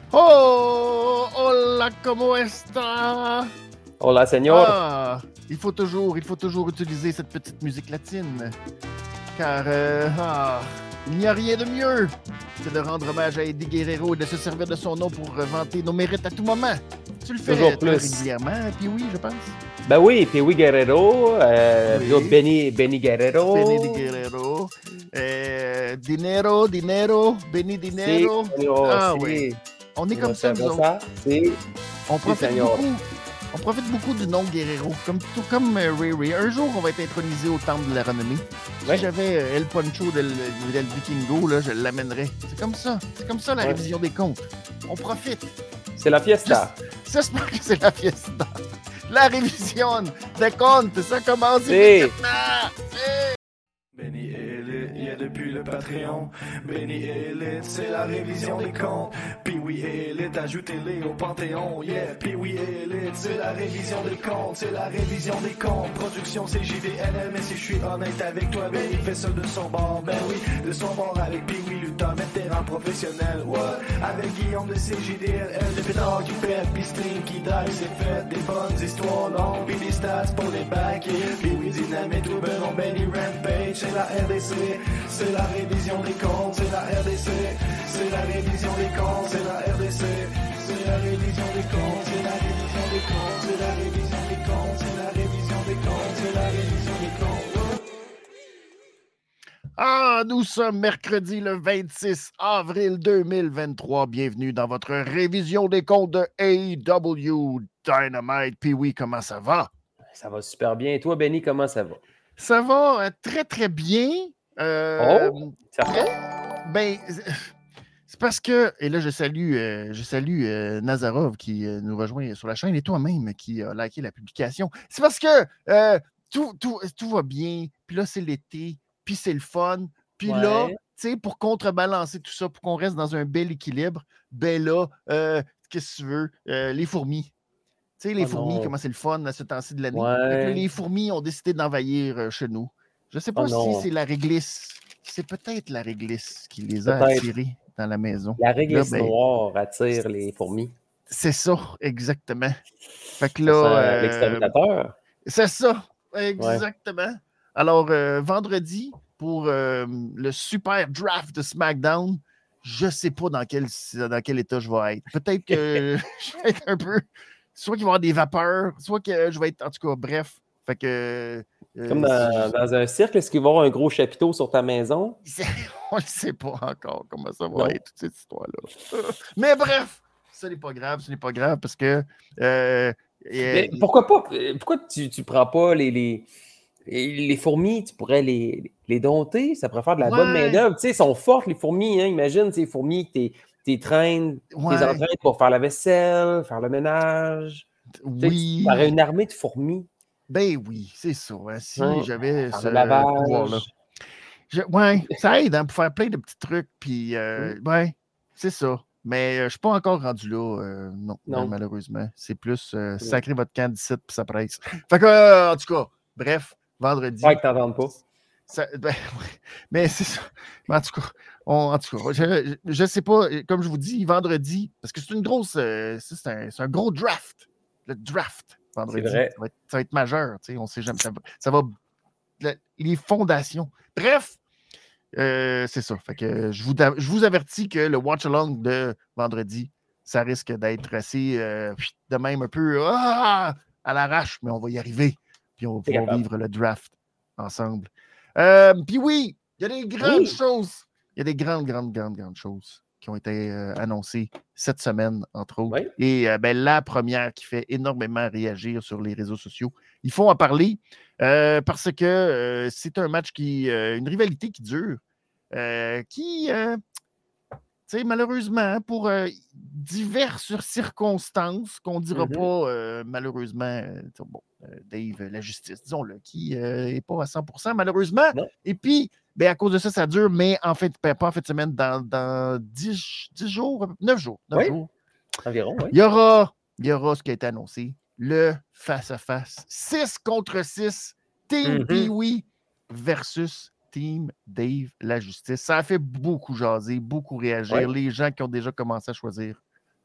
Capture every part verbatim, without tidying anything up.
Oh, hola, ¿cómo está? Hola, señor. Ah, il faut toujours, il faut toujours utiliser cette petite musique latine, car euh, ah, il n'y a rien de mieux que de rendre hommage à Eddie Guerrero et de se servir de son nom pour vanter nos mérites à tout moment. Tu le fais Toujours très plus. régulièrement, puis oui, je pense. Ben oui, puis oui, Guerrero, euh, Oui. puis l'autre Benny, Benny Guerrero. Benny Guerrero, euh, Dinero, Dinero, Benny Dinero. Si, señor, Ah si. oui, on est Una comme ça, nous autres. cerveza, si. On Si, profite señor. beaucoup. On profite beaucoup du nom Guerrero, comme, tout comme euh, Ray Ray. Un jour, on va être intronisé au temple de la renommée. Ouais. Si j'avais euh, El Poncho del, del Vikingo, là, je l'amènerais. C'est comme ça. C'est comme ça la Ouais. révision des comptes. On profite. C'est la fiesta. J'espère que c'est la fiesta. La révision des comptes, ça commence Si. immédiatement. Si. Benny Elite, yeah, depuis le Patreon. Benny Elite, c'est la révision des comptes. Puis oui, Elite, ajoutez-les au Panthéon. Yeah, puis oui, Elite, c'est la révision des comptes. C'est la révision des comptes. Production C J D L M. Mais si je suis honnête avec toi, Benny fait ça de son bord. Ben oui, de son bord avec puis oui, Luther, vétéran professionnel. What? Avec Guillaume de C J D L M. Des pétards qui pètent, puis stream qui drive, c'est fait. Des bonnes histoires longues, puis des stats pour les backers. Puis oui, Dynamite ou Benon, Benny Rampage. C'est la R D C, c'est la révision des comptes, c'est la R D C, c'est la révision des comptes, c'est la R D C, c'est la révision des comptes, c'est la révision des comptes, c'est la révision des comptes, c'est la révision des comptes, c'est la révision des comptes. Ah, nous sommes mercredi le vingt-six avril deux mille vingt-trois. Bienvenue dans votre révision des comptes de A E W Dynamite. Puis oui, comment ça va? Ça va super bien. Et toi, Benny, comment ça va? Ça va euh, très, très bien. Euh, Oh, certain? Ben, c'est parce que, et là, je salue, euh, je salue euh, Nazarov qui euh, nous rejoint sur la chaîne et toi-même qui a liké la publication. C'est parce que euh, tout, tout, tout va bien, puis là, c'est l'été, puis c'est le fun, puis Ouais. là, tu sais, pour contrebalancer tout ça, pour qu'on reste dans un bel équilibre, ben là, euh, qu'est-ce que tu veux, euh, les fourmis. Tu sais, les Oh fourmis, non. comment c'est le fun à ce temps-ci de l'année. Ouais. Fait que là, les fourmis ont décidé d'envahir euh, chez nous. Je ne sais pas Oh si non. c'est la réglisse. C'est peut-être la réglisse qui les a Peut-être. attirés dans la maison. La Là, réglisse ben, noire attire les fourmis. c'est ça, exactement. Fait que Ça là, sent euh, l'exterminateur. c'est ça, exactement. Alors, euh, vendredi, pour euh, le super draft de SmackDown, je ne sais pas dans quel, dans quel état je vais être. Peut-être que je vais être un peu... Soit qu'il va y avoir des vapeurs, soit que je vais être... En tout cas, bref. Fait que... euh, Comme dans, dans un cirque, est-ce qu'il va y avoir un gros chapiteau sur ta maison? on ne sait pas encore comment ça va Non. être, toute cette histoire-là. Mais bref, ce n'est pas grave, ce n'est pas grave, parce que... Euh, Mais euh, pourquoi pas? Pourquoi tu ne prends pas les, les, les fourmis? Tu pourrais les, les dompter? Ça pourrait faire de la Ouais. bonne main-d'œuvre. Tu sais, elles sont fortes, les fourmis. Hein? Imagine, ces fourmis que tu les traînes, Ouais. tu les entraînes pour faire la vaisselle, faire le ménage. Oui. Tu aurais une armée de fourmis. Ben oui, c'est ça. Hein. Si Hein? j'avais Faire ce le lavage. pouvoir-là. Je, ouais, ça aide hein, pour faire plein de petits trucs. Puis, euh, Mm. ouais, c'est ça. Mais euh, je ne suis pas encore rendu là. Euh, non, Non. malheureusement. C'est plus euh, Mm. sacrer votre camp d'ici puis ça presse. Fait que, euh, en tout cas, bref, vendredi. Ouais, que t'entends pas. Ça, ben, ouais, mais c'est ça. Mais en tout cas, on, en tout cas je ne sais pas, comme je vous dis, vendredi, parce que c'est une grosse. Euh, c'est, un, c'est un gros draft. Le draft, vendredi. C'est vrai. Ça va être, ça va être majeur. On ne sait jamais. Ça va. Ça va le, les fondations. Bref, euh, c'est ça. Fait que je vous, je vous avertis que le watch-along de vendredi, ça risque d'être assez euh, de même un peu ah, à l'arrache, mais on va y arriver. Puis on va pouvoir capable. vivre le draft ensemble. Euh, puis oui, il y a des grandes Oui. choses. Il y a des grandes, grandes, grandes, grandes choses qui ont été euh, annoncées cette semaine, entre autres. Oui. Et euh, ben, la première qui fait énormément réagir sur les réseaux sociaux. Il faut en parler euh, parce que euh, c'est un match qui, euh, une rivalité qui dure, euh, qui, euh, tu sais, malheureusement, pour euh, diverses circonstances, qu'on ne dira Mm-hmm. pas, euh, malheureusement, euh, bon, euh, Dave, la justice, disons-le, qui n'est euh, pas à cent pour cent, malheureusement. Non. Et puis, ben, à cause de ça, ça dure, mais en fait, pas en fin de semaine, dans, dans dix, dix jours, neuf jours. neuf Oui. jours. Environ, oui. Il y aura, il y aura ce qui a été annoncé, le face-à-face. six contre six, Team Mm-hmm. Pee-Wee versus Team Dave, la justice. Ça a fait beaucoup jaser, beaucoup réagir. Oui. Les gens qui ont déjà commencé à choisir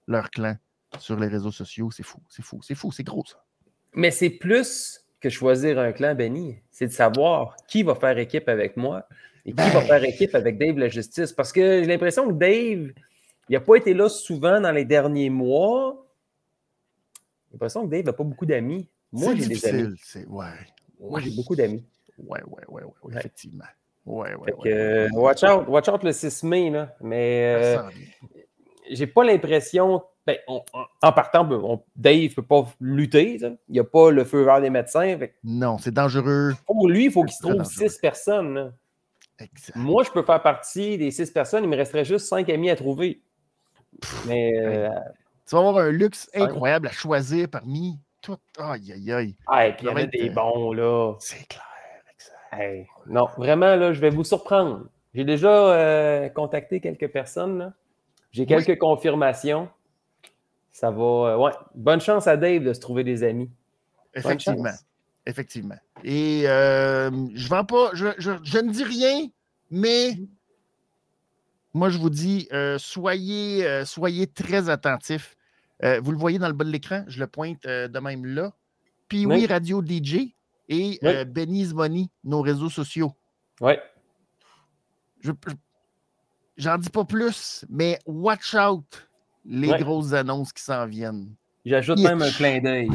leur clan sur les réseaux sociaux. C'est fou, c'est fou, c'est fou, c'est gros, ça. Mais c'est plus que choisir un clan, Benny. C'est de savoir qui va faire équipe avec moi et qui Ben... va faire équipe avec Dave la Justice. Parce que j'ai l'impression que Dave, il n'a pas été là souvent dans les derniers mois. J'ai l'impression que Dave n'a pas beaucoup d'amis. Moi, c'est j'ai difficile, des amis. C'est... Ouais. Moi, j'ai beaucoup d'amis. Ouais, ouais, ouais, ouais, ouais, effectivement. Ouais, ouais, fait ouais, que, ouais, ouais. Watch out, watch out le six mai, là. Mais euh, j'ai pas l'impression. Ben, on, on, en partant, on, Dave ne peut pas lutter. Ça. Il n'y a pas le feu vert des médecins. Fait. Non, c'est dangereux. Pour lui, il faut qu'il se trouve dangereux. six personnes. Là. Exact. Moi, je peux faire partie des six personnes. Il me resterait juste cinq amis à trouver. Pff, Mais euh, tu vas avoir un luxe incroyable à choisir parmi tout. Aïe, aïe, aïe. Ah, et puis il y en a des bons, là. C'est clair. Hey, non, vraiment, là, je vais vous surprendre. J'ai déjà euh, contacté quelques personnes. Là. J'ai quelques oui. confirmations. Ça va. Euh, ouais. Bonne chance à Dave de se trouver des amis. Effectivement. Effectivement. Et euh, je vends pas. Je, je, je ne dis rien, mais moi, je vous dis, euh, soyez, euh, soyez très attentifs. Euh, vous le voyez dans le bas de l'écran, je le pointe euh, de même là. Puis oui, Radio D J. Et oui. euh, Benny's Money, nos réseaux sociaux. Oui. Je, je, j'en dis pas plus, mais watch out les ouais. grosses annonces qui s'en viennent. J'ajoute Itch. même un clin d'œil.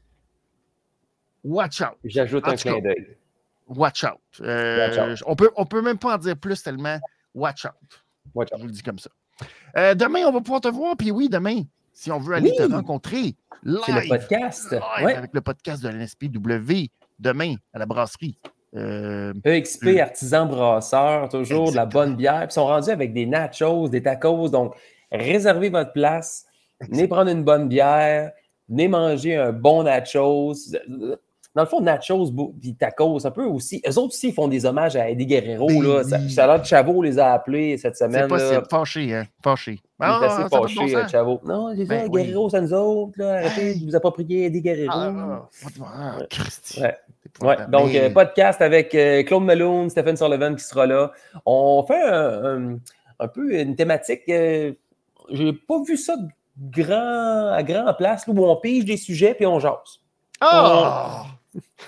Watch out. J'ajoute en un clin d'œil. Watch out. Euh, watch out. On peut, on peut même pas en dire plus tellement. Watch out. Watch out. Je vous le dis comme ça. Euh, demain, on va pouvoir te voir. Puis oui, demain, si on veut aller oui. te rencontrer live. C'est le podcast. Live ouais. Avec le podcast de l'N S P W. Demain, à la brasserie. Euh, E X P, euh, artisan brasseur, toujours exactement. De la bonne bière. Puis ils sont rendus avec des nachos, des tacos. Donc, réservez votre place. Exactement. Venez prendre une bonne bière. Venez manger un bon nachos. Dans le fond, nachos et tacos, un peu aussi. Eux autres aussi, ils font des hommages à Eddie Guerrero. Oui. Là. Ça, ça a l'air de Chavo les a appelés cette semaine. C'est possible. Fâché, hein? Fâché. Il est assez ah, fâché, bon Chavo. Non, c'est ben, ça, oui. Guerrero, c'est nous autres. Là. Arrêtez de vous approprier Eddie Guerrero. Ah, ah, Christy. Ouais. Ouais. Donc, mais... euh, podcast avec euh, Claude Malone, Stephen Sullivan qui sera là. On fait un, un, un peu une thématique. Euh, j'ai pas vu ça grand, à grand place là, où on pige des sujets puis on jase. Ah! On...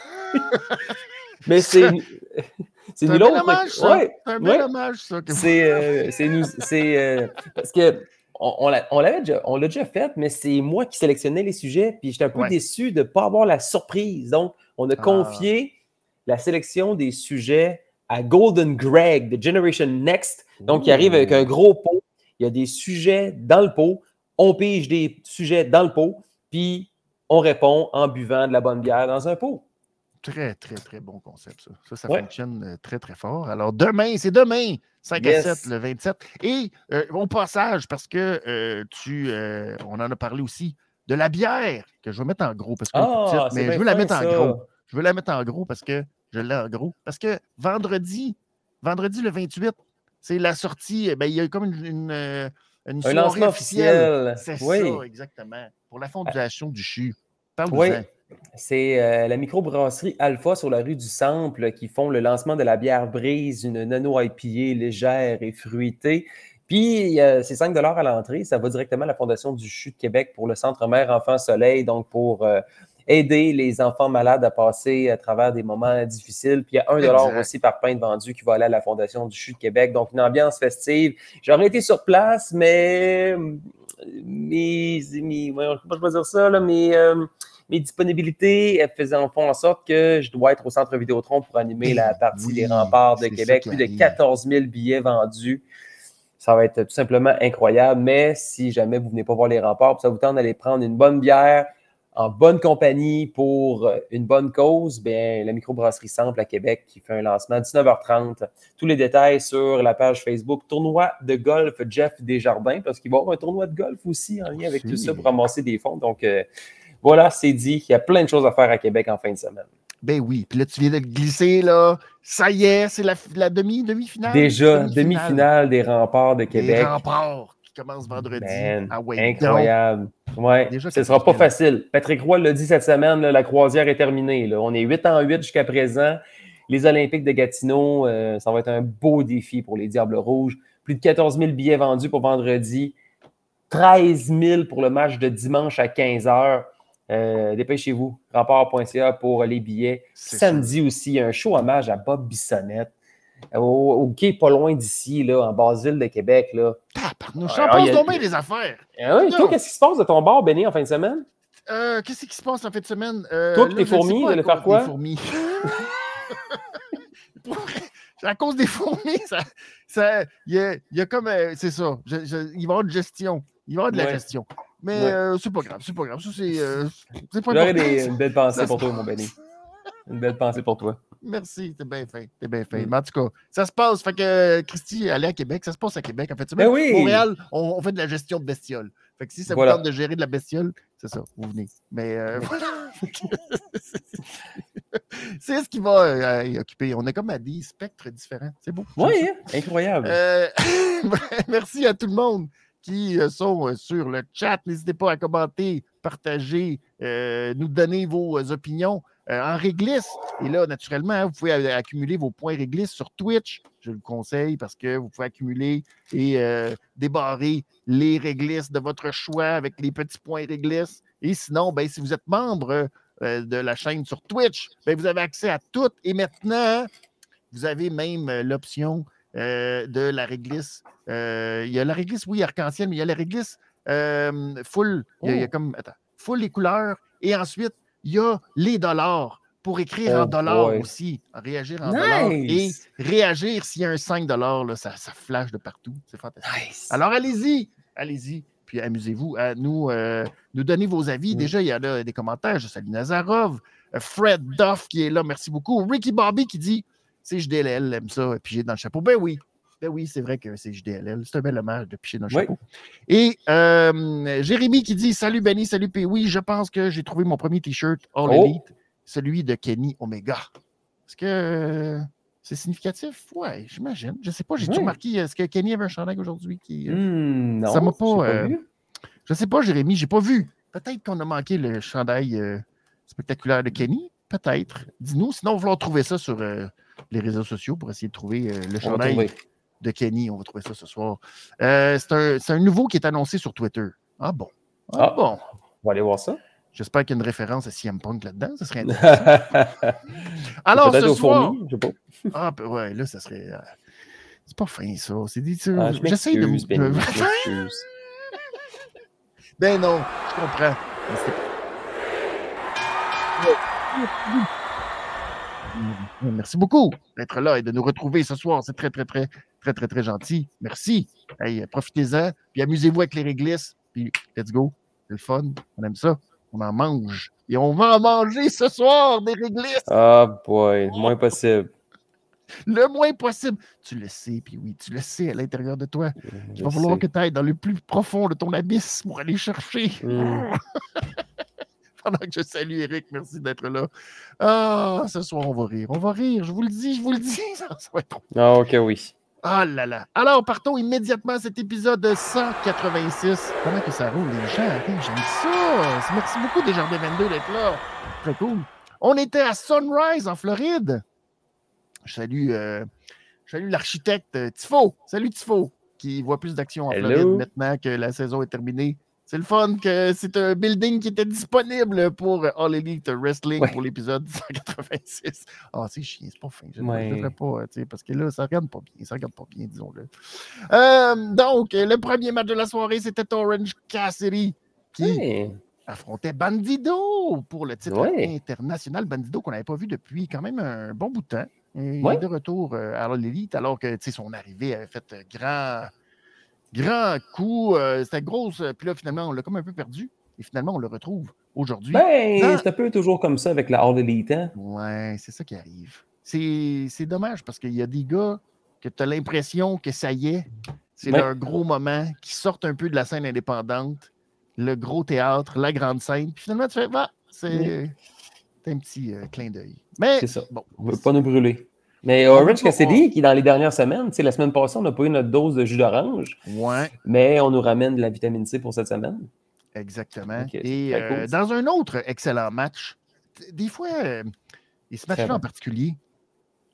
Mais c'est. C'est un bel hommage, ça. Ouais, c'est un bel ouais. hommage, ça. C'est, euh, c'est nous. C'est euh, parce que on, on, l'a, on, l'avait déjà, on l'a déjà fait, mais c'est moi qui sélectionnais les sujets, puis j'étais un peu ouais. déçu de ne pas avoir la surprise. Donc, on a confié ah. la sélection des sujets à Golden Greg de Generation Next. Donc, Ouh. Il arrive avec un gros pot. Il y a des sujets dans le pot. On pige des sujets dans le pot, puis on répond en buvant de la bonne bière dans un pot. Très, très, très bon concept, ça. Ça, ça ouais. fonctionne très, très fort. Alors, demain, c'est demain, cinq yes. à sept, le vingt-sept. Et euh, au passage, parce que euh, tu, euh, on en a parlé aussi, de la bière, que je vais mettre en gros, parce que oh, petite, mais je veux la mettre ça. en gros. Je veux la mettre en gros parce que je l'ai en gros. Parce que vendredi, vendredi le vingt-huit, c'est la sortie, ben, il y a comme une, une, une un lancement officiel. C'est oui. ça, exactement. Pour la fondation ah. du C H U. Parle-nous-en. Oui. C'est euh, la microbrasserie Alpha sur la rue du Sample qui font le lancement de la bière Brise, une nano-I P A légère et fruitée. Puis, euh, c'est cinq dollars à l'entrée. Ça va directement à la Fondation du C H U de Québec pour le Centre Mère Enfant Soleil, donc pour euh, aider les enfants malades à passer à travers des moments difficiles. Puis, il y a un dollar aussi par pinte vendu qui va aller à la Fondation du C H U de Québec. Donc, une ambiance festive. J'aurais été sur place, mais... mais, mais ouais, je ne peux pas dire ça, là, mais... Euh, Mes disponibilités elles faisaient en fond en sorte que je dois être au Centre Vidéotron pour animer la partie oui, des remparts de Québec. Plus de quatorze mille billets vendus. Ça va être tout simplement incroyable. Mais si jamais vous ne venez pas voir les remparts, ça vous tente d'aller prendre une bonne bière en bonne compagnie pour une bonne cause, bien, la microbrasserie Sample à Québec qui fait un lancement à dix-neuf heures trente. Tous les détails sur la page Facebook Tournoi de golf Jeff Desjardins, parce qu'il va y avoir un tournoi de golf aussi en lien avec si. tout ça pour ramasser des fonds. Donc, euh, voilà, c'est dit. Il y a plein de choses à faire à Québec en fin de semaine. Ben oui. Puis là, tu viens de glisser, là. Ça y est, c'est la, la demi, demi-finale. Déjà, demi-finale. demi-finale des remparts de Québec. Les remparts qui commencent vendredi. Man, ah ouais, incroyable. Ouais, ce ne sera pas facile. Patrick Roy l'a dit cette semaine, là, la croisière est terminée. Là. On est huit en huit jusqu'à présent. Les Olympiques de Gatineau, euh, ça va être un beau défi pour les Diables Rouges. Plus de quatorze mille billets vendus pour vendredi. treize mille pour le match de dimanche à quinze heures. Euh, dépêchez-vous. Rempart point c a pour les billets. C'est Samedi sûr. Aussi, il y a un show hommage à Bob Bissonnette. Au, au quai pas loin d'ici, là, en Basse-Ville de Québec. Là. Ah, pardon, j'en pense donc bien des affaires. Ah oui, toi, qu'est-ce qui se passe de ton bar, Benny, en fin de semaine? Euh, qu'est-ce qui se passe en fin de semaine? Euh, toi et tes fourmis, de le faire quoi? Des fourmis. À cause des fourmis, ça, ça, il y a, y a comme, euh, c'est ça, je, je, il va y avoir de gestion, il va y avoir de la ouais. gestion. Mais ouais. euh, c'est pas grave, c'est pas grave, ça c'est, euh, c'est pas J'aurais des, une belle pensée pour toi, mon Benny. Une belle pensée pour toi. Merci, t'es bien fait, t'es bien fait. Mm. Mais en tout cas, ça se passe, fait que Christy, aller à Québec, ça se passe à Québec, en fait. Ben oui. Montréal, on, on fait de la gestion de bestioles. Fait que si ça voilà. vous tente de gérer de la bestiole, c'est ça, vous venez. Mais euh, c'est ce qui va euh, occuper. On est comme à des spectres différents. C'est beau. Oui, hein? Incroyable. Euh, merci à tout le monde qui sont sur le chat. N'hésitez pas à commenter, partager, euh, nous donner vos opinions euh, en réglisse. Et là, naturellement, hein, vous pouvez accumuler vos points réglisse sur Twitch. Je le conseille parce que vous pouvez accumuler et euh, débarrer les réglisses de votre choix avec les petits points réglisse. Et sinon, ben, si vous êtes membre euh, de la chaîne sur Twitch, ben, vous avez accès à tout. Et maintenant, vous avez même l'option euh, de la réglisse. Euh, il y a la réglisse, oui, arc-en-ciel, mais il y a la réglisse euh, full. Il y a, il y a comme, attends, full les couleurs. Et ensuite, il y a les dollars pour écrire oh en dollars boy. Aussi, réagir en nice. Dollars et réagir s'il y a un cinq dollars, là, ça, ça flash de partout. C'est fantastique. Nice. Alors, allez-y, allez-y. Puis amusez-vous à nous, euh, nous donner vos avis. Mm. Déjà, il y a là des commentaires. Je salue Nazarov, Fred Duff qui est là, merci beaucoup. Ricky Bobby qui dit c'est J D L L, aime ça, piger dans le chapeau. Ben oui, ben oui, c'est vrai que c'est J D L L. C'est un bel hommage de piger dans le oui. chapeau. Et euh, Jérémy qui dit salut Benny, salut P. Oui, je pense que j'ai trouvé mon premier t-shirt All oh. Elite, celui de Kenny Omega. Est-ce que euh, c'est significatif? Ouais, j'imagine. Je sais pas, j'ai-tu oui. remarqué, est-ce que Kenny avait un chandail aujourd'hui? Qui, euh, mm, non, ça m'a pas. pas euh, je sais pas, Jérémy, j'ai pas vu. Peut-être qu'on a manqué le chandail euh, spectaculaire de Kenny. Peut-être. Dis-nous. Sinon, on va trouver ça sur euh, les réseaux sociaux pour essayer de trouver euh, le chandail de Kenny. On va trouver ça ce soir. Euh, c'est, un, c'est un nouveau qui est annoncé sur Twitter. Ah bon? Ah, ah bon? On va aller voir ça. J'espère qu'il y a une référence à C M Punk là-dedans. Ça serait intéressant. Alors, peut-être ce au soir... fourmi, je sais pas. Ah, ouais, là, ça serait... Euh... C'est pas fin, ça. C'est dit... Ah, je J'essaie de... Benny, je m'excuse. Ben non, je comprends. Merci beaucoup d'être là et de nous retrouver ce soir. C'est très, très, très, très, très, très gentil. Merci. Hey, profitez-en. Puis amusez-vous avec les réglisses. Puis let's go. C'est le fun. On aime ça. On en mange. Et on va en manger ce soir des réglisses. Ah, oh boy. Le moins possible. Le moins possible. Tu le sais, puis oui, tu le sais à l'intérieur de toi. Je Il va falloir sais. que tu ailles dans le plus profond de ton abysse pour aller chercher. Mm. Pendant que je salue Eric, merci d'être là. Ah, ce soir, on va rire. On va rire, je vous le dis, je vous le dis. Ça, ça va être trop. Ah, ok, oui. Ah là là. Alors, partons immédiatement à cet épisode cent quatre-vingt-six. Comment que ça roule, les gens? J'aime ça. Merci beaucoup, Desjardins vingt-deux, d'être là. Très cool. On était à Sunrise, en Floride. Je salue, euh, je salue l'architecte Tifo. Salut Tifo, qui voit plus d'action en Hello. Floride maintenant que la saison est terminée. C'est le fun que c'est un building qui était disponible pour All Elite Wrestling ouais. pour l'épisode cent quatre-vingt-six. Ah, oh, c'est chiant, c'est pas fin. Je ne ouais. le ferai pas, parce que là, ça regarde pas bien. Ça regarde pas bien, disons-le. Euh, donc, le premier match de la soirée, c'était Orange Cassidy qui hey. affrontait Bandido pour le titre ouais. international. Bandido qu'on n'avait pas vu depuis quand même un bon bout de temps. Il ouais. est de retour à All Elite alors que son arrivée avait fait grand... Grand coup, euh, c'était grosse, puis là, finalement, on l'a comme un peu perdu, et finalement, on le retrouve aujourd'hui. Ben, dans... c'est un peu toujours comme ça avec la All Elite, hein? Ouais, c'est ça qui arrive. C'est, c'est dommage, parce qu'il y a des gars que tu as l'impression que ça y est, c'est ouais. leur gros moment, qui sortent un peu de la scène indépendante, le gros théâtre, la grande scène, puis finalement, tu fais, bah, c'est, ouais. c'est un petit euh, clin d'œil. Mais, c'est ça, bon. On ne veut pas nous brûler. Mais Orange Cassidy, qui dans les dernières semaines, la semaine passée, on n'a pas eu notre dose de jus d'orange. Ouais. Mais on nous ramène de la vitamine C pour cette semaine. Exactement. Okay, et euh, cool, dans un autre excellent match, des fois, euh, et ce match-là en particulier,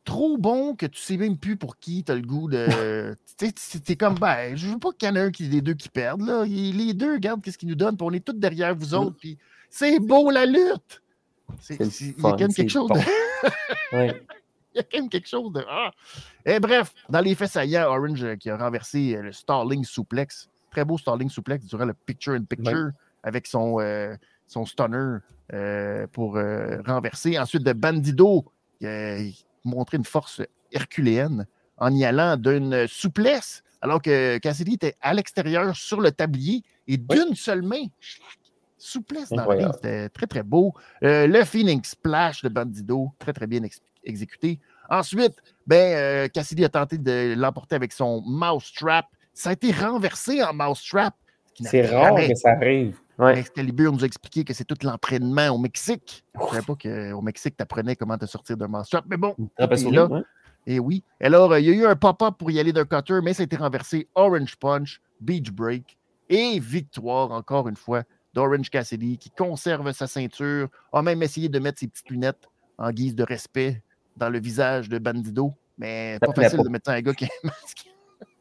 trop bon que tu sais même plus pour qui tu as le goût de. Tu sais, t'es comme, ben, je veux pas qu'il y en ait un qui, les deux qui perdent. Là. Les deux, regarde qu'est-ce qu'ils nous donnent, puis on est tous derrière vous autres, puis c'est beau la lutte! C'est, c'est, il y a quand même quelque chose bon. de. oui. Il y a quand même quelque chose de. Ah. Et bref, dans les faits saillants, Orange euh, qui a renversé euh, le Starling Suplex. Très beau Starling Suplex durant le Picture-in-Picture oui. avec son, euh, son stunner euh, pour euh, renverser. Ensuite, de Bandido qui a montré une force herculéenne en y allant d'une souplesse alors que Cassidy était à l'extérieur sur le tablier et d'une oui. seule main. Souplesse dans le ring, c'était très, très beau. Euh, le Phoenix Splash de Bandido, très, très bien ex- exécuté. Ensuite, ben, euh, Cassidy a tenté de l'emporter avec son Mousetrap. Ça a été renversé en Mousetrap. C'est rare jamais. que ça arrive. Ouais. Excalibur nous a expliqué que c'est tout l'entraînement au Mexique. Je ne savais pas qu'au Mexique, tu apprenais comment te sortir d'un Mousetrap. Mais bon, c'est là. Ouais. Et oui. Alors, euh, il y a eu un pop-up pour y aller d'un cutter, mais ça a été renversé. Orange Punch, Beach Break et victoire, encore une fois, d'Orange Cassidy, qui conserve sa ceinture, a même essayé de mettre ses petites lunettes en guise de respect dans le visage de Bandido, mais pas facile de mettre ça à un gars qui a un masque.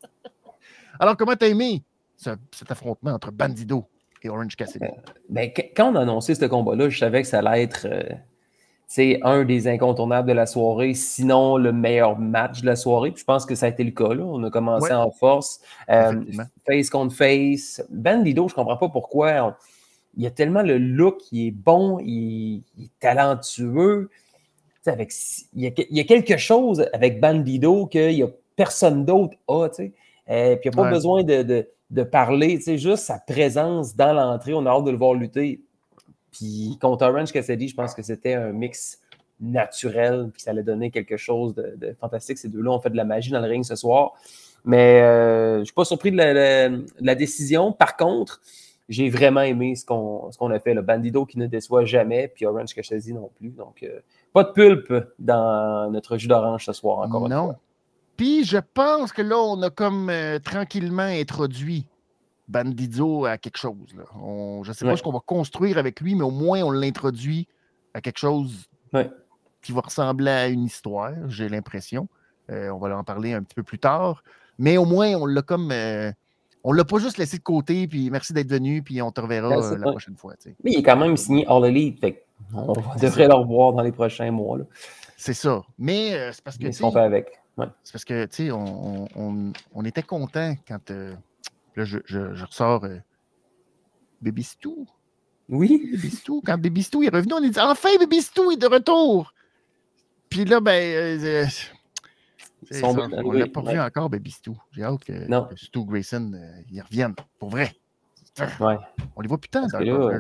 Alors, comment t'as aimé ce, cet affrontement entre Bandido et Orange Cassidy? Euh, ben, quand on a annoncé ce combat-là, je savais que ça allait être euh, un des incontournables de la soirée, sinon le meilleur match de la soirée. Puis je pense que ça a été le cas. Là. On a commencé ouais. en force. Euh, face contre face. Bandido, je ne comprends pas pourquoi... On... Il y a tellement le look, il est bon, il, il est talentueux. Avec, il, y a, il y a quelque chose avec Bandido qu'il n'y a personne d'autre a. Et puis il n'y a pas ouais. besoin de, de, de parler. Juste sa présence dans l'entrée, on a hâte de le voir lutter. Puis contre Orange Cassidy, je pense que c'était un mix naturel. Puis ça allait donner quelque chose de, de fantastique. Ces deux-là ont fait de la magie dans le ring ce soir. Mais euh, je ne suis pas surpris de la, la, de la décision. Par contre, j'ai vraiment aimé ce qu'on, ce qu'on a fait. Le Bandido qui ne déçoit jamais, puis Orange Cassidy non plus. Donc, euh, pas de pulpe dans notre jus d'orange ce soir, encore non. une fois. Puis, je pense que là, on a comme euh, tranquillement introduit Bandido à quelque chose. Là. On, je ne sais ouais. pas ce qu'on va construire avec lui, mais au moins, on l'introduit à quelque chose ouais. qui va ressembler à une histoire, j'ai l'impression. Euh, on va en parler un petit peu plus tard. Mais au moins, on l'a comme... Euh, On ne l'a pas juste laissé de côté, puis merci d'être venu, puis on te reverra ben, euh, la prochaine fois. T'sais. Mais il est quand même signé All Elite, fait on devrait le revoir dans les prochains mois. Là. C'est ça. Mais euh, c'est parce que. Qu'est-ce qu'on fait avec? Ouais. C'est parce que, tu sais, on, on, on était content quand. Euh, là, je, je, je ressors euh, Baby Stu. Oui. Baby Stu. Quand Baby Stu est revenu, on a dit enfin, Baby Stu est de retour. Puis là, ben. Euh, ça, on ne l'a pas ouais. vu encore, Baby Stu. J'ai hâte que, que Stu Grayson euh, y revienne. Pour vrai. Ouais. On les voit plus tant dans le euh,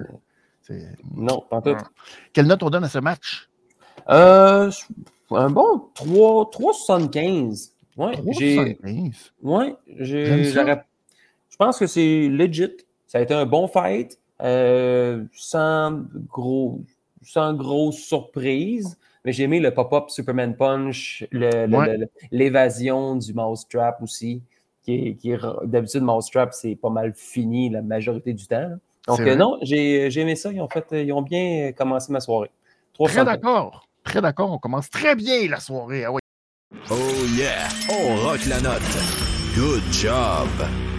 Non, pas tout. Quelle note on donne à ce match? Euh, un bon trois virgule soixante-quinze. Ouais, trois virgule soixante-quinze? Ouais, j'ai, je pense que c'est legit. Ça a été un bon fight. Euh, sans, gros, sans grosse surprise. Mais j'ai aimé le pop-up Superman Punch, le, ouais. le, le, l'évasion du Mousetrap aussi, qui est, qui est d'habitude, Mousetrap, c'est pas mal fini la majorité du temps. Là. Donc euh, non, j'ai, j'ai aimé ça. Ils ont, fait, ils ont bien commencé ma soirée. Très d'accord. Très d'accord. On commence très bien la soirée. Ah ouais. Oh yeah! On rock la note. Good job!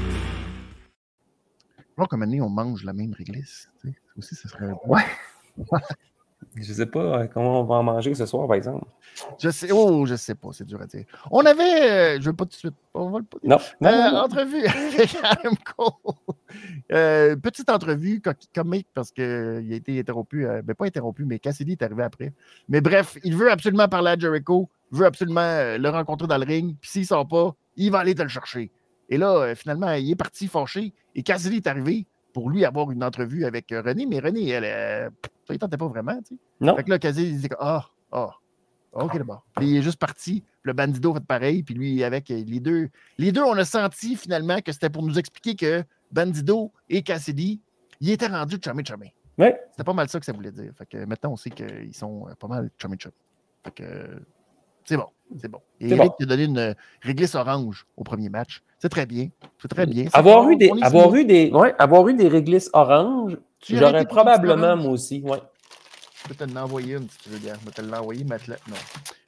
Alors, comme année, on mange la même réglisse. Tu sais, aussi, ça serait... Ouais. Je sais pas comment on va en manger ce soir, par exemple. Je sais, oh, je sais pas, c'est dur à dire. On avait, euh, je veux pas tout de suite, on va le pas dire. Non. non, euh, non, non. Entrevue avec Adam Cole. Euh, petite entrevue comique parce qu'il a été interrompu, euh, ben pas interrompu, mais Cassidy est arrivé après. Mais bref, il veut absolument parler à Jericho, veut absolument euh, le rencontrer dans le ring, puis s'il sort pas, il va aller te le chercher. Et là, euh, finalement, il est parti fâché, et Cassidy est arrivé pour lui avoir une entrevue avec euh, René, mais René, elle, euh, ça ne tentait pas vraiment, tu sais. Non. Fait que là, Cassidy, il disait, ah, ah, ok, d'abord. Puis il est juste parti, puis le Bandido fait pareil, puis lui, avec les deux, les deux, on a senti finalement que c'était pour nous expliquer que Bandido et Cassidy, ils étaient rendus chummy-chummy. Ouais. C'était pas mal ça que ça voulait dire. Fait que maintenant, on sait qu'ils sont pas mal chummy-chummy. Fait que c'est bon, c'est bon. Et c'est Eric bon. a donné une réglisse orange au premier match. C'est très bien, c'est très bien. C'est avoir bon, eu des, avoir eu des, ouais, avoir eu des réglisses oranges, tu j'aurais probablement moi aussi, ouais. Je peux te l'envoyer une si tu veux, gars. Je vais te l'envoyer, mettre là. Non.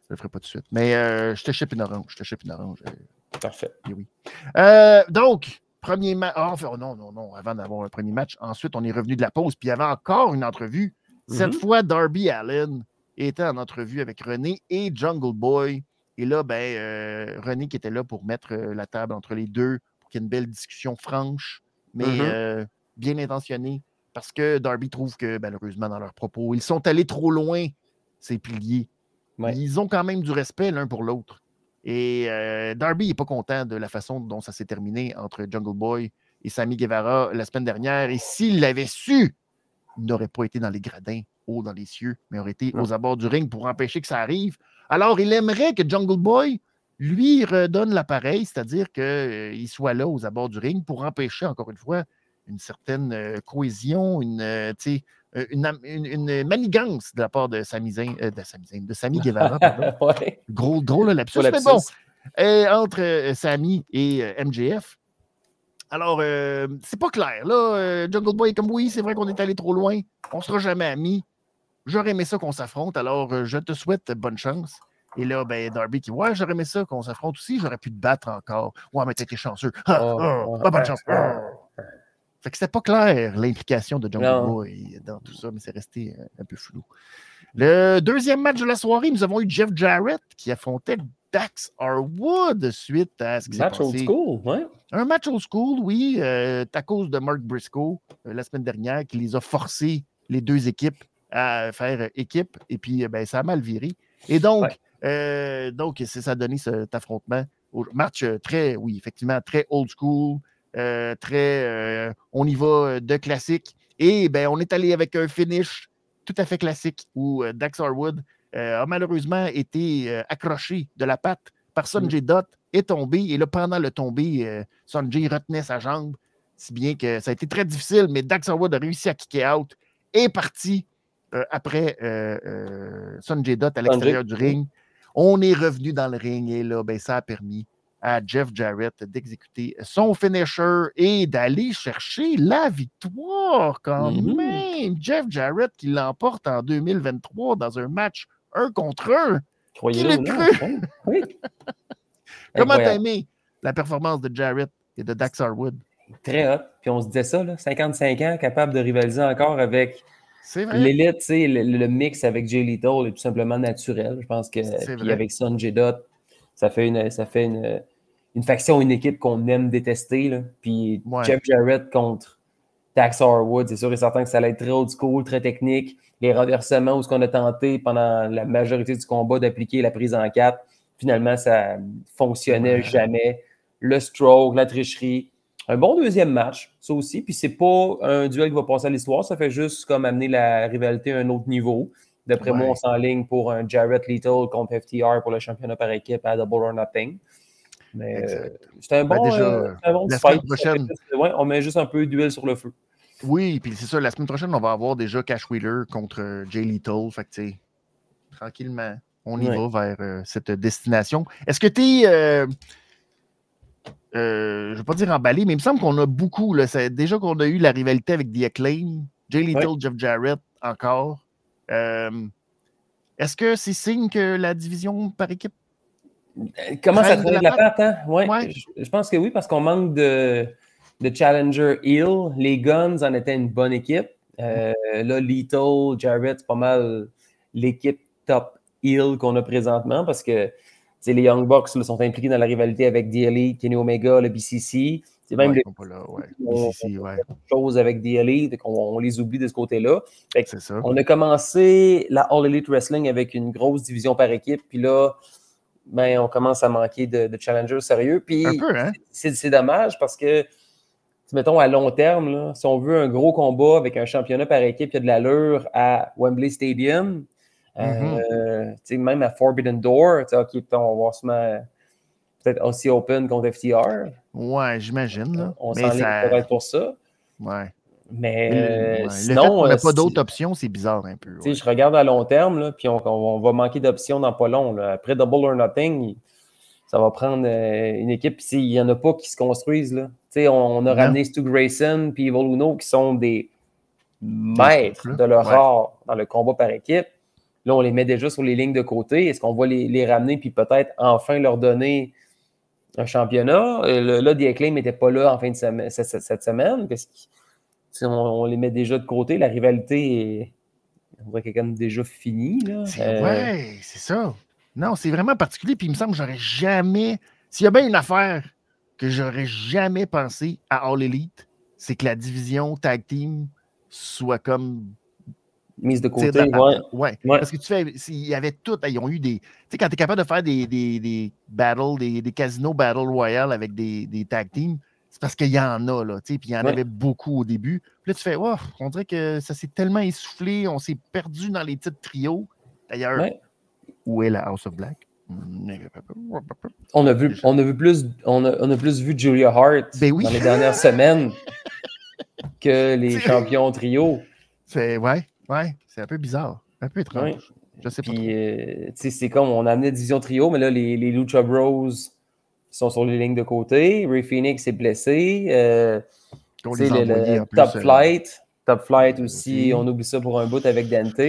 le ferai pas tout de suite. Mais euh, je te ship une orange. Je te ship une orange. Parfait. Et oui. Euh, donc, premier match. Oh, enfin, non, non, non, avant d'avoir le premier match. Ensuite, on est revenu de la pause, puis il y avait encore une entrevue. Mm-hmm. Cette fois, Darby Allin était en entrevue avec René et Jungle Boy. Et là, ben, euh, René qui était là pour mettre euh, la table entre les deux, pour qu'il y ait une belle discussion franche, mais mm-hmm. euh, bien intentionnée, parce que Darby trouve que, malheureusement, dans leurs propos, ils sont allés trop loin, ces piliers. Ouais. Ils ont quand même du respect l'un pour l'autre. Et euh, Darby n'est pas content de la façon dont ça s'est terminé entre Jungle Boy et Sammy Guevara la semaine dernière. Et s'il l'avait su, il n'aurait pas été dans les gradins, haut dans les cieux, mais aurait été non. aux abords du ring pour empêcher que ça arrive. Alors, il aimerait que Jungle Boy lui redonne l'appareil, c'est-à-dire qu'il euh, soit là aux abords du ring pour empêcher, encore une fois, une certaine euh, cohésion, une, euh, une, une, une manigance de la part de Sami Zayn, euh, de Sami Zayn, de Sammy Guevara, pardon. ouais. Gros, drôle le lapsus, lapsus, mais bon, euh, entre euh, Sammy et euh, M J F. Alors, euh, c'est pas clair. Là, euh, Jungle Boy est comme, oui, c'est vrai qu'on est allé trop loin, on sera jamais amis. J'aurais aimé ça qu'on s'affronte, alors euh, je te souhaite bonne chance. Et là, ben, Darby qui, ouais, j'aurais aimé ça qu'on s'affronte aussi, j'aurais pu te battre encore. Ouais, mais t'as été chanceux. Ah, oh, oh, oh, pas bonne chance. Oh. Fait que c'était pas clair l'implication de Jungle non. Boy dans tout ça, mais c'est resté euh, un peu flou. Le deuxième match de la soirée, nous avons eu Jeff Jarrett qui affrontait Dax Harwood suite à ce qui s'est passé. Match old school, ouais. Un match old school, oui, euh, à cause de Mark Briscoe euh, la semaine dernière qui les a forcés, les deux équipes, à faire euh, équipe, et puis euh, ben, ça a mal viré. Et donc, ouais. euh, donc c'est, ça a donné cet affrontement. Match euh, très, oui, effectivement, très old school, euh, très, euh, on y va de classique. Et ben, on est allé avec un finish tout à fait classique où euh, Dax Harwood euh, a malheureusement été euh, accroché de la patte par Sonjay Dutt, est tombé, et là, pendant le tombé, euh, Sonjay retenait sa jambe, si bien que ça a été très difficile, mais Dax Harwood a réussi à kicker out, est parti euh, après euh, euh, Sonjay Dutt à l'extérieur Sonjay. du ring. On est revenu dans le ring, et là, ben, ça a permis à Jeff Jarrett d'exécuter son finisher et d'aller chercher la victoire quand mm-hmm. même. Jeff Jarrett qui l'emporte en deux mille vingt-trois dans un match un contre un. Qui l'a cru? Oui. Comment t'as aimé la performance de Jarrett et de Dax Harwood? Très hot. Puis on se disait ça, là, cinquante-cinq ans, capable de rivaliser encore avec l'élite. Tu sais, le, le mix avec Jay Lethal est tout simplement naturel. Je pense que puis avec Sonjay Dutt, ça fait une, ça fait une, une faction, une équipe qu'on aime détester. Là. Puis ouais. Jeff Jarrett contre Dax Harwood, c'est sûr et certain que ça allait être très old school, très technique. Les renversements où ce qu'on a tenté pendant la majorité du combat d'appliquer la prise en quatre, finalement, ça fonctionnait ouais. jamais. Le stroke, la tricherie. Un bon deuxième match, ça aussi. Puis c'est pas un duel qui va passer à l'histoire, ça fait juste comme amener la rivalité à un autre niveau. D'après ouais. moi, on s'enligne pour un Jarrett Lethal contre F T R pour le championnat par équipe à Double or Nothing. Mais euh, c'est un bon, ben déjà, euh, un bon la fight. Semaine prochaine, ouais, on met juste un peu d'huile sur le feu. Oui, puis c'est ça, la semaine prochaine, on va avoir déjà Cash Wheeler contre Jay Lethal. Fait que, tu sais, tranquillement, on y ouais. va vers euh, cette destination. Est-ce que tu es, euh, euh, je ne vais pas dire emballé, mais il me semble qu'on a beaucoup, là, ça, déjà qu'on a eu la rivalité avec The Acclaim, Jay Lethal, ouais. Jeff Jarrett, encore. Euh, est-ce que c'est signe que la division par équipe comment ça traîne de la patte, hein? Ouais, ouais. Je, je pense que oui, parce qu'on manque de, de challenger heel. Les Guns en étaient une bonne équipe. Euh, là, Lethal, Jarrett, c'est pas mal l'équipe top heel qu'on a présentement parce que les Young Bucks là, sont impliqués dans la rivalité avec The Elite, Kenny Omega, le B C C. C'est même ouais, des pas là, ouais. B C C, ouais. choses avec The Elite, on, on les oublie de ce côté-là. C'est ça. On a commencé la All Elite Wrestling avec une grosse division par équipe, puis là, ben, on commence à manquer de, de challengers sérieux. Puis un peu, hein? c'est, c'est dommage parce que, mettons, à long terme, là, si on veut un gros combat avec un championnat par équipe qui a de l'allure à Wembley Stadium, mm-hmm. euh, même à Forbidden Door, OK, on va voir sûrement peut-être aussi Open contre F T R. Ouais, j'imagine. Là. On mais s'enligne ça... peut-être pour ça. Ouais. Mais le, euh, ouais. sinon, le fait qu'on n'a euh, pas d'autres options, c'est bizarre un peu. Ouais. Je regarde à long terme, là, puis on, on, on va manquer d'options dans pas long. Là. Après Double or Nothing, ça va prendre euh, une équipe. Il n'y en a pas qui se construisent. Là. On, on a non. ramené Stu Grayson et Evil Uno qui sont des maîtres de leur ouais. art dans le combat par équipe. Là, on les met déjà sur les lignes de côté. Est-ce qu'on va les, les ramener puis peut-être enfin leur donner un championnat? Euh, là, The Acclaim n'était pas là en fin de semaine, cette, cette semaine parce qu'on on les met déjà de côté. La rivalité est, on dirait qu'elle est comme déjà finie. Là. C'est, euh... Ouais, c'est ça. Non, c'est vraiment particulier. Puis il me semble que j'aurais jamais. S'il y a bien une affaire que j'aurais jamais pensé à All Elite, c'est que la division tag team soit comme mise de côté. de la ouais. ouais. ouais. Parce que tu fais. Il y avait tout. Ils ont eu des. Tu sais, quand tu es capable de faire des, des, des battles, des, des casinos Battle Royale avec des, des tag teams, c'est parce qu'il y en a, là. Puis il y en ouais. avait beaucoup au début. Puis là, tu fais, oh, on dirait que ça s'est tellement essoufflé, on s'est perdu dans les titres trios. D'ailleurs, ouais. où est la House of Black? On a vu, on a vu plus, on a, on a plus vu Julia Hart ben oui. dans les dernières semaines que les c'est... champions trio. C'est, ouais, ouais, c'est un peu bizarre, un peu étrange. Ouais. Je sais pas. Puis, euh, c'est comme on a amené division trio, mais là, les, les Lucha Bros sont sur les lignes de côté. Ray Phoenix est blessé. Euh, on les le, le plus, Top Flight. Euh, Top Flight aussi, okay. On oublie ça pour un bout avec Dante.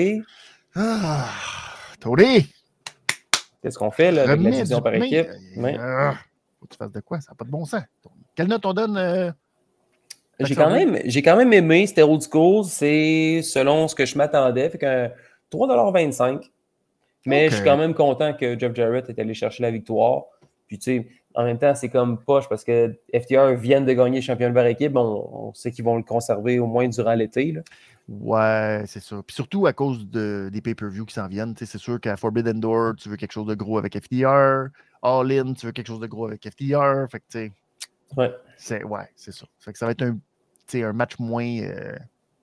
Ah, Tony! Qu'est-ce qu'on fait là, avec la division par équipe? Ouais. Euh, faut que tu fasses de quoi? Ça n'a pas de bon sens. Quelle note on donne? Euh, j'ai, quand même, j'ai quand même aimé. C'était old school. C'est selon ce que je m'attendais. Fait qu'un trois dollars vingt-cinq. Mais okay. je suis quand même content que Jeff Jarrett est allé chercher la victoire. Puis tu sais, en même temps, c'est comme poche parce que F T R viennent de gagner le championnat par équipe. On, on sait qu'ils vont le conserver au moins durant l'été. Là. Ouais, c'est ça. Puis surtout à cause de, des pay-per-views qui s'en viennent. C'est sûr qu'à Forbidden Door, tu veux quelque chose de gros avec F T R. All In, tu veux quelque chose de gros avec F T R. Fait que tu sais. Ouais. C'est, ouais, c'est ça. Fait que ça va être un, un match moins. Euh,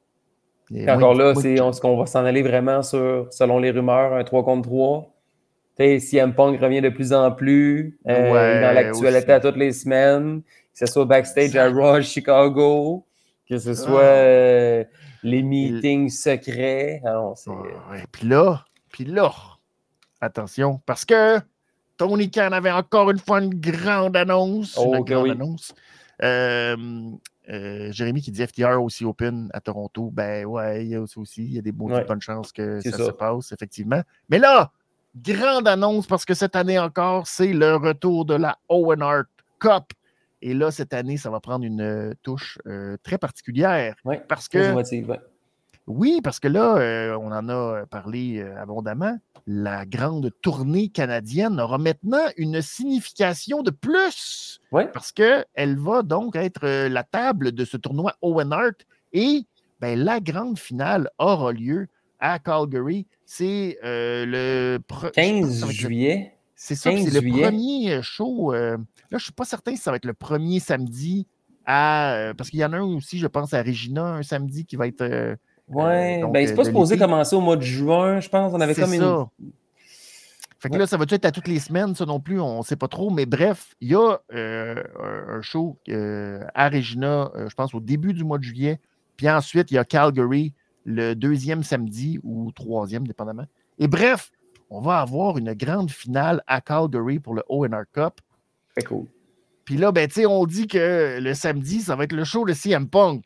encore moins, là, moins c'est, on, est-ce qu'on va s'en aller vraiment sur, selon les rumeurs, un trois contre trois? T'sais, C M Punk revient de plus en plus. Euh, ouais, dans l'actualité aussi. À toutes les semaines. Que ce soit backstage à Raw, Chicago. Que ce soit euh, les meetings secrets. Alors, c'est... Ouais, puis là, puis là, attention, parce que Tony Khan avait encore une fois une grande annonce. Oh, une okay, grande oui. annonce. Euh, euh, Jérémy qui dit F T R aussi open à Toronto. Ben ouais, il y a aussi, aussi il y a des ouais. bonnes chances que ça, ça se passe, effectivement. Mais là, grande annonce parce que cette année encore, c'est le retour de la Owen Hart Cup. Et là, cette année, ça va prendre une euh, touche euh, très particulière. Oui, parce que, motive, ouais. Oui, parce que là, euh, on en a parlé euh, abondamment. La grande tournée canadienne aura maintenant une signification de plus. Oui. Parce qu'elle va donc être euh, la table de ce tournoi Owen Hart. Et ben, la grande finale aura lieu à Calgary. C'est euh, le pre- quinze juillet. Le... C'est ça, c'est juillet. Le premier show. Euh... Là, je ne suis pas certain si ça va être le premier samedi à. Euh, parce qu'il y en a un aussi, je pense, à Regina, un samedi qui va être. Euh, oui, euh, ben, c'est pas supposé l'été. Commencer au mois de juin, je pense. On avait c'est comme ça. une. Fait que ouais. Là, ça va être à toutes les semaines, ça non plus, on ne sait pas trop. Mais bref, il y a euh, un show euh, à Regina, euh, je pense, au début du mois de juillet. Puis ensuite, il y a Calgary le deuxième samedi ou troisième, dépendamment. Et bref, on va avoir une grande finale à Calgary pour le O N R Cup. Très cool. Puis là, ben, tu sais, on dit que le samedi, ça va être le show de C M Punk.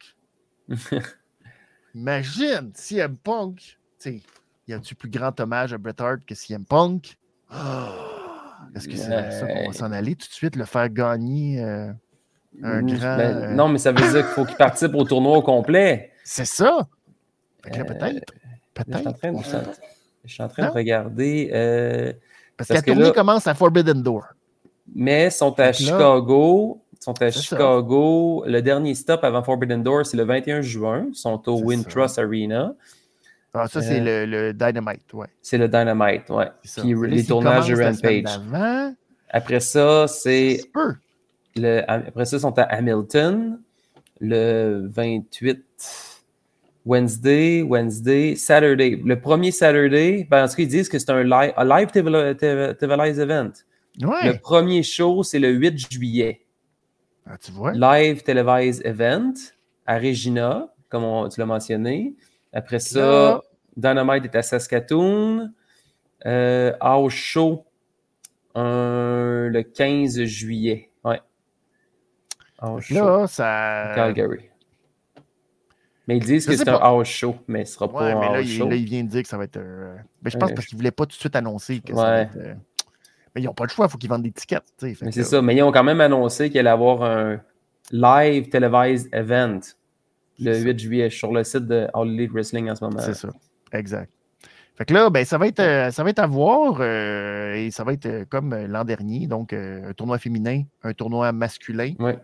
Imagine, C M Punk. Tu sais, y a-tu plus grand hommage à Bret Hart que C M Punk? Oh, est-ce que c'est vers ça qu'on va s'en aller tout de suite, le faire gagner euh, un mmh, grand... Ben, euh... Non, mais ça veut dire qu'il faut qu'il participe au tournoi au complet. C'est ça. Fait que là, peut-être. Peut-être. Je suis en train de, je suis en train de regarder. Euh, parce, parce que la que tournée là, commence à Forbidden Door. Mais ils sont à là, Chicago. Ils sont à Chicago. Ça. Le dernier stop avant Forbidden Door, c'est le vingt et un juin. Ils sont au Wintrust Arena. Ah, ça, euh, c'est le, le Dynamite, ouais. C'est le Dynamite, ouais. Puis là, les tournages de Rampage. Après ça, c'est... Ça le, après ça, ils sont à Hamilton. Le vingt-huit... Wednesday, Wednesday, Saturday. Le premier Saturday, ben, en tout cas, ils disent que c'est un live, un live televised event. Ouais. Le premier show, c'est le huit juillet. Ah, tu vois? Live televised event à Regina, comme on, tu l'as mentionné. Après ça, là, Dynamite est à Saskatoon. Euh, House Show euh, le quinze juillet. Ouais. House là, Show. Ça... Calgary. Mais ils disent Je que sais c'est un pas. house show, mais ce sera Ouais, pas un mais là house il, show. là, il vient de dire que ça va être. Euh... Ben, je pense Ouais, parce je- qu'il ne voulait pas tout de suite annoncer que ça va Ouais. être. euh, Mais ils n'ont pas le choix, il faut qu'ils vendent des tickets. tu sais, fait Mais que c'est là- ça. Mais ils ont quand même annoncé qu'il allait avoir un live televised event le C'est ça. huit juillet sur le site de All Elite Wrestling en ce moment. C'est ça. Exact. Fait que là, ben, ça va être, euh, ça va être à voir euh, et ça va être euh, comme euh, l'an dernier, donc euh, un tournoi féminin, un tournoi masculin. Oui.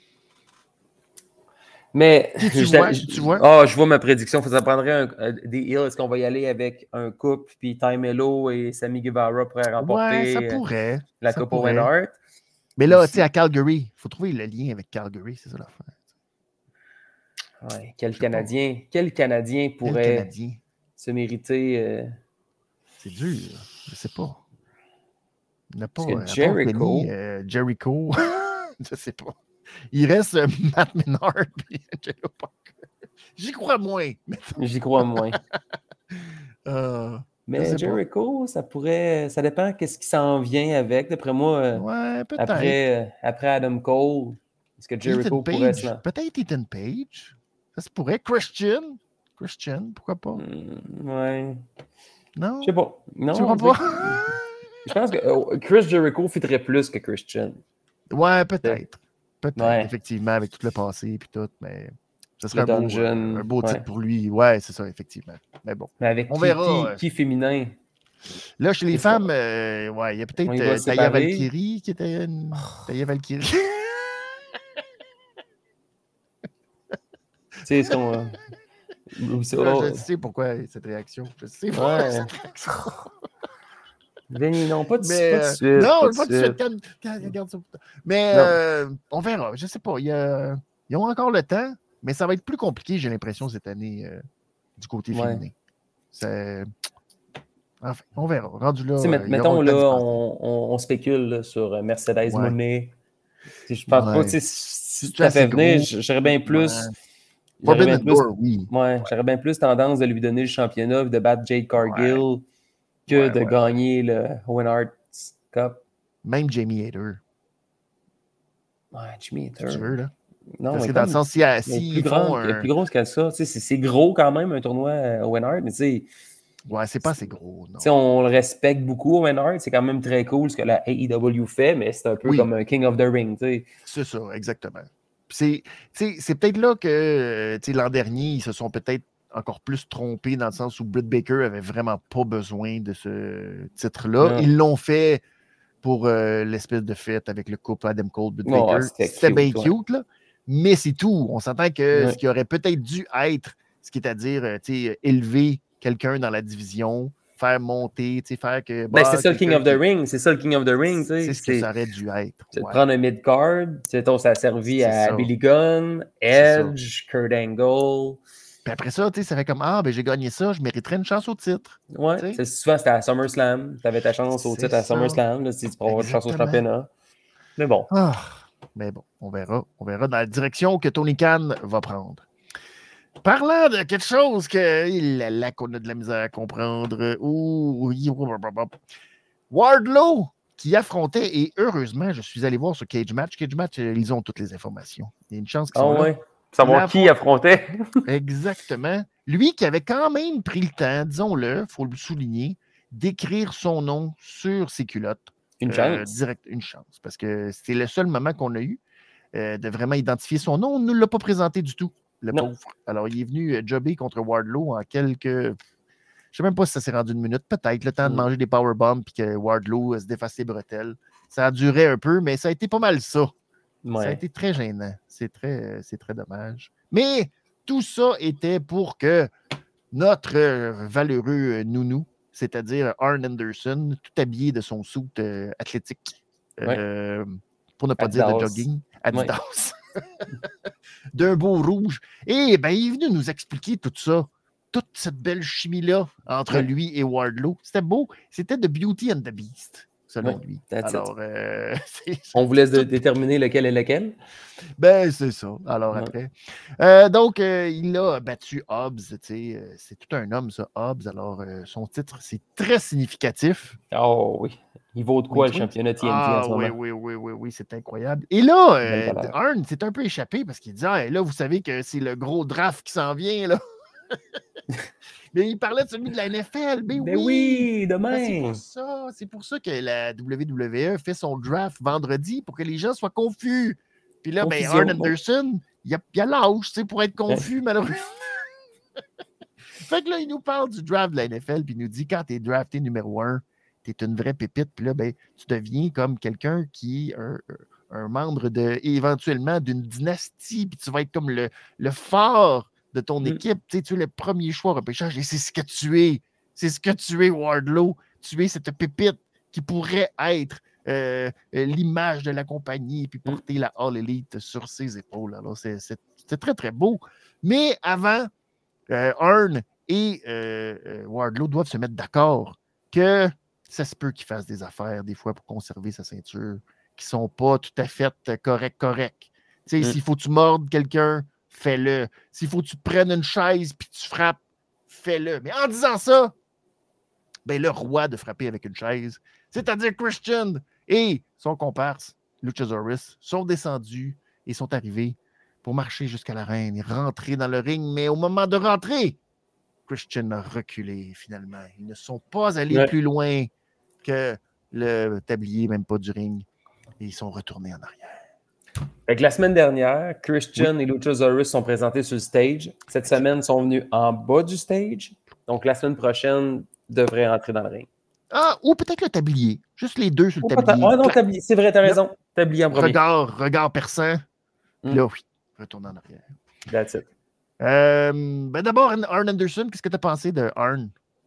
Mais Qui tu je, vois? je- Tu vois? Ah, je vois ma prédiction. Ça prendrait un, euh, des Hills. Est-ce qu'on va y aller avec un couple, puis Ty Mello et Sammy Guevara pourraient remporter Ouais, ça euh, pourrait. la ça Coupe pourrait. Owen Hart? Mais là, Ici. tu sais, à Calgary, il faut trouver le lien avec Calgary, c'est ça l'affaire. Ouais, quel Je sais pas. Canadien, quel Canadien Quel pourrait Canadien? se mériter euh, C'est dur, je sais pas. Il n'y en a pas. Parce que euh, à part Jericho- Kenny, euh, Jericho, je sais pas. Il reste euh, Matt Menard et Angelo Parker. J'y crois moins. Mais, J'y crois moins. euh, Je sais Mais pas. Jericho, ça pourrait. Ça dépend qu'est-ce qui s'en vient avec. D'après moi, euh, ouais, peut-être. après, euh, après Adam Cole, est-ce que Jericho Ethan pourrait se Page. lan- Peut-être Ethan Page. Ça se pourrait. Christian. Christian, pourquoi pas? Hmm, ouais. Non? Je sais pas. Non, Tu on crois dirait pas? que- Je pense que euh, Chris Jericho fitterait plus que Christian. Ouais, peut-être. Peut-être, Ouais. effectivement, avec tout le passé et tout, mais ce serait Le un beau, dungeon, euh, un beau titre ouais. pour lui. Ouais, c'est ça, effectivement. Mais bon. Mais avec On qui, verra, qui, euh. qui féminin? Là, chez les C'est ça. femmes, euh, ouais, il y a peut-être On y va euh, Taya séparer. Valkyrie qui était une. Taya Valkyrie. Tu sais, ce qu'on. Ou ça. Là, je sais pourquoi cette réaction. Je sais pourquoi Ouais. cette réaction. Vinny, non, pas de, Mais, pas de euh, suite. non, pas de pas de suite. suite. Calme- calme- Regarde ça. Mais Non. euh, on verra. Je sais pas. Il y a- Ils ont encore le temps, mais ça va être plus compliqué, j'ai l'impression, cette année, euh, du côté Ouais. féminin. C'est... Enfin, on verra. Rendu là. Tu sais, euh, met- il y aura mettons, le temps là, d'y penser. on, on- on spécule là, sur euh, Mercedes Ouais. Monet. Tu sais, je pense Ouais. pas, tu sais, si C'est tu as assez fait venir, gros. j- j'aurais bien plus. Ouais. J'aurais bien Forbidden plus, Door, oui. ouais, j'aurais bien plus tendance de lui donner le championnat, de battre Jade Cargill, que Ouais, de ouais. gagner le Owen Hart Cup. Même Jamie Hader, Ouais, Jimmy si Hater. tu veux. Là. Non, Parce mais que dans le comme- sens, si, elle est s'ils plus font grande, elle est un... plus grosse que ça. Tu sais, C'est c'est gros quand même, un tournoi euh, Owen Hart, mais tu sais, Ouais, c'est pas assez gros, non. tu sais, on le respecte beaucoup, Owen Hart. C'est quand même très cool ce que la A E W fait, mais c'est un peu Oui. comme un King of the Ring. Tu sais. C'est ça, exactement. Puis C'est, tu sais, c'est peut-être là que euh, tu sais, l'an dernier, ils se sont peut-être encore plus trompés dans le sens où Britt Baker avait vraiment pas besoin de ce titre-là. Non. Ils l'ont fait pour euh, l'espèce de fête avec le couple Adam Cole, Britt Oh, Baker. c'était C'était cute, bien ouais. cute, là. Mais c'est tout. On s'entend que Ouais. ce qui aurait peut-être dû être, ce qui est à dire, euh, tu sais, élever quelqu'un dans la division, faire monter, tu sais, faire que. Ben, bah, c'est ça le King quelqu'un of the qui- Ring. C'est ça le King of the Ring. tu sais. C'est ce que ça aurait dû être. C'est de ouais. prendre un mid-card. Tu sais, ton, ça a servi C'est à ça. Billy Gunn, C'est ça. Edge, Kurt Angle. Puis après ça, tu sais, ça fait comme Ah, ben j'ai gagné ça, je mériterais une chance au titre. Ouais, Tu sais. c'est- souvent c'était à SummerSlam. Tu avais ta chance au C'est titre à ça. SummerSlam. Là, si tu pourras avoir une chance au Exactement. championnat. Mais bon. Ah, mais bon, on verra. On verra dans la direction que Tony Khan va prendre. Parlant de quelque chose que il là, là, qu'on a de la misère à comprendre. Ouh, oui, Wardlow qui affrontait, et heureusement, je suis allé voir sur Cage Match. Cage Match, euh, ils ont toutes les informations. Il y a une chance qu'ils Ah sont là. ouais. Savoir La qui fois- affrontait. Exactement. Lui qui avait quand même pris le temps, disons-le, il faut le souligner, d'écrire son nom sur ses culottes. Une Euh, chance. direct, une chance. Parce que c'est le seul moment qu'on a eu euh, de vraiment identifier son nom. On ne nous l'a pas présenté du tout, le Non. pauvre. Alors, il est venu euh, jobber contre Wardlow en quelques. Je ne sais même pas si ça s'est rendu une minute, peut-être, le temps de Mm. manger des powerbombs puis que Wardlow euh, se défasse les bretelles. Ça a duré un peu, mais ça a été pas mal ça. Ça a Ouais. été très gênant. C'est très, euh, c'est très dommage. Mais tout ça était pour que notre euh, valeureux euh, nounou, c'est-à-dire Arn Anderson, tout habillé de son suit euh, athlétique, euh, pour ne pas dire de Adidas. jogging, Adidas, d'un beau rouge. Et ben, il est venu nous expliquer tout ça, toute cette belle chimie-là entre Ouais. lui et Wardlow. C'était beau. C'était The Beauty and the Beast. selon Ouais, lui. that's Alors, euh, c'est- On vous laisse de- déterminer lequel est lequel. ben, c'est ça. Alors, Ouais. après. Euh, donc, euh, il a battu Hobbs. tu sais, euh, C'est tout un homme, ça, Hobbs. Alors, euh, son titre, c'est très significatif. Oh oui. Il vaut de quoi Wink, le wink. championnat T N T en Ah, ce oui, moment? oui, oui, oui, oui, c'est incroyable. Et là, Belle euh, valeur. Arn s'est un peu échappé parce qu'il dit ah, là, vous savez que c'est le gros draft qui s'en vient, là. Mais il parlait de celui de la N F L. Ben, Ben oui! oui, Ben, c'est demain! pour ça. C'est pour ça que la W W E fait son draft vendredi pour que les gens soient confus. Puis là, ben, Confusion, Arn ouais. Anderson, il a, il a l'âge, tu sais, pour être confus, malheureusement. Fait que là, il nous parle du draft de la N F L, puis il nous dit quand tu es drafté numéro un, tu es une vraie pépite, puis là, ben, tu deviens comme quelqu'un qui est un, un membre de, éventuellement d'une dynastie, puis tu vas être comme le, le phare de ton Mm. équipe. Tu sais, tu es le premier choix au repêchage, et c'est ce que tu es. C'est ce que tu es, Wardlow. Tu es cette pépite qui pourrait être euh, euh, l'image de la compagnie, puis porter la All Elite sur ses épaules. Alors, c'est, c'est, c'est très, très beau. Mais avant, euh, Arn et euh, euh, Wardlow doivent se mettre d'accord que ça se peut qu'il fasse des affaires des fois pour conserver sa ceinture qui ne sont pas tout à fait correct, correct. Tu sais, Mm. s'il faut que tu mordes quelqu'un, fais-le. S'il faut que tu prennes une chaise puis tu frappes, fais-le. Mais en disant ça, ben, le roi de frapper avec une chaise, c'est-à-dire Christian et son comparse, Luchasaurus, sont descendus et sont arrivés pour marcher jusqu'à l'arène et rentrer dans le ring. Mais au moment de rentrer, Christian a reculé finalement. Ils ne sont pas allés Ouais. plus loin que le tablier, même pas du ring. Et ils sont retournés en arrière. Fait que la semaine dernière, Christian et Luchasaurus sont présentés sur le stage. Cette semaine, ils sont venus en bas du stage. Donc, la semaine prochaine, ils devraient entrer dans le ring. Ah, ou peut-être le tablier. Juste les deux sur le Oh, tablier. oh non, Clac. tablier. C'est vrai, t'as raison. Tablier en premier. Regard, regard perçant. Puis Mm. là, oui, retourne en arrière. That's it. Euh, ben d'abord, Arn Anderson, qu'est-ce que tu as pensé de Arn?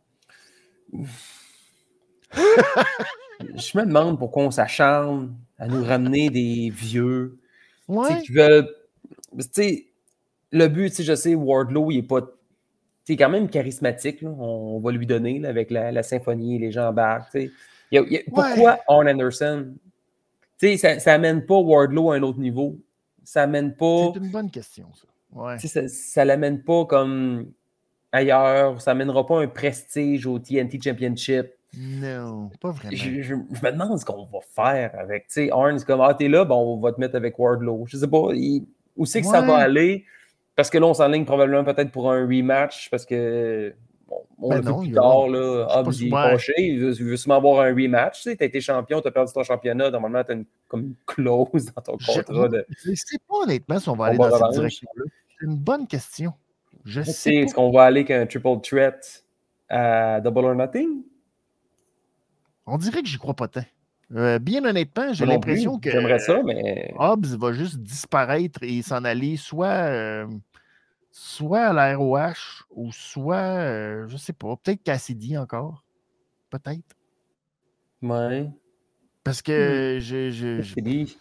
Je me demande pourquoi on s'acharne à nous ramener des vieux. Tu sais, Ouais. qui veulent. Tu sais, le but, tu sais, je sais, Wardlow, il est pas. Tu sais, quand même charismatique, là. On va lui donner là, avec la, la symphonie, les gens embarquent. Tu sais. Il y a- il y a- pourquoi Arn Anderson? Tu sais, ça, ça amène pas Wardlow à un autre niveau. Ça amène pas. C'est une bonne question, ça. Ouais. Tu sais, ça, ça l'amène pas comme ailleurs. Ça amènera pas un prestige au T N T Championship. Non, pas vraiment. Je, je- je me demande ce qu'on va faire avec. Tu sais, Arn, c'est comme, ah, t'es là, bon, on va te mettre avec Wardlow. Je sais pas. Il, où c'est que ça Ouais. va aller? Parce que là, on s'enligne probablement peut-être pour un rematch parce que. Bon, on Ben l'a non, vu il plus a- tard, là. je sais Hobbs, pas il si- est ouais. fâché. Il veut, il veut sûrement avoir un rematch. Tu sais, t'as été champion, t'as perdu ton championnat. Normalement, t'as une, comme une clause dans ton Je contrat de. ne sais pas honnêtement si on va On aller va dans cette revanche. direction-là. C'est une bonne question. Je Tu sais sais, pas. est-ce qu'on va aller avec un triple threat à Double or Nothing? On dirait que j'y crois pas tant. Euh, bien honnêtement, j'ai Moi non l'impression plus. que J'aimerais ça, mais. Hobbs va juste disparaître et s'en aller soit, euh, soit à la R O H ou soit, euh, je sais pas, peut-être Cassidy encore. Peut-être. Ouais. Parce que je, je, je- C'est dit.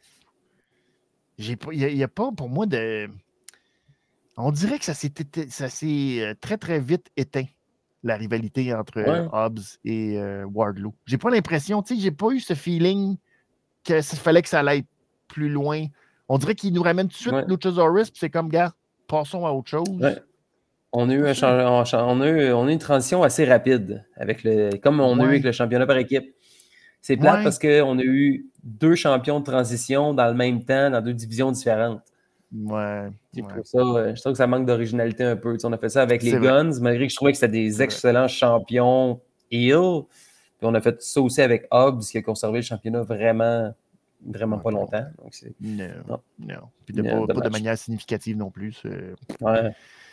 j'ai pas, il n'y a, a pas pour moi de. On dirait que ça s'est, éte- ça s'est euh, très très vite éteint, la rivalité entre euh, Ouais. Hobbs et euh, Wardlow. J'ai pas l'impression, tu sais, j'ai pas eu ce feeling que ça fallait que ça allait plus loin. On dirait qu'il nous ramène tout de suite Ouais. Luchasaurus, puis c'est comme, gars, passons à autre chose. Ouais. On a, eu un change- on cha- on, a eu, on a eu une transition assez rapide, avec le, comme on a eu Ouais. avec le championnat par équipe. C'est plate Ouais. parce qu'on a eu deux champions de transition dans le même temps, dans deux divisions différentes. Ouais. C'est ouais. pour ça, euh, je trouve que ça manque d'originalité un peu. Tu sais, on a fait ça avec les C'est vrai. Guns, malgré que je trouvais que c'était des C'est vrai. excellents champions heel. Puis on a fait ça aussi avec Hobbs, qui a conservé le championnat vraiment, vraiment Ouais, pas pas longtemps. Donc c'est, Non. Non. Non. Puis de Non, pas, pas de dommage. manière significative non plus. c'est- ouais.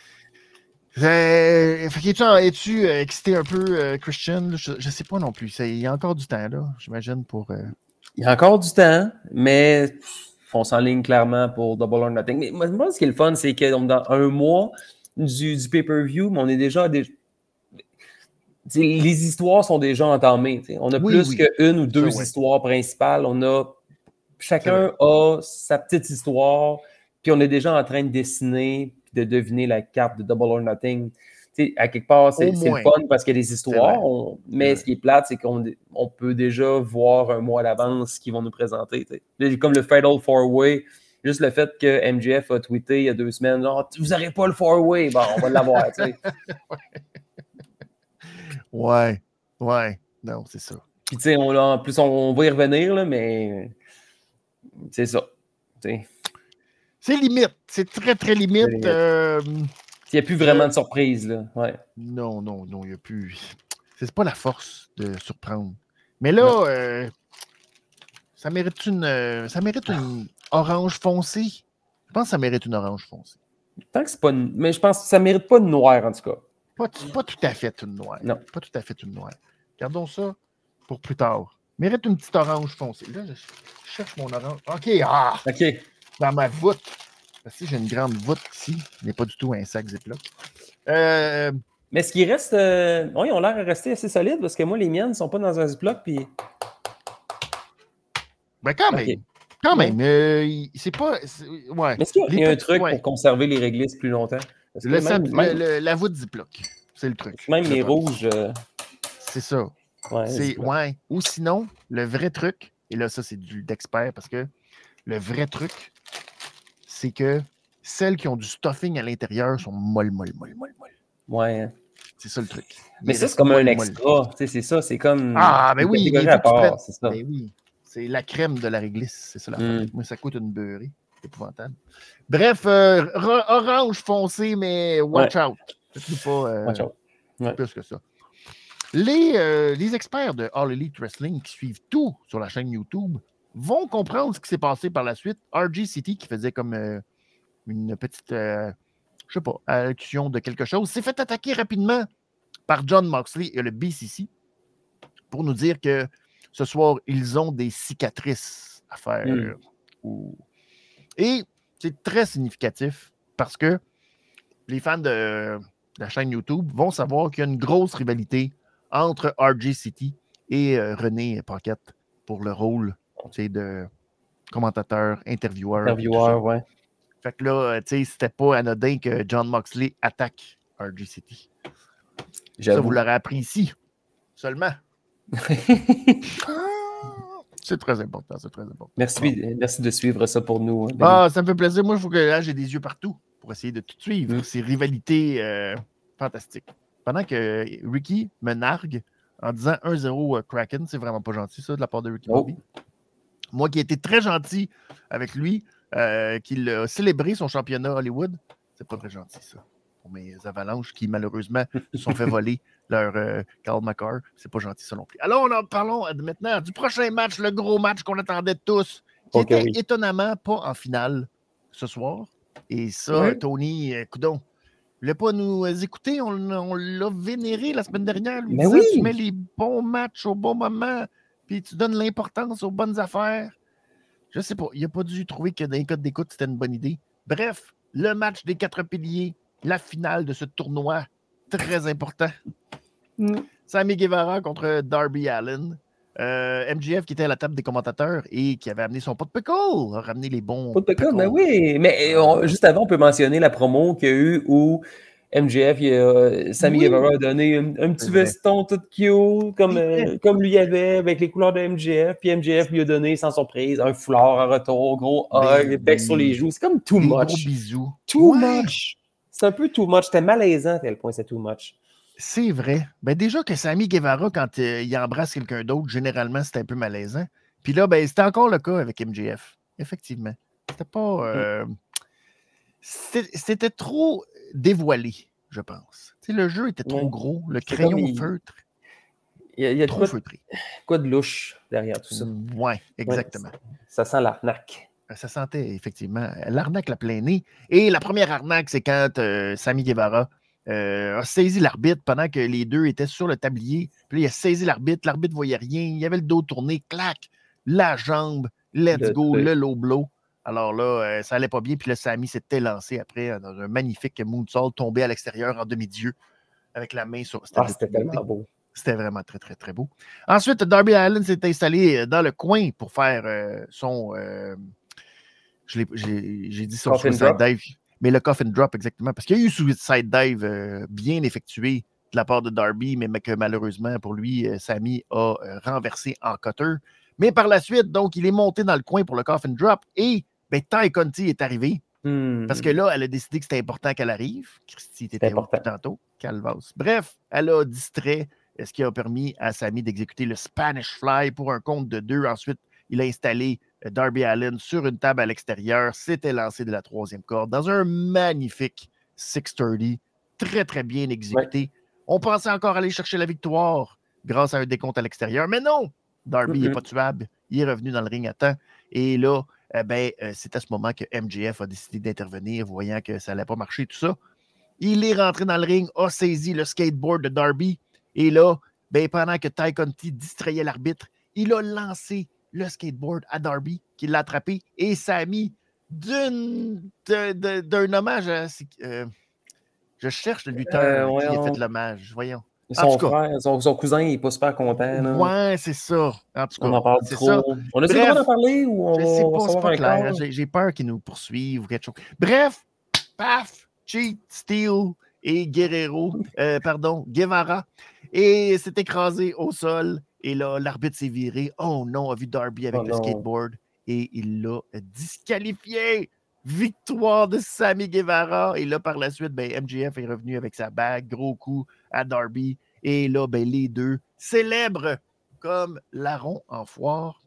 Euh, fait qu'es-tu, es-tu euh, excité un peu, euh, Christian? Je, je sais pas non plus. C'est- Il y a encore du temps, là, j'imagine, pour. euh, Il y a encore du temps, mais on s'enligne clairement pour Double or Nothing. Mais moi, moi, ce qui est le fun, c'est que donc, dans un mois du, du pay-per-view, mais on est déjà. Des... T'sais, les histoires sont déjà entamées. T'sais. On a Oui, plus oui. qu'une ou deux Ça, ouais. histoires principales. On a C'est chacun a sa petite histoire, puis on est déjà en train de dessiner puis de deviner la carte de Double or Nothing. sais, à quelque part, c'est, c'est le fun parce qu'il y a des histoires. On, mais ouais. ce qui est plate, c'est qu'on on peut déjà voir un mois à l'avance ce qu'ils vont nous présenter. T'sais. Comme le Fatal Four-Way, juste le fait que M J F a tweeté il y a deux semaines, oh, vous n'aurez pas le Four-Way, bon, on va l'avoir. ouais, ouais, non, c'est ça. Puis, tu sais, en plus, on, on va y revenir, là, mais c'est ça. T'sais. C'est limite, c'est très, très limite. Il n'y euh, a plus vraiment euh, de surprise, là. Ouais. Non, non, non, il n'y a plus. C'est pas la force de surprendre. Mais là, euh, ça mérite une. Euh, ça mérite une orange foncée. Je pense que ça mérite une orange foncée. Tant que c'est pas une... Mais je pense que ça mérite pas de noir, en tout cas. Pas, pas tout à fait une noire. Non. Pas tout à fait une noire. Gardons ça pour plus tard. Mérite une petite orange foncée. Là, je cherche mon orange. OK, ah! OK. Dans ma voûte. Parce que j'ai une grande voûte ici. Ce n'est pas du tout un sac Ziploc. Euh... Mais ce qui reste... Euh... Oui, ils ont l'air de rester assez solides parce que moi, les miennes ne sont pas dans un Ziploc. Puis... Ben quand même. Okay. Quand même. Euh, c'est pas... C'est... Ouais. Mais est-ce qu'il y a les un truc ouais. pour conserver les réglisses plus longtemps? Le, même, le, même... Le, la voûte Ziploc. C'est le truc. Même les rouges... Euh... C'est ça. Ouais, c'est... ouais. Ou sinon, le vrai truc, et là, ça, c'est du d'expert parce que le vrai truc, c'est que celles qui ont du stuffing à l'intérieur sont molles, molles, molles, molles, molles. Ouais. C'est ça le truc. Mais ça, c'est comme un extra. Tu sais, c'est ça, c'est comme... Ah, mais oui, il à part, c'est ça. Mais oui, c'est la crème de la réglisse. C'est ça la mm. Moi, ça coûte une beurrée. C'est épouvantable. Bref, euh, orange foncé, mais watch ouais. out. C'est pas euh, watch out. Ouais. plus que ça. Les, euh, les experts de All Elite Wrestling qui suivent tout sur la chaîne YouTube vont comprendre ce qui s'est passé par la suite. R G City, qui faisait comme euh, une petite, euh, je sais pas, allocution de quelque chose, s'est fait attaquer rapidement par Jon Moxley et le B C C pour nous dire que ce soir, ils ont des cicatrices à faire. Mm. Ou... Et c'est très significatif parce que les fans de la chaîne YouTube vont savoir qu'il y a une grosse rivalité entre R G City et euh, René Paquette pour le rôle de commentateur, intervieweur. Intervieweur, ouais. Fait que là, tu sais, c'était pas anodin que Jon Moxley attaque R G City. J'avoue. Ça, vous l'aurez appris ici, seulement. C'est très important, c'est très important. Merci, bon. merci de suivre ça pour nous. Denis. Ah, ça me fait plaisir. Moi, il faut que là, j'ai des yeux partout pour essayer de tout suivre. Mm. Ces rivalités euh, fantastiques. Pendant que Ricky me nargue en disant un zéro Kraken, c'est vraiment pas gentil, ça, de la part de Ricky oh. Bobby. Moi qui ai été très gentil avec lui, euh, qu'il a célébré son championnat Hollywood, c'est pas très gentil, ça. Pour mes avalanches qui, malheureusement, se sont fait voler leur euh, Carl McCarr. C'est pas gentil, ça non plus. Alors, on en parlons maintenant du prochain match, le gros match qu'on attendait tous, qui okay, était oui. étonnamment pas en finale ce soir. Et ça, oui. Tony, euh, coudonc, il ne voulait pas nous écouter, on, on l'a vénéré la semaine dernière. Lui Mais disant, oui. Tu mets les bons matchs au bon moment, puis tu donnes l'importance aux bonnes affaires. Je sais pas, il n'a pas dû trouver que dans les codes d'écoute, c'était une bonne idée. Bref, le match des quatre piliers, la finale de ce tournoi très important. Mm. Sammy Guevara contre Darby Allin. Euh, M J F qui était à la table des commentateurs et qui avait amené son pot de pickle, a ramené les bons. Pot de pickle, ben oui. Mais on, juste avant, on peut mentionner la promo qu'il y a eu où M J F, il a, Sammy oui. Guevara a donné un, un petit veston tout cute, comme, euh, comme lui avait, avec les couleurs de M J F. Puis M J F lui a donné, sans surprise, un foulard en retour, gros hug, des becs sur les joues. C'est comme too des much. Gros bisous. Too ouais. much. C'est un peu too much. C'était malaisant à tel point, c'est too much. C'est vrai. Ben déjà que Sammy Guevara, quand euh, il embrasse quelqu'un d'autre, généralement, c'était un peu malaisant. Puis là, ben, c'était encore le cas avec M J F. Effectivement. C'était pas... Euh... C'était, c'était trop dévoilé, je pense. Tu sais, le jeu était trop ouais. gros. Le c'est crayon il... feutre. Il y a, il y a trop quoi, feutré. Quoi de louche derrière tout ça. Oui, exactement. Ouais, ça, ça sent l'arnaque. Ça sentait effectivement l'arnaque la plein nez. Et la première arnaque, c'est quand euh, Sammy Guevara euh, a saisi l'arbitre pendant que les deux étaient sur le tablier. Puis là, il a saisi l'arbitre, l'arbitre ne voyait rien, il avait le dos tourné, clac, la jambe, let's le go, truc. Le low blow. Alors là, euh, ça allait pas bien. Puis là, Sammy s'était lancé après dans un magnifique moonsault tombé à l'extérieur en demi-dieu avec la main sur... C'était, ah, c'était tellement beau. C'était vraiment très, très, très beau. Ensuite, Darby Allin s'est installé dans le coin pour faire euh, son... Euh, Je l'ai, j'ai, j'ai dit son Coffin suicide drop. dive. mais le coffin drop exactement, parce qu'il y a eu suicide dive euh, bien effectué de la part de Darby, mais que malheureusement pour lui, euh, Sami a euh, renversé en cutter. Mais par la suite, donc, il est monté dans le coin pour le coffin drop et ben, Tay Conti est arrivé. Hmm. Parce que là, elle a décidé que c'était important qu'elle arrive. Christy, t'étais où depuis tantôt? Calvas. Bref, elle a distrait, ce qui a permis à Sami d'exécuter le Spanish Fly pour un compte de deux. Ensuite, il a installé Darby Allin sur une table à l'extérieur. S'était lancé de la troisième corde dans un magnifique six trente. Très, très bien exécuté. Ouais. On pensait encore aller chercher la victoire grâce à un décompte à l'extérieur. Mais non! Darby n'est mm-hmm. pas tuable. Il est revenu dans le ring à temps. Et là, eh ben, euh, c'est à ce moment que M J F a décidé d'intervenir, voyant que ça n'allait pas marcher, tout ça. Il est rentré dans le ring, a saisi le skateboard de Darby. Et là, ben, pendant que Tay Conti distrayait l'arbitre, il a lancé le skateboard à Darby, qui l'a attrapé. Et Sami, d'un, d'un hommage à... Euh, je cherche le lutteur euh, qui a fait l'hommage. Voyons. Son frère, son, son cousin, il n'est pas super content. Là. Ouais, c'est ça. En tout cas, on en parle trop. Ça. On a-tu le droit d'en parler ou on je sais va pas, c'est pas clair. J'ai, j'ai peur qu'ils nous poursuivent ou quelque chose. Bref, paf, Cheat, Steel et Guerrero, euh, pardon, Guevara, et s'est écrasé au sol. Et là, l'arbitre s'est viré. Oh non, a vu Darby avec oh le non. skateboard et il l'a disqualifié. Victoire de Sami Guevara. Et là, par la suite, ben, M J F est revenu avec sa bague. Gros coup à Darby. Et là, ben, les deux célèbrent comme larron en foire.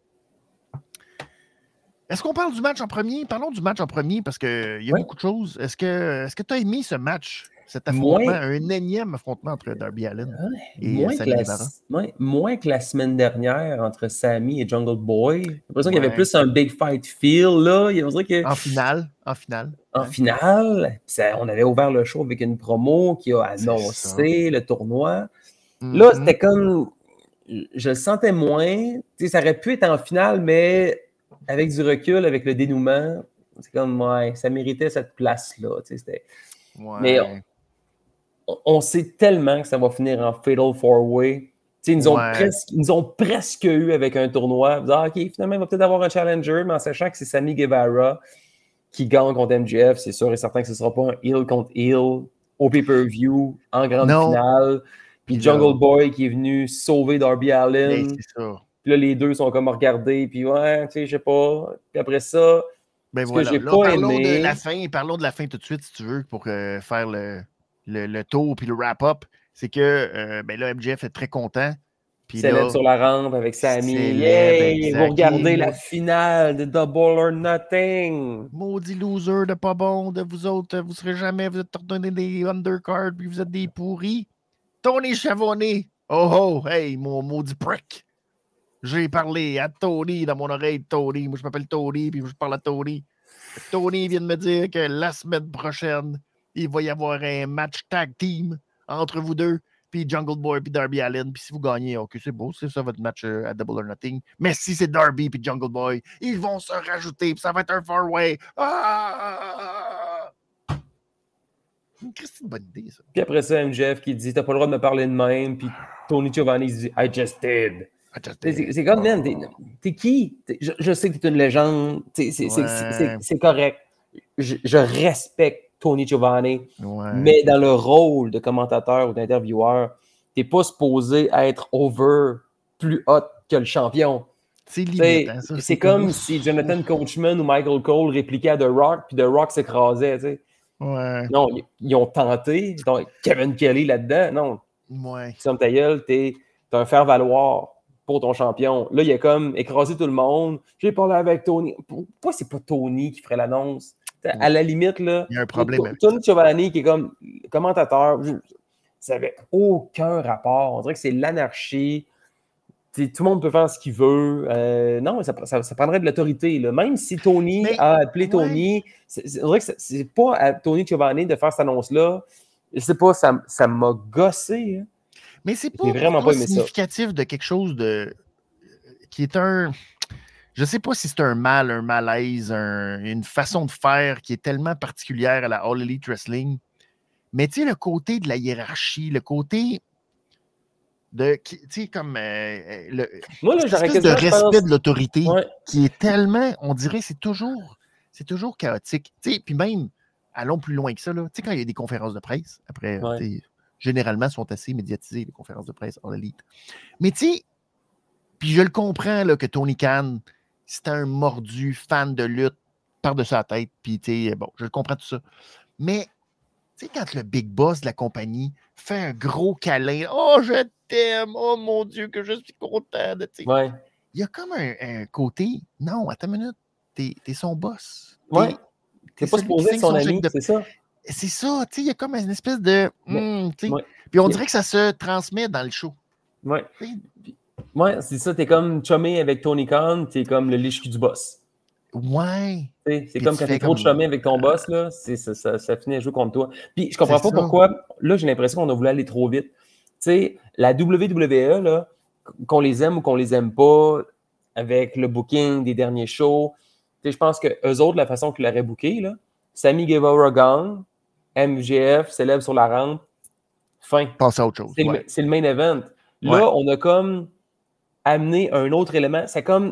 Est-ce qu'on parle du match en premier? Parlons du match en premier parce qu'il y a oui. beaucoup de choses. Est-ce que est-ce que tu as aimé ce match? Cet affrontement, moins, un énième affrontement entre Darby Allin et moins Sami Guevara. Moins, moins que la semaine dernière entre Sami et Jungle Boy. J'ai l'impression ouais. qu'il y avait plus un big fight feel. Là. Il y que... En finale. En finale. En ouais. finale. Ça, on avait ouvert le show avec une promo qui a annoncé le tournoi. Mm-hmm. Là, c'était comme... Je le sentais moins. T'sais, ça aurait pu être en finale, mais avec du recul, avec le dénouement, c'est comme, ouais, ça méritait cette place-là. C'était... Ouais. Mais... On, on sait tellement que ça va finir en Fatal four-way. Ils nous, ouais. presque, ils nous ont presque eu avec un tournoi. Ah, OK, finalement, il va peut-être avoir un challenger, mais en sachant que c'est Sami Guevara qui gagne contre M J F, c'est sûr et certain que ce ne sera pas un heel contre heel au pay-per-view, en grande non. finale. Puis Jungle non. Boy qui est venu sauver Darby Allin. Puis là, les deux sont comme regardés. Puis ouais, tu sais, je sais pas. Puis après ça, ben ce voilà. que j'ai là, pas parlons aimé... de la fin. Parlons de la fin tout de suite, si tu veux, pour euh, faire le... Le, le tour puis le wrap-up, c'est que euh, ben là, M J F est très content. C'est là sur la rampe avec Sami. Yay! Vous regardez la finale de Double or Nothing. Maudit loser de pas bon de vous autres. Vous serez jamais, vous êtes ordonnés des undercards puis vous êtes des pourris. Tony Chavonnet. Oh oh, hey, mon maudit prick. J'ai parlé à Tony dans mon oreille, Tony. Moi, je m'appelle Tony puis je parle à Tony. Tony vient de me dire que la semaine prochaine, il va y avoir un match tag team entre vous deux, puis Jungle Boy, puis Darby Allin. Puis si vous gagnez, OK, c'est beau, c'est ça votre match à Double or Nothing. Mais si c'est Darby puis Jungle Boy, ils vont se rajouter, puis ça va être un four-way. Ah! C'est une bonne idée, ça. Puis après ça, M J F qui dit « T'as pas le droit de me parler de même. » Puis Tony Giovanni dit « I just did. » C'est, c'est comme, man, t'es, t'es qui? T'es, je, je sais que t'es une légende. T'es, c'est, ouais. c'est, c'est, c'est, c'est correct. Je, je respecte Tony Giovanni, ouais. mais dans le rôle de commentateur ou d'intervieweur, t'es pas supposé être over plus hot que le champion. C'est limite, hein, ça, c'est, c'est comme cool. Si Jonathan Coachman ou Michael Cole répliquaient à The Rock, puis The Rock s'écrasait, tu sais. Ouais. Non, ils, ils ont tenté. Donc, Kevin Kelly là-dedans, non. Ouais. Comme ta gueule, t'es, t'as un faire-valoir pour ton champion. Là, il a comme écrasé tout le monde. J'ai parlé avec Tony. Pourquoi c'est pas Tony qui ferait l'annonce? À la limite, là, il y a un problème. Tony Giovanni qui est comme commentateur, ça n'avait aucun rapport. On dirait que c'est l'anarchie. T'sais, tout le monde peut faire ce qu'il veut. Euh, non, ça, ça, ça prendrait de l'autorité. Là. Même si Tony mais, a appelé ouais. Tony, c'est, c'est, on dirait que c'est, c'est pas à Tony Giovanni de faire cette annonce-là. Je sais pas, ça, ça m'a gossé. Hein. Mais c'est pas, vraiment pas significatif ça. De quelque chose de qui est un... Je ne sais pas si c'est un mal, un malaise, un, une façon de faire qui est tellement particulière à la All Elite Wrestling. Mais tu sais, le côté de la hiérarchie, le côté de, tu sais, comme euh, le Moi, là, j'aurais de respect pense... de l'autorité ouais. qui est tellement, on dirait, c'est toujours, c'est toujours chaotique. Tu sais, puis même allons plus loin que ça. Tu sais, quand il y a des conférences de presse, après, ouais. généralement, sont assez médiatisées, les conférences de presse en élite. Mais tu sais, puis je le comprends là, que Tony Khan, c'était un mordu fan de lutte par-dessus la tête. Puis tu sais, bon, je le comprends tout ça. Mais tu sais, quand le big boss de la compagnie fait un gros câlin, oh, je t'aime, oh mon Dieu, que je suis content de. Ouais. Il y a comme un, un côté, non, attends une minute, t'es, t'es son boss. T'es, ouais. T'es, t'es pas supposé être son, son ami, de... c'est ça. C'est ça, tu sais, il y a comme une espèce de. Mais, mm, ouais. Puis on dirait que ça se transmet dans le show. Ouais. Ouais, c'est ça, t'es comme chumé avec Tony Khan, t'es comme le liche du boss. Ouais. T'sais, c'est Puis comme quand t'es trop comme... chumé avec ton boss, là, c'est, ça, ça, ça finit à jouer contre toi. Puis je comprends c'est pas ça. Pourquoi, là, j'ai l'impression qu'on a voulu aller trop vite. Tu sais, la W W E, là, qu'on les aime ou qu'on les aime pas, avec le booking des derniers shows, je pense qu'eux autres, la façon qu'ils l'auraient booké, là, Sammy Guevara gagne, M J F s'élève sur la rampe, fin. Passe à autre chose. C'est, ouais. le, c'est le main event. Là, ouais. on a comme amené un autre élément. C'est comme,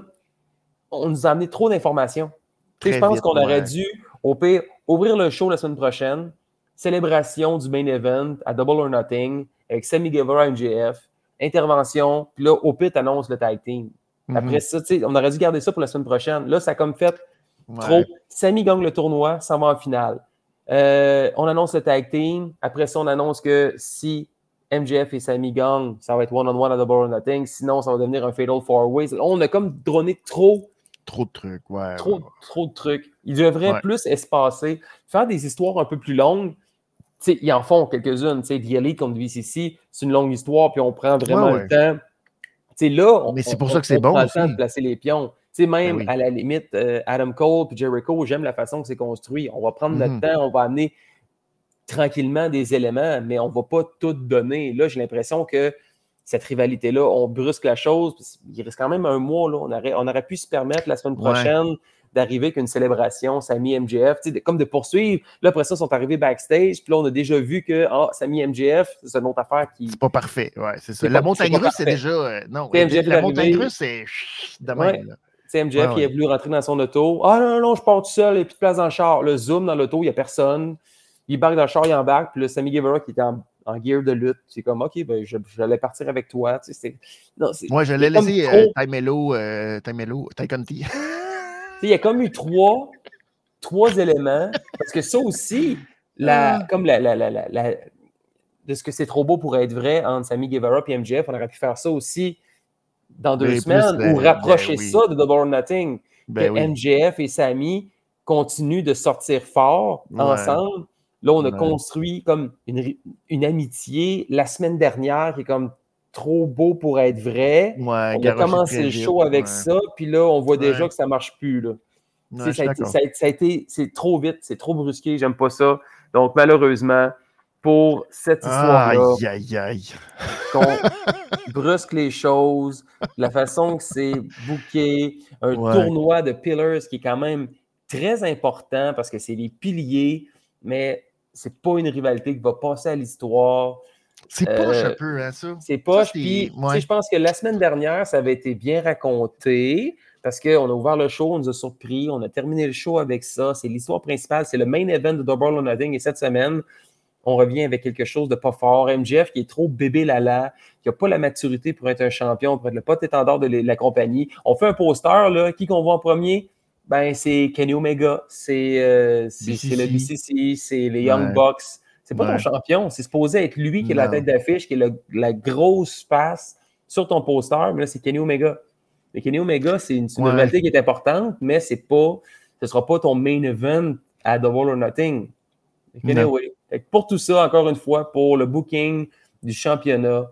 on nous a amené trop d'informations. Je pense vite, qu'on ouais. aurait dû, au pire, ouvrir le show la semaine prochaine, célébration du main event à Double or Nothing, avec Sammy Guevara, M J F, intervention, puis là, au pire, t'annonces le tag team. Mm-hmm. Après ça, tu sais, on aurait dû garder ça pour la semaine prochaine. Là, ça a comme fait ouais. trop. Sammy gagne le tournoi, s'en va en finale. Euh, on annonce le tag team. Après ça, on annonce que si M J F et Sammy gagnent, ça va être one-on-one à Double or Nothing. Sinon, ça va devenir un Fatal Four-Way. On a comme droné trop. Trop de trucs, ouais. Trop, ouais. trop de trucs. Ils devraient ouais. plus espacer, faire des histoires un peu plus longues. T'sais, ils en font quelques-unes. The Elite contre V C C, c'est une longue histoire, puis on prend vraiment ouais, ouais. le temps. T'sais, là, on, Mais c'est pour on, ça que c'est on bon prend aussi. le temps de placer les pions. T'sais, même ben oui. à la limite, euh, Adam Cole et Jericho, j'aime la façon que c'est construit. On va prendre mm-hmm. notre temps, on va amener tranquillement des éléments, mais on ne va pas tout donner. Là, j'ai l'impression que cette rivalité-là, on brusque la chose. Il reste quand même un mois. Là. On, aurait, on aurait pu se permettre la semaine prochaine ouais. d'arriver avec une célébration, Sammy M J F, de, comme de poursuivre. Là, après ça, ils sont arrivés backstage. Puis là, on a déjà vu que ah, Sammy M J F, c'est une autre affaire qui. C'est pas parfait. Ouais, c'est ça. C'est la pas, montagne russe, c'est déjà. Euh, non, M J F la montagne russe, c'est de même. Ouais. M J F, ouais, ouais. il a voulu rentrer dans son auto. Ah non, non, non, je pars tout seul, il n'y a plus de place dans le char. Le zoom dans l'auto, il n'y a personne. Il barque dans le char, il embarque. Puis là, Sammy Guevara qui était en. en gear de lutte, c'est comme, OK, ben, je, j'allais partir avec toi. Tu sais, c'est... Non, c'est... Moi, je l'ai laissé euh, Taimelo, euh, Taimelo, Taikonti. Il y a comme eu trois, trois éléments, parce que ça aussi, la, comme la, la, la, la, la, de ce que c'est trop beau pour être vrai entre Sammy Guevara et M J F, on aurait pu faire ça aussi dans deux Mais semaines, plus, ou ben, rapprocher ben, oui. ça de Double or Nothing, ben, que oui. M J F et Sammy continuent de sortir fort ouais. ensemble. Là, on a ouais. construit comme une, une amitié la semaine dernière qui est comme trop beau pour être vrai. Ouais, on a commencé le show vite, avec ouais. ça, puis là, on voit ouais. déjà que ça ne marche plus. Là. Ouais, ça, a été, ça, a, ça a été, c'est trop vite, c'est trop brusqué, j'aime pas ça. Donc, malheureusement, pour cette histoire-là, aïe, aïe, aïe. qu'on brusque les choses, la façon que c'est booké, un ouais. tournoi de Pillars qui est quand même très important parce que c'est les piliers, mais c'est pas une rivalité qui va passer à l'histoire. C'est euh, poche un peu, hein, ça. C'est poche. Puis, ouais. je pense que la semaine dernière, ça avait été bien raconté parce qu'on a ouvert le show, on nous a surpris, on a terminé le show avec ça. C'est l'histoire principale, c'est le main event de Double or Nothing. Et cette semaine, on revient avec quelque chose de pas fort. M J F qui est trop bébé lala, qui n'a pas la maturité pour être un champion, pour être le porte-étendard de la compagnie. On fait un poster, là. Qui qu'on voit en premier? Ben, c'est Kenny Omega, c'est, euh, c'est, c'est le B C C, c'est les Young ouais. Bucks. C'est pas ouais. ton champion, c'est supposé être lui qui est non. la tête d'affiche, qui est le, la grosse face sur ton poster, mais là, c'est Kenny Omega. Mais Kenny Omega, c'est une, c'est une ouais. rivalité qui est importante, mais c'est pas, ce sera pas ton main event à Double or Nothing. Anyway, pour tout ça, encore une fois, pour le booking du championnat,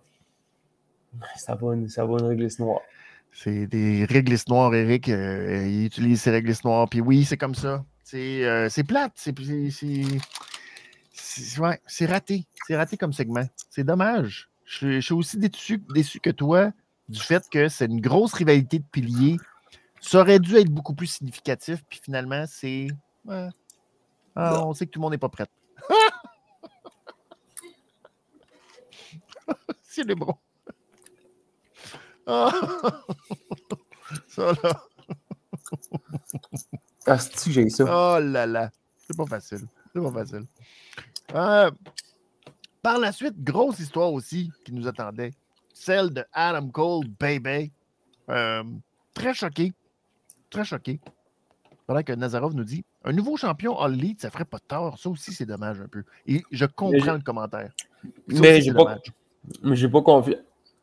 ça va une, ça va une réglisse noire. C'est des réglisses noires, Eric. Euh, il utilise ces réglisses noires. Puis oui, c'est comme ça. C'est, euh, c'est plate. C'est, c'est, c'est, c'est, ouais, c'est raté. C'est raté comme segment. C'est dommage. Je, je suis aussi déçu, déçu que toi du fait que c'est une grosse rivalité de piliers. Ça aurait dû être beaucoup plus significatif. Puis finalement, c'est... Ouais. Ah, on sait que tout le monde n'est pas prêt. C'est le bon. Ah. Ça, là. Ah, c'est-tu que j'ai ça? Oh là là. C'est pas facile. C'est pas facile. Euh, par la suite, grosse histoire aussi qui nous attendait. Celle de Adam Cole, baby. Euh, très choqué. Très choqué. Pendant que Nazarov nous dit un nouveau champion All Elite, ça ferait pas tort. Ça aussi, c'est dommage un peu. Et je comprends le commentaire. Ça mais aussi, j'ai c'est pas, dommage. mais j'ai pas confiance.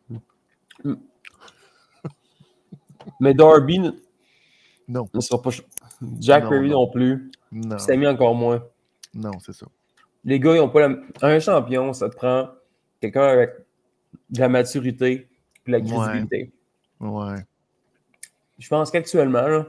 Mais Darby n- Non. ne sera pas. ch- Jack Non, Perry non. non, plus. Non, Puis Sami encore moins. non, c'est ça. Les gars, ils ont pas la... Un champion, ça te prend quelqu'un avec de la maturité et de la Ouais. crédibilité. Ouais. Je pense qu'actuellement, là,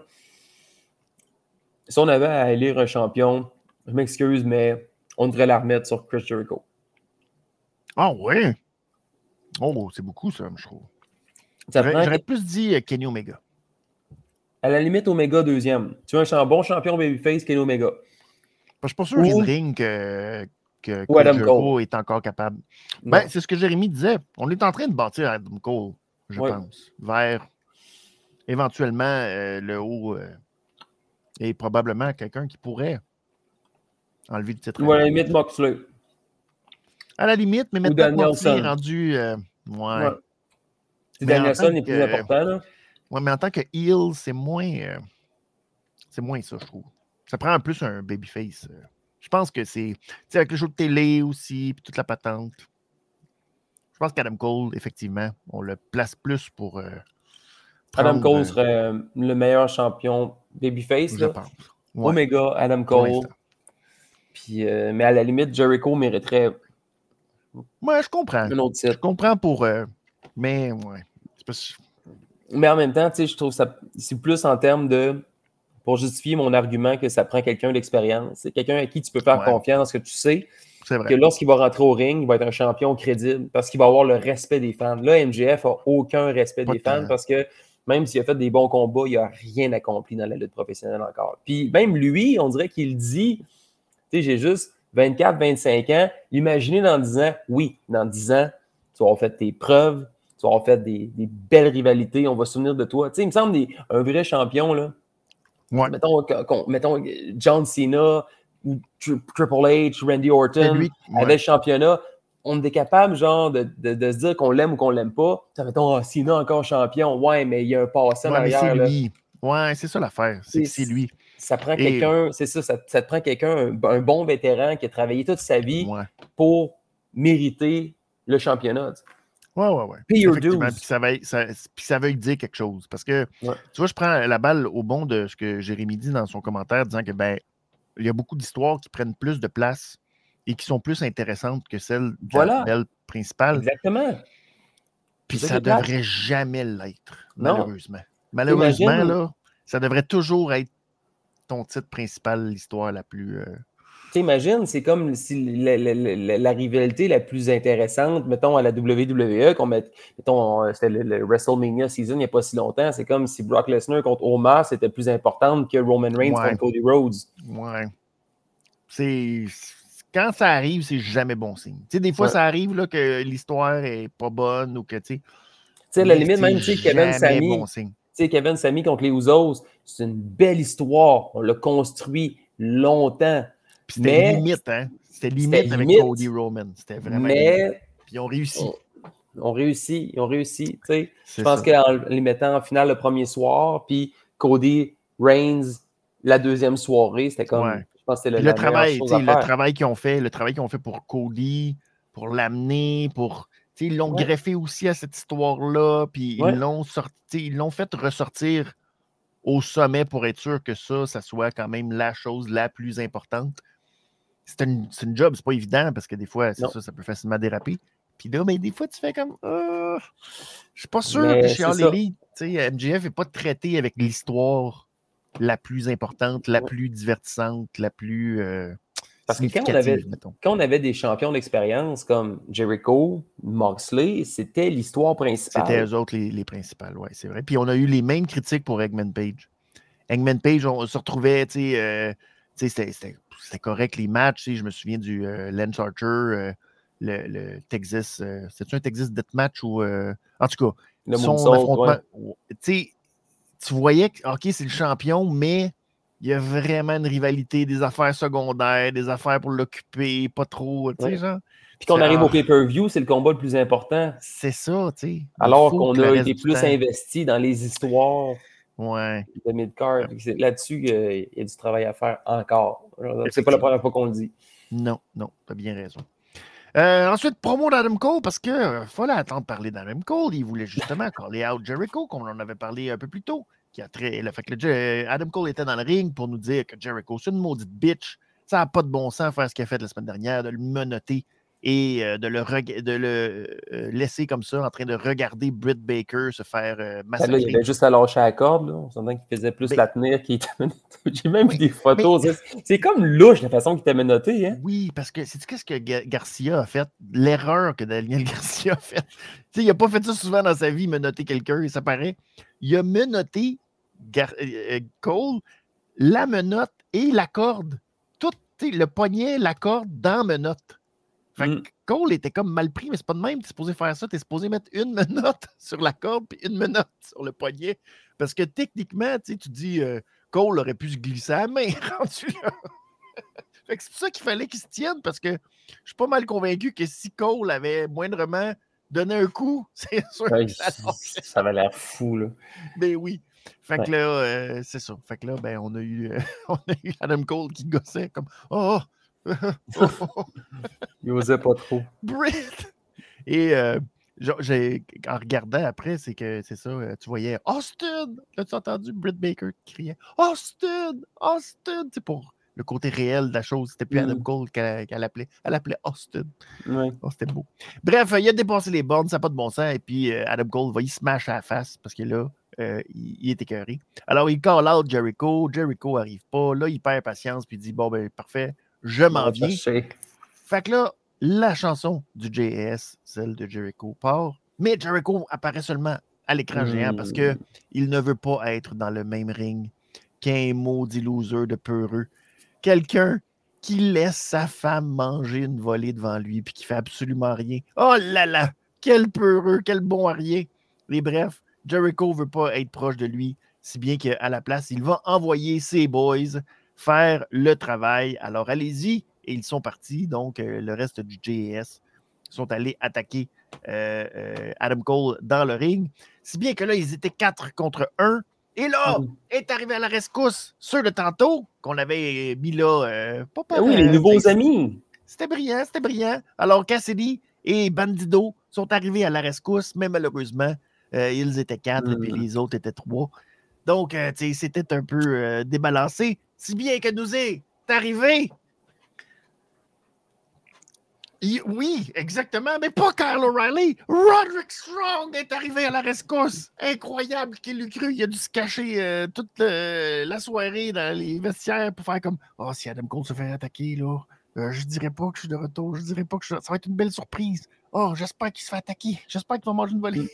si on avait à élire un champion, je m'excuse, mais on devrait la remettre sur Chris Jericho. Ah ouais? Oh, c'est beaucoup ça, je trouve. Ça J'aurais, prend j'aurais plus dit euh, Kenny Omega. à la limite Omega deuxième. Tu veux un champ- bon champion babyface, Kenny Omega. Je suis pas sûr, Ou- Ring, que, que, Ou que Adam Jericho Cole. est encore capable. Non. Ben, c'est ce que Jérémy disait. On est en train de bâtir Adam Cole, je Ouais. pense, vers éventuellement euh, le haut euh, et probablement quelqu'un qui pourrait enlever le titre. Ou à la limite Moxley. À la limite, mais Ou maintenant que Moxley est Danielson. rendu. euh, ouais. Ouais. Si Mais en Danielson tant est plus que- important, là. Ouais, mais en tant que heel, c'est moins. euh, c'est moins ça, je trouve. Ça prend en plus un babyface. euh. Je pense que c'est. Tu sais, avec le show de télé aussi, puis toute la patente. Je pense qu'Adam Cole, effectivement, on le place plus pour. euh, Adam prendre, Cole euh, serait euh, le meilleur champion babyface. Je Là. pense. Ouais, Omega, Adam pour Cole. l'instant. Puis, euh, mais à la limite, Jericho mériterait Ouais, je comprends. un autre Je titre. comprends pour. euh, mais, ouais. C'est pas- Mais en même temps, tu sais, je trouve ça c'est plus en termes de pour justifier mon argument que ça prend quelqu'un d'expérience. C'est quelqu'un à qui tu peux faire Ouais. confiance, que tu sais C'est vrai. que lorsqu'il va rentrer au ring, il va être un champion crédible parce qu'il va avoir le respect des fans. Là, M J F n'a aucun respect Pas des de fans temps. parce que même s'il a fait des bons combats, il n'a rien accompli dans la lutte professionnelle encore. Puis même lui, on dirait qu'il dit, tu sais, j'ai juste vingt-quatre, vingt-cinq ans, imaginez dans dix ans, oui, dans dix ans, tu vas avoir fait tes preuves, tu vas avoir fait des, des belles rivalités, on va se souvenir de toi. Tu sais, il me semble des, un vrai champion, là. Ouais. Mettons, qu'on- mettons John Cena ou Tri- Triple H, Randy C'est Orton, lui. avec Ouais. le championnat, on est capable, genre, de, de, de se dire qu'on l'aime ou qu'on l'aime pas. Ça, mettons, oh, Cena encore champion. Ouais, mais il y a un passant Ouais, mais derrière. c'est là. lui. Ouais, c'est ça l'affaire. C'est que c'est lui. Ça prend Et- quelqu'un, c'est ça, ça, ça te prend quelqu'un, un, un bon vétéran qui a travaillé toute sa vie Ouais. pour mériter le championnat. tu sais. Ouais, ouais, ouais. Pay your Effectivement, dues. Puis ça, veuille- ça, puis ça veuille dire quelque chose. Parce que, Ouais. tu vois, je prends la balle au bon de ce que Jérémy dit dans son commentaire, disant que, ben, il y a beaucoup d'histoires qui prennent plus de place et qui sont plus intéressantes que celles de Voilà. la belle principale. Exactement. Puis C'est ça ça qui est plate. devrait jamais l'être, Non. malheureusement. Malheureusement, T'imagines- là, ça devrait toujours être ton titre principal, l'histoire la plus. euh, T'imagines, c'est comme si la, la- la- la rivalité la plus intéressante, mettons, à la W W E, qu'on met, mettons, c'était le, le WrestleMania season il n'y a pas si longtemps, c'est comme si Brock Lesnar contre Omar, c'était plus important que Roman Reigns Ouais. contre Cody Rhodes. Ouais. C'est. Quand ça arrive, c'est jamais bon signe. Tu sais, des fois, Ouais. ça arrive là, que l'histoire est pas bonne ou que, tu sais. Tu sais, à la mais limite, c'est même, tu sais, Kevin jamais Sami, bon signe. tu sais, Kevin Sami contre les Usos, c'est une belle histoire. On l'a construit longtemps. Puis c'était Mais- limite, hein? C'était C'était limite avec limite. Cody Roman. C'était vraiment limite. Mais Puis ils ont réussi. on, on réussit, ils ont réussi. Tu sais. C'est Je pense ça. qu'en les mettant en finale le premier soir, puis Cody Reigns la deuxième soirée, c'était comme. Ouais. Je pense que c'était Puis le, le la meilleure travail, chose tu sais, à le faire. travail qu'ils ont fait, le travail qu'ils ont fait pour Cody, pour l'amener, pour. tu sais, Ils l'ont Ouais. greffé aussi à cette histoire-là, puis Ouais. ils l'ont sorti, tu sais, ils l'ont fait ressortir au sommet pour être sûr que ça, ça soit quand même la chose la plus importante. C'est une, c'est une job, c'est pas évident parce que des fois, c'est Non. ça, ça peut facilement déraper. Puis là, mais des fois, tu fais comme. Ah, je suis pas sûr Mais que chez c'est All ça. Elite, tu sais, M J F n'est pas traité avec l'histoire la plus importante, la Ouais. plus divertissante, la plus. euh, Parce que quand on significative, avait- mettons. Quand on avait des champions d'expérience comme Jericho, Moxley, c'était l'histoire principale. C'était eux autres les, les principales, oui, c'est vrai. Puis on a eu les mêmes critiques pour Eggman Page. Eggman Page, on se retrouvait, tu sais, euh, tu sais, c'était- c'était c'était correct les matchs. tu sais, Je me souviens du euh, Lance Archer, euh, le, le Texas. euh, C'était-tu un Texas Deathmatch ou. euh, en tout cas, Le son moonsault, affrontement. ouais. Tu sais, tu voyais que, OK, c'est le champion, mais il y a vraiment une rivalité, des affaires secondaires, des affaires pour l'occuper, pas trop, tu sais, Ouais. genre. Puis qu'on C'est- arrive ah, au pay-per-view, c'est le combat le plus important. C'est ça, tu sais. Il Alors faut qu'on que le a reste été du plus temps- investi dans les histoires Ouais. de mid-card. Fait que c'est là-dessus qu'il y a du travail à faire encore. C'est pas la Effectivement. première fois qu'on le dit. Non, non, t'as bien raison. Euh, ensuite, promo d'Adam Cole, parce que euh, fallait attendre parler d'Adam Cole. Il voulait justement caller out Jericho, comme on en avait parlé un peu plus tôt. Qui a très, le fait que le, Adam Cole était dans le ring pour nous dire que Jericho, c'est une maudite bitch. Ça n'a pas de bon sens faire ce qu'il a fait la semaine dernière, de le menotter et euh, de le, reg- de le euh, laisser comme ça en train de regarder Britt Baker se faire euh, Là, massacrer. il avait juste à lâcher la corde. Là. On s'entend qu'il faisait plus Mais- la tenir qu'il était menotté. J'ai même Oui, vu des photos. C'est, c'est comme louche la façon qu'il était menotté. Hein? Oui, parce que c'est qu'est-ce que Ga- Garcia a fait? L'erreur que Daniel Garcia a faite. Tu sais, il n'a pas fait ça souvent dans sa vie, menotter quelqu'un, et ça paraît. Il a menotté Gar- euh, Cole, la menotte et la corde. Tout, tu sais, le poignet, la corde dans menotte. Fait que Mm. Cole était comme mal pris, mais c'est pas de même. Tu es supposé faire ça. Tu es supposé mettre une menotte sur la corde puis une menotte sur le poignet. Parce que techniquement, tu sais, tu dis euh, Cole aurait pu se glisser à la main rendu là. Fait que c'est pour ça qu'il fallait qu'il se tienne, parce que je suis pas mal convaincu que si Cole avait moindrement donné un coup, c'est sûr Ouais, que ça lâchait. ça avait l'air fou. Là. Ben oui. Fait que Ouais. là, euh, c'est ça. Fait que là, ben, on a eu, euh, on a eu Adam Cole qui gossait comme Oh, oh, oh, oh, Il osait pas trop. Britt! Et euh, genre, j'ai, en regardant après, c'est que c'est ça, euh, tu voyais Austin! As-tu entendu Britt Baker qui criait Austin! Austin! C'est pour le côté réel de la chose. C'était plus Mm. Adam Cole qu'elle, qu'elle appelait. Elle appelait Austin. Ouais. Oh, c'était beau. Bref, euh, il a dépassé les bornes, ça n'a pas de bon sens. Et puis euh, Adam Cole va y smash à la face parce que là, euh, il, il est écœuré. Alors, il call out Jericho. Jericho n'arrive pas. Là, il perd patience puis il dit Bon, ben, parfait, je m'en On va viens. chercher. Fait que là, la chanson du J S, celle de Jericho, part. Mais Jericho apparaît seulement à l'écran Mm. géant parce qu'il ne veut pas être dans le même ring qu'un maudit loser de peureux. Quelqu'un qui laisse sa femme manger une volée devant lui puis qui fait absolument rien. Oh là là! Quel peureux, quel bon à rien. Et bref, Jericho veut pas être proche de lui, si bien qu'à la place, il va envoyer ses boys faire le travail. Alors allez-y. Et ils sont partis. Donc, euh, le reste du J S sont allés attaquer euh, euh, Adam Cole dans le ring. Si bien que là, ils étaient quatre contre un. Et là, Mm. est arrivé à la rescousse ceux de tantôt qu'on avait mis là. Euh, pas Ah par, oui, les euh, nouveaux t'sais, amis. C'était brillant, c'était brillant. Alors, Cassidy et Bandido sont arrivés à la rescousse, mais malheureusement, euh, ils étaient quatre et Mm. puis les autres étaient trois. Donc, euh, tu sais, c'était un peu euh, débalancé. Si bien que nous est arrivé. Il- oui, exactement, mais pas Kyle O'Reilly. Roderick Strong est arrivé à la rescousse. Incroyable qu'il l'eût cru. Il a dû se cacher euh, toute euh, la soirée dans les vestiaires pour faire comme oh, si Adam Cole se fait attaquer, là, euh, je dirais pas que je suis de retour. Je dirais pas que je... ça va être une belle surprise. Oh, j'espère qu'il se fait attaquer. J'espère qu'il va manger une volée.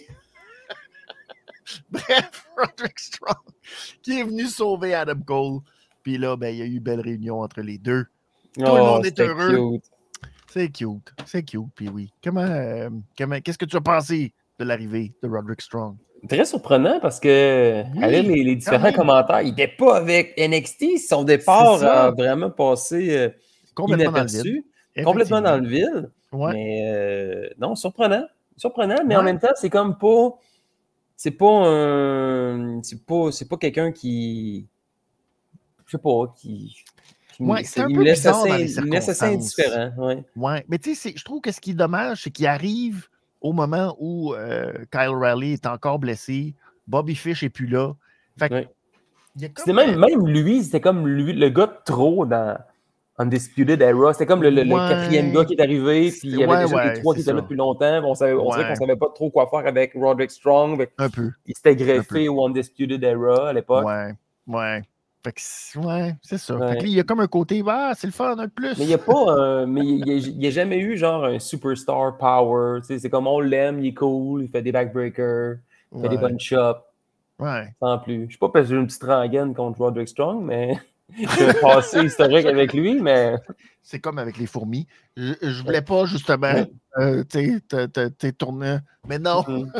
Bref, Roderick Strong qui est venu sauver Adam Cole. Puis là, ben, il y a eu une belle réunion entre les deux. Tout Oh, le monde est c'était heureux. cute. C'est cute, c'est cute, puis oui. Comment, euh, comment, qu'est-ce que tu as pensé de l'arrivée de Roderick Strong? Très surprenant parce que Oui, aller les, les différents même. commentaires, il n'était pas avec N X T. Son départ C'est ça. a vraiment passé euh, Complètement dans le inaperçu. vide. Complètement dans Effectivement. le vide. Ouais. Mais euh, non, surprenant. Surprenant, mais Ouais. en même temps, c'est comme pas. C'est pas un. C'est pas, c'est pas quelqu'un qui. Je sais pas, qui. qui me- Ouais, c'est un il peu me laisse bizarre assez, dans les il me laisse assez circonstances. indifférent. Ouais. Ouais, mais tu sais, c'est- je trouve que ce qui est dommage, c'est qu'il arrive au moment où euh, Kyle O'Reilly est encore blessé, Bobby Fish est plus là. Fait que Ouais. il y a comme, C'était même, même lui, c'était comme lui, le gars de trop dans Undisputed Era. C'était comme le, le- le Ouais. quatrième gars qui est arrivé, puis il y avait Ouais, déjà ouais, les trois c'est qui étaient là ça. depuis longtemps. On, savait, on Ouais. savait qu'on savait pas trop quoi faire avec Roderick Strong. Fait un peu. il s'était greffé au Undisputed Era à l'époque. Ouais, ouais. Fait que, c'est- ouais, c'est ça. Ouais. Fait que là, il y a comme un côté, ah, c'est le fun, un de plus. Mais il n'y a pas un- mais il n'y a, a jamais eu genre un superstar power. Tu sais, c'est comme on l'aime, il est cool, il fait des backbreakers, il fait des Ouais. bonnes chops, Ouais. sans plus. Je ne sais pas parce que j'ai une petite rengaine contre Roderick Strong, mais j'ai un passé historique avec lui, mais C'est comme avec les fourmis. Je, je voulais pas, justement, Ouais. euh, tu sais, te- te- te tourner. Mais non. Mhm.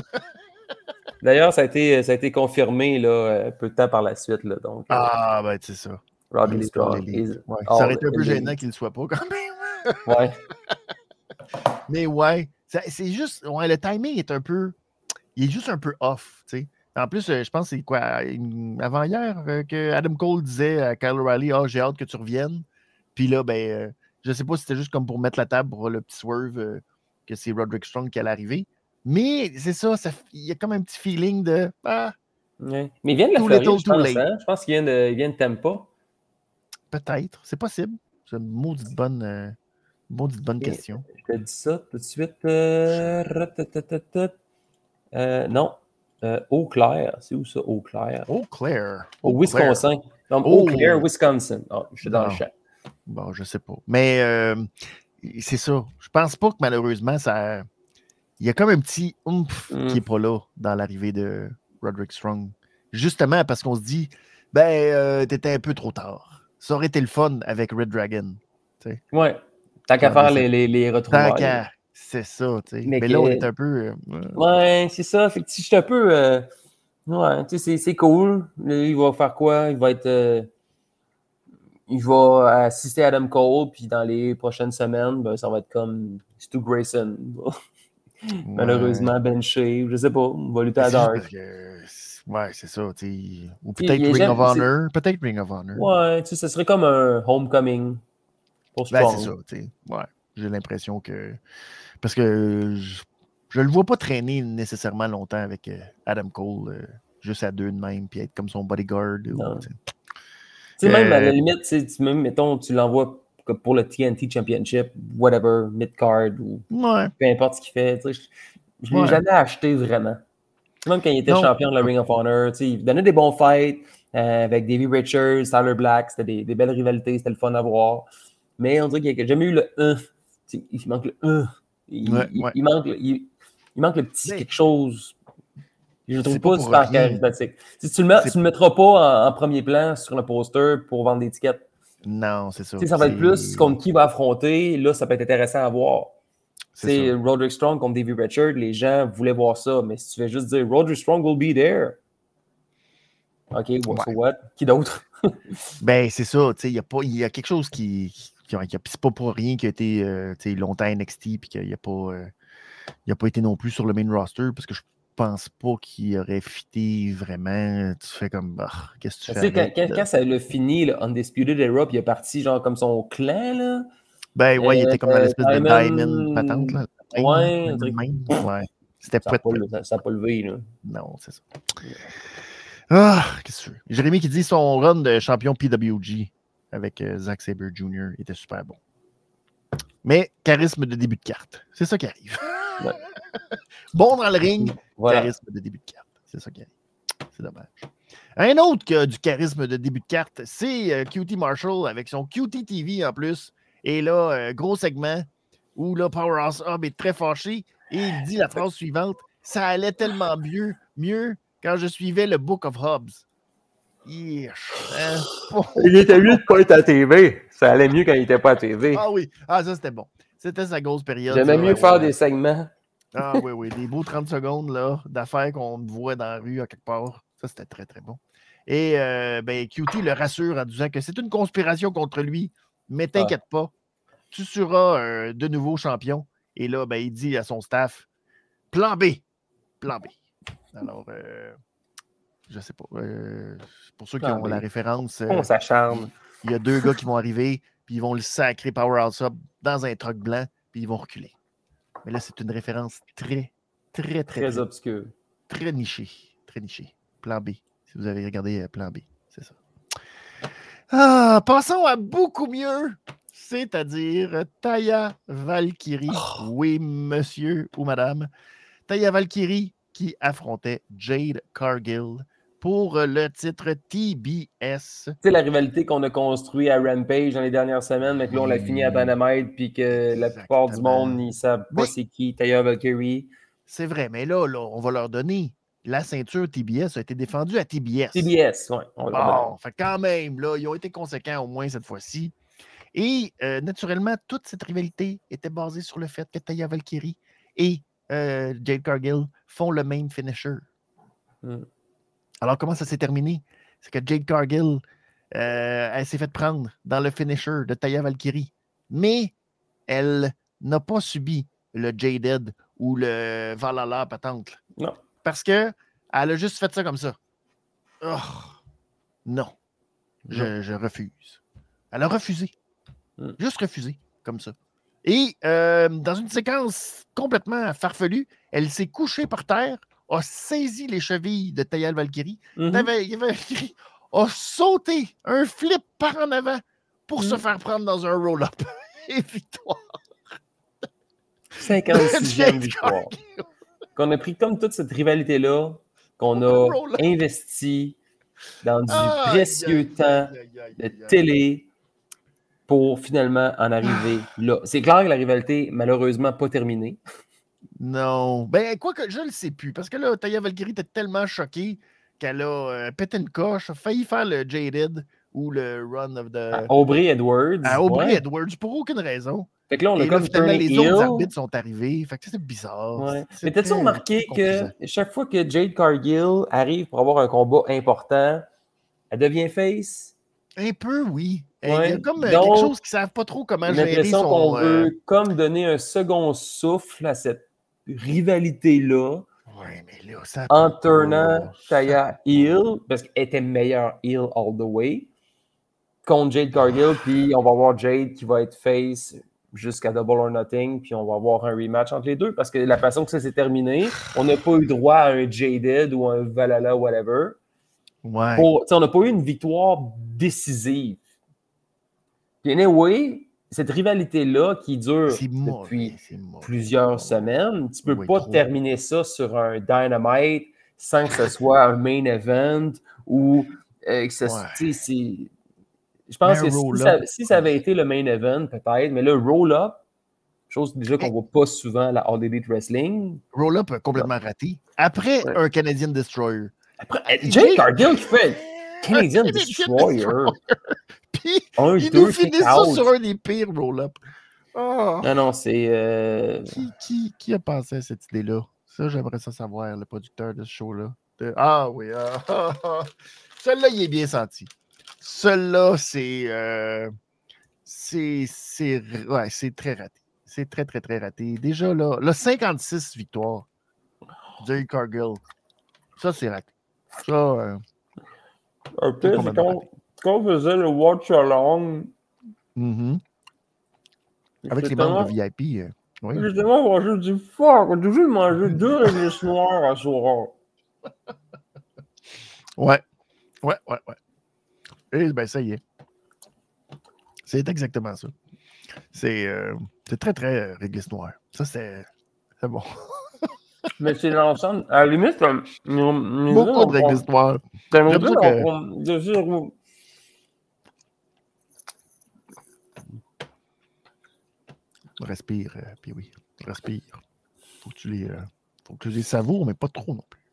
D'ailleurs, ça a été, ça a été confirmé là, euh, peu de temps par la suite. Là, donc, euh, Ah, ben, c'est ça. Roderick Il est Strong. all elite. is Ouais. Ça aurait all été un peu elite. gênant qu'il ne le soit pas quand même. Ouais. Mais ouais, ça- c'est juste. Ouais, le timing est un peu. Il est juste un peu off, tu sais. En plus, euh, je pense que c'est quoi, une- avant-hier, euh, que Adam Cole disait à Kyle O'Reilly, ah, j'ai hâte que tu reviennes. Puis là, ben, euh, je sais pas si c'était juste comme pour mettre la table pour le petit swerve euh, que c'est Roderick Strong qui allait arriver. Mais c'est ça, ça f- il y a comme un petit feeling de ah, Ouais. Mais il vient de la too Floride, little, je too pense. late. Hein? Je pense qu'il vient de, il vient de Tampa. Peut-être, c'est possible. C'est une maudite bonne, euh, maudite bonne Ok. question. Je te dis ça tout de suite. Euh, ratatatatata. Euh, non. Euh, Eau Claire. C'est où ça, Eau Claire? Eau Claire. Au Eau Claire. Wisconsin. Non, Oh. Eau Claire, Wisconsin. Ah, je suis dans le Non. chat. Bon, je sais pas. Mais euh, c'est ça. Je pense pas que malheureusement, ça. Il y a comme un petit oomph Mm. qui n'est pas là dans l'arrivée de Roderick Strong. Justement parce qu'on se dit, ben, euh, t'étais un peu trop tard. Ça aurait été le fun avec Red Dragon. t'sais. Ouais. Tant qu'à Genre, faire mais les, les, les Tant retrouvailles. qu'à. C'est ça, tu sais. Mais Mais, que- là, on est un peu. euh, Ouais, c'est ça. Fait que si je suis un peu. euh, Ouais, tu sais, c'est- c'est cool. Là, il va faire quoi? Il va être. euh, Il va assister à Adam Cole, puis dans les prochaines semaines, ben, ça va être comme Stu Grayson. Malheureusement, benché, je sais pas. On va lutter Mais à c'est juste Dark. parce que. Ouais, c'est ça, tu sais. Ou Puis, peut-être il est Ring jamais- of c'est- Honor. Peut-être Ring of Honor. Ouais, tu sais, ce serait comme un homecoming pour Ben, Strong. c'est ça, tu sais. Ouais. J'ai l'impression que. Parce que je, je le vois pas traîner nécessairement longtemps avec euh, Adam Cole, euh, juste à deux de même, puis être comme son bodyguard. Ou, Non. tu sais. Tu sais, même à la Euh, limite, tu sais, tu- même, mettons, tu l'envoies comme pour le T N T Championship, whatever, mid-card, ou ouais. peu importe ce qu'il fait. Tu sais, je je l'ai Ouais. jamais acheté vraiment. Même quand il était Non. champion de la Ring of Honor, tu sais, il donnait des bons fights euh, avec Davey Richards, Tyler Black, c'était des, des belles rivalités, c'était le fun à voir. Mais on dirait qu'il n'y a jamais eu le un. Il manque le un. Il, Ouais, il- ouais. il manque, le- il, il manque le petit Mais quelque chose. Je le trouve c'est pas, pas pour super rien. charismatique. Si tu le mets, C'est- tu le mettras pas en, en premier plan sur le poster pour vendre des tickets. Non, c'est ça. Tu sais, ça va être C'est- plus contre qui va affronter. Là, ça peut être intéressant à voir. C'est C'est ça. Roderick Strong contre Davey Richards. Les gens voulaient voir ça. Mais si tu fais juste dire Roderick Strong will be there. OK, what, Ouais. so what? Qui d'autre? Ben, c'est ça. tu sais, Il y, a pas- il y a quelque chose qui. qui, qui a- c'est pas pour rien qui a été euh, tu sais, longtemps N X T puis qu'il n'y a, pas, euh, il a pas été non plus sur le main roster parce que je pense pas qu'il aurait fité vraiment. Tu fais comme. Ah, qu'est-ce que tu Tu fais? sais, quand, avec, quand, là? quand ça l'a fini, le Undisputed Era, puis il est parti genre comme son clan, là. Ben, ouais, il était comme dans Euh, l'espèce de Diamond- diamond patente. Là. Main, Ouais, là, un truc- Diamond Main. Ouais. C'était Ça n'a pas pas, le- ça a pas levé, là. Non, c'est ça. Ah, qu'est-ce que tu veux? Jérémy qui dit son run de champion P W G avec euh, Zack Sabre junior était super bon. Mais charisme de début de carte. C'est ça qui arrive. Ouais. Bon dans le ring, Voilà. charisme de début de carte. C'est ça qui arrive. C'est dommage. Un autre qui a du charisme de début de carte, c'est euh, Q T Marshall avec son Q T T V en plus. Et là, euh, gros segment où là, Powerhouse Hub est très fâché et il dit la phrase suivante: ça allait tellement mieux, mieux quand je suivais le Book of Hobbes. Yeesh, hein? Il était mieux de pas être à T V. Ça allait mieux quand il n'était pas à T V. Ah oui, ah, ça c'était bon. C'était sa grosse période. J'aimais ça, mieux ouais, faire ouais. des segments. Ah oui, oui, des beaux trente secondes là, d'affaires qu'on voit dans la rue à quelque part. Ça, c'était très, très bon. Et euh, ben, Q T le rassure en disant que c'est une conspiration contre lui, mais t'inquiète pas, tu seras euh, de nouveau champion. Et là, ben, il dit à son staff, plan B. Plan B. Alors, euh, je sais pas. Euh, pour ceux qui Plan ont B. la référence, euh, On s'acharne. il y a deux gars qui vont arriver, puis ils vont le sacrer Powerhouse Up dans un truck blanc, puis ils vont reculer. Mais là, c'est une référence très, très, très, Très très, obscur. très nichée. Très nichée. Plan B. Si vous avez regardé euh, Plan B, c'est ça. Ah, passons à beaucoup mieux, c'est-à-dire Taya Valkyrie. Oh. Oui, monsieur ou madame. Taya Valkyrie qui affrontait Jade Cargill pour le titre T B S. Tu sais, la rivalité qu'on a construite à Rampage dans les dernières semaines, mais que là, on l'a fini à Dynamite, puis que la plupart du Exactement. monde, ils ne savent pas Mais- c'est qui, Taya Valkyrie. C'est vrai, mais là, là, on va leur donner. La ceinture T B S a été défendue à T B S. T B S, oui. On va Bon, fait quand même, là, ils ont été conséquents au moins cette fois-ci. Et euh, naturellement, toute cette rivalité était basée sur le fait que Taya Valkyrie et euh, Jade Cargill font le même finisher. Hmm. Alors, comment ça s'est terminé? C'est que Jade Cargill euh, elle s'est fait prendre dans le finisher de Taya Valkyrie. Mais elle n'a pas subi le Jaded ou le Valhalla patente. Non. Parce qu'elle a juste fait ça comme ça. Oh, non. Je, non. je refuse. Elle a refusé. Mm. Juste refusé, comme ça. Et euh, dans une séquence complètement farfelue, elle s'est couchée par terre, a saisi les chevilles de Taya Valkyrie, mm-hmm. Valkyrie a sauté un flip par en avant pour mm. se faire prendre dans un roll-up. Et victoire. cinquante-sixième victoire. Qu'on a pris comme toute cette rivalité-là, qu'on a investi dans du ah, précieux aïe, temps aïe, aïe, aïe, de aïe, télé pour finalement en arriver ah. là. C'est clair que la rivalité, malheureusement, pas terminée. Non. Ben, quoi que je ne le sais plus, parce que là, Taya Valkyrie était tellement choquée qu'elle a euh, pété une coche, a failli faire le Jaded ou le Run of the... À Aubrey Edwards. À Aubrey ouais. Edwards, pour aucune raison. Fait que là, on a Et comme là, finalement, les heel. autres arbitres sont arrivés. Fait que c'est bizarre. Ouais. Mais t'as-tu remarqué que chaque fois que Jade Cargill arrive pour avoir un combat important, elle devient face? Un peu, oui. Ouais. Il y a comme Donc, quelque chose qui ne savent pas trop comment gérer l'impression son... qu'on veut euh... comme donner un second souffle à cette rivalité-là. Ouais, mais là, ça en tournant Taya heel, parce qu'elle était meilleure heel all the way, contre Jade Cargill, puis on va voir Jade qui va être face jusqu'à Double or Nothing, puis on va avoir un rematch entre les deux, parce que la façon que ça s'est terminé, on n'a pas eu droit à un Jaded ou un Valhalla, whatever. Ouais. Pour, on n'a pas eu une victoire décisive. Puis anyway, cette rivalité-là qui dure c'est depuis mauvais, plusieurs mauvais. semaines, tu ne peux oui, pas trop. terminer ça sur un Dynamite sans que ce soit un main event ou euh, que ça, ouais. c'est... Je pense mais que si ça, si ça avait été le main event, peut-être, mais le roll-up, chose déjà qu'on ne voit pas souvent à la All Elite Wrestling. Roll-up complètement ouais. raté. Après ouais. un Canadian Destroyer. Après, Jade Cargill qui fait Canadian Destroyer. Puis, un, il deux, nous finit ça sur un des pires roll-up. Oh. Non, non, c'est... Euh... Qui, qui, qui a pensé à cette idée-là? Ça, j'aimerais ça savoir, le producteur de ce show-là. De... Ah oui, ah, ah, ah. Celui-là, il est bien senti. Celui-là, c'est, euh, c'est, c'est, ouais, c'est très raté. C'est très, très, très raté. Déjà, là, là cinquante-six victoires. Jade Cargill. Ça, c'est raté. Ça, euh, un peu, c'est quand, quand on faisait le Watch Along. Mm-hmm. Avec les membres de V I P. Euh, oui. Justement, moi, je dis fuck, on devait manger deux réglisses noires à soir. Ouais. Ouais, ouais, ouais. Et ben ça y est. C'est exactement ça. C'est, euh, c'est très, très euh, réglisse noire. Ça, c'est, c'est bon. Mais c'est l'ensemble. À la limite, comme. Beaucoup de réglisse noire. J'aimerais bien que... Respire, euh, puis oui. Respire. Faut que tu les, euh, faut que tu les savoures, mais pas trop non plus.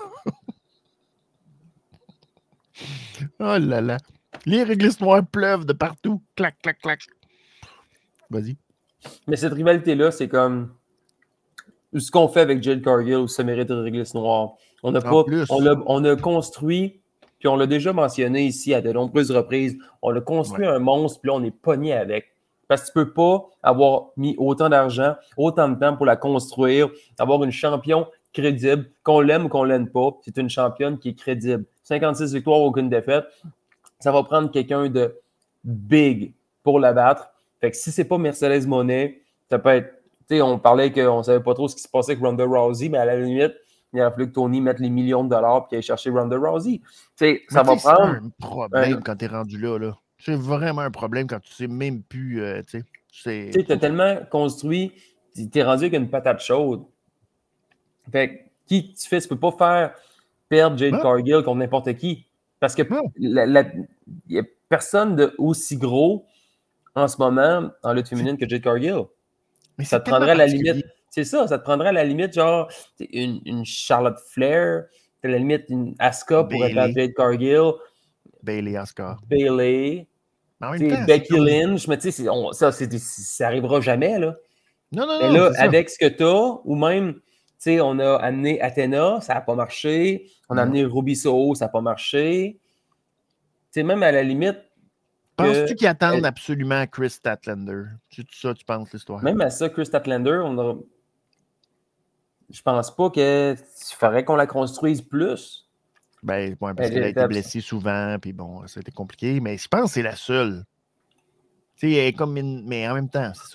Oh là là. Les réglisses noires pleuvent de partout. Clac, clac, clac. Vas-y. Mais cette rivalité-là, c'est comme ce qu'on fait avec Jade Cargill, ça mérite de réglisse noire. On a, pas, on, a, on a construit, puis on l'a déjà mentionné ici à de nombreuses reprises, on a construit ouais. un monstre, puis là, on est pogné avec. Parce que tu ne peux pas avoir mis autant d'argent, autant de temps pour la construire, avoir une championne crédible, qu'on l'aime ou qu'on ne l'aime pas, c'est une championne qui est crédible. cinquante-six victoires, aucune défaite. Ça va prendre quelqu'un de big pour la battre. Fait que si c'est pas Mercedes Moné, ça peut être... Tu sais, on parlait qu'on ne savait pas trop ce qui se passait avec Ronda Rousey, mais à la limite, il aurait fallu que Tony mette les millions de dollars et aille chercher Ronda Rousey. Tu sais, ça va prendre... C'est un problème euh, quand tu es rendu là, là. C'est vraiment un problème quand tu sais même plus... Euh, tu sais, tu as tellement construit, tu es rendu avec une patate chaude. Fait que, qui tu fais, tu peux pas faire perdre Jade ah. Cargill contre n'importe qui. Parce que il n'y a personne de aussi gros en ce moment en lutte féminine que Jade Cargill. Mais ça te prendrait à la limite. C'est ça, ça te prendrait à la limite, genre, une, une Charlotte Flair, à la limite, une Asuka pour être à Jade Cargill. Bayley, Asuka. Bayley. Becky Lynch, mais tu sais, ça, c'est, ça arrivera jamais, là. Non, non, mais non. là, avec ce que tu as, ou même, tu sais, on a amené Athena, ça n'a pas marché. On a non. amené Ruby Soho, ça n'a pas marché. sais, même à la limite. Penses-tu que, qu'ils attendent elle, absolument Chris Statlander? C'est tout ça, tu penses, l'histoire? Même à ça, Chris Statlander, on a... je pense pas qu'il faudrait qu'on la construise plus. Ben, ouais, parce elle qu'elle a était été blessée souvent, puis bon, ça a été compliqué, mais je pense que c'est la seule. Tu sais, elle est comme une... Mais en même temps, c'est ça.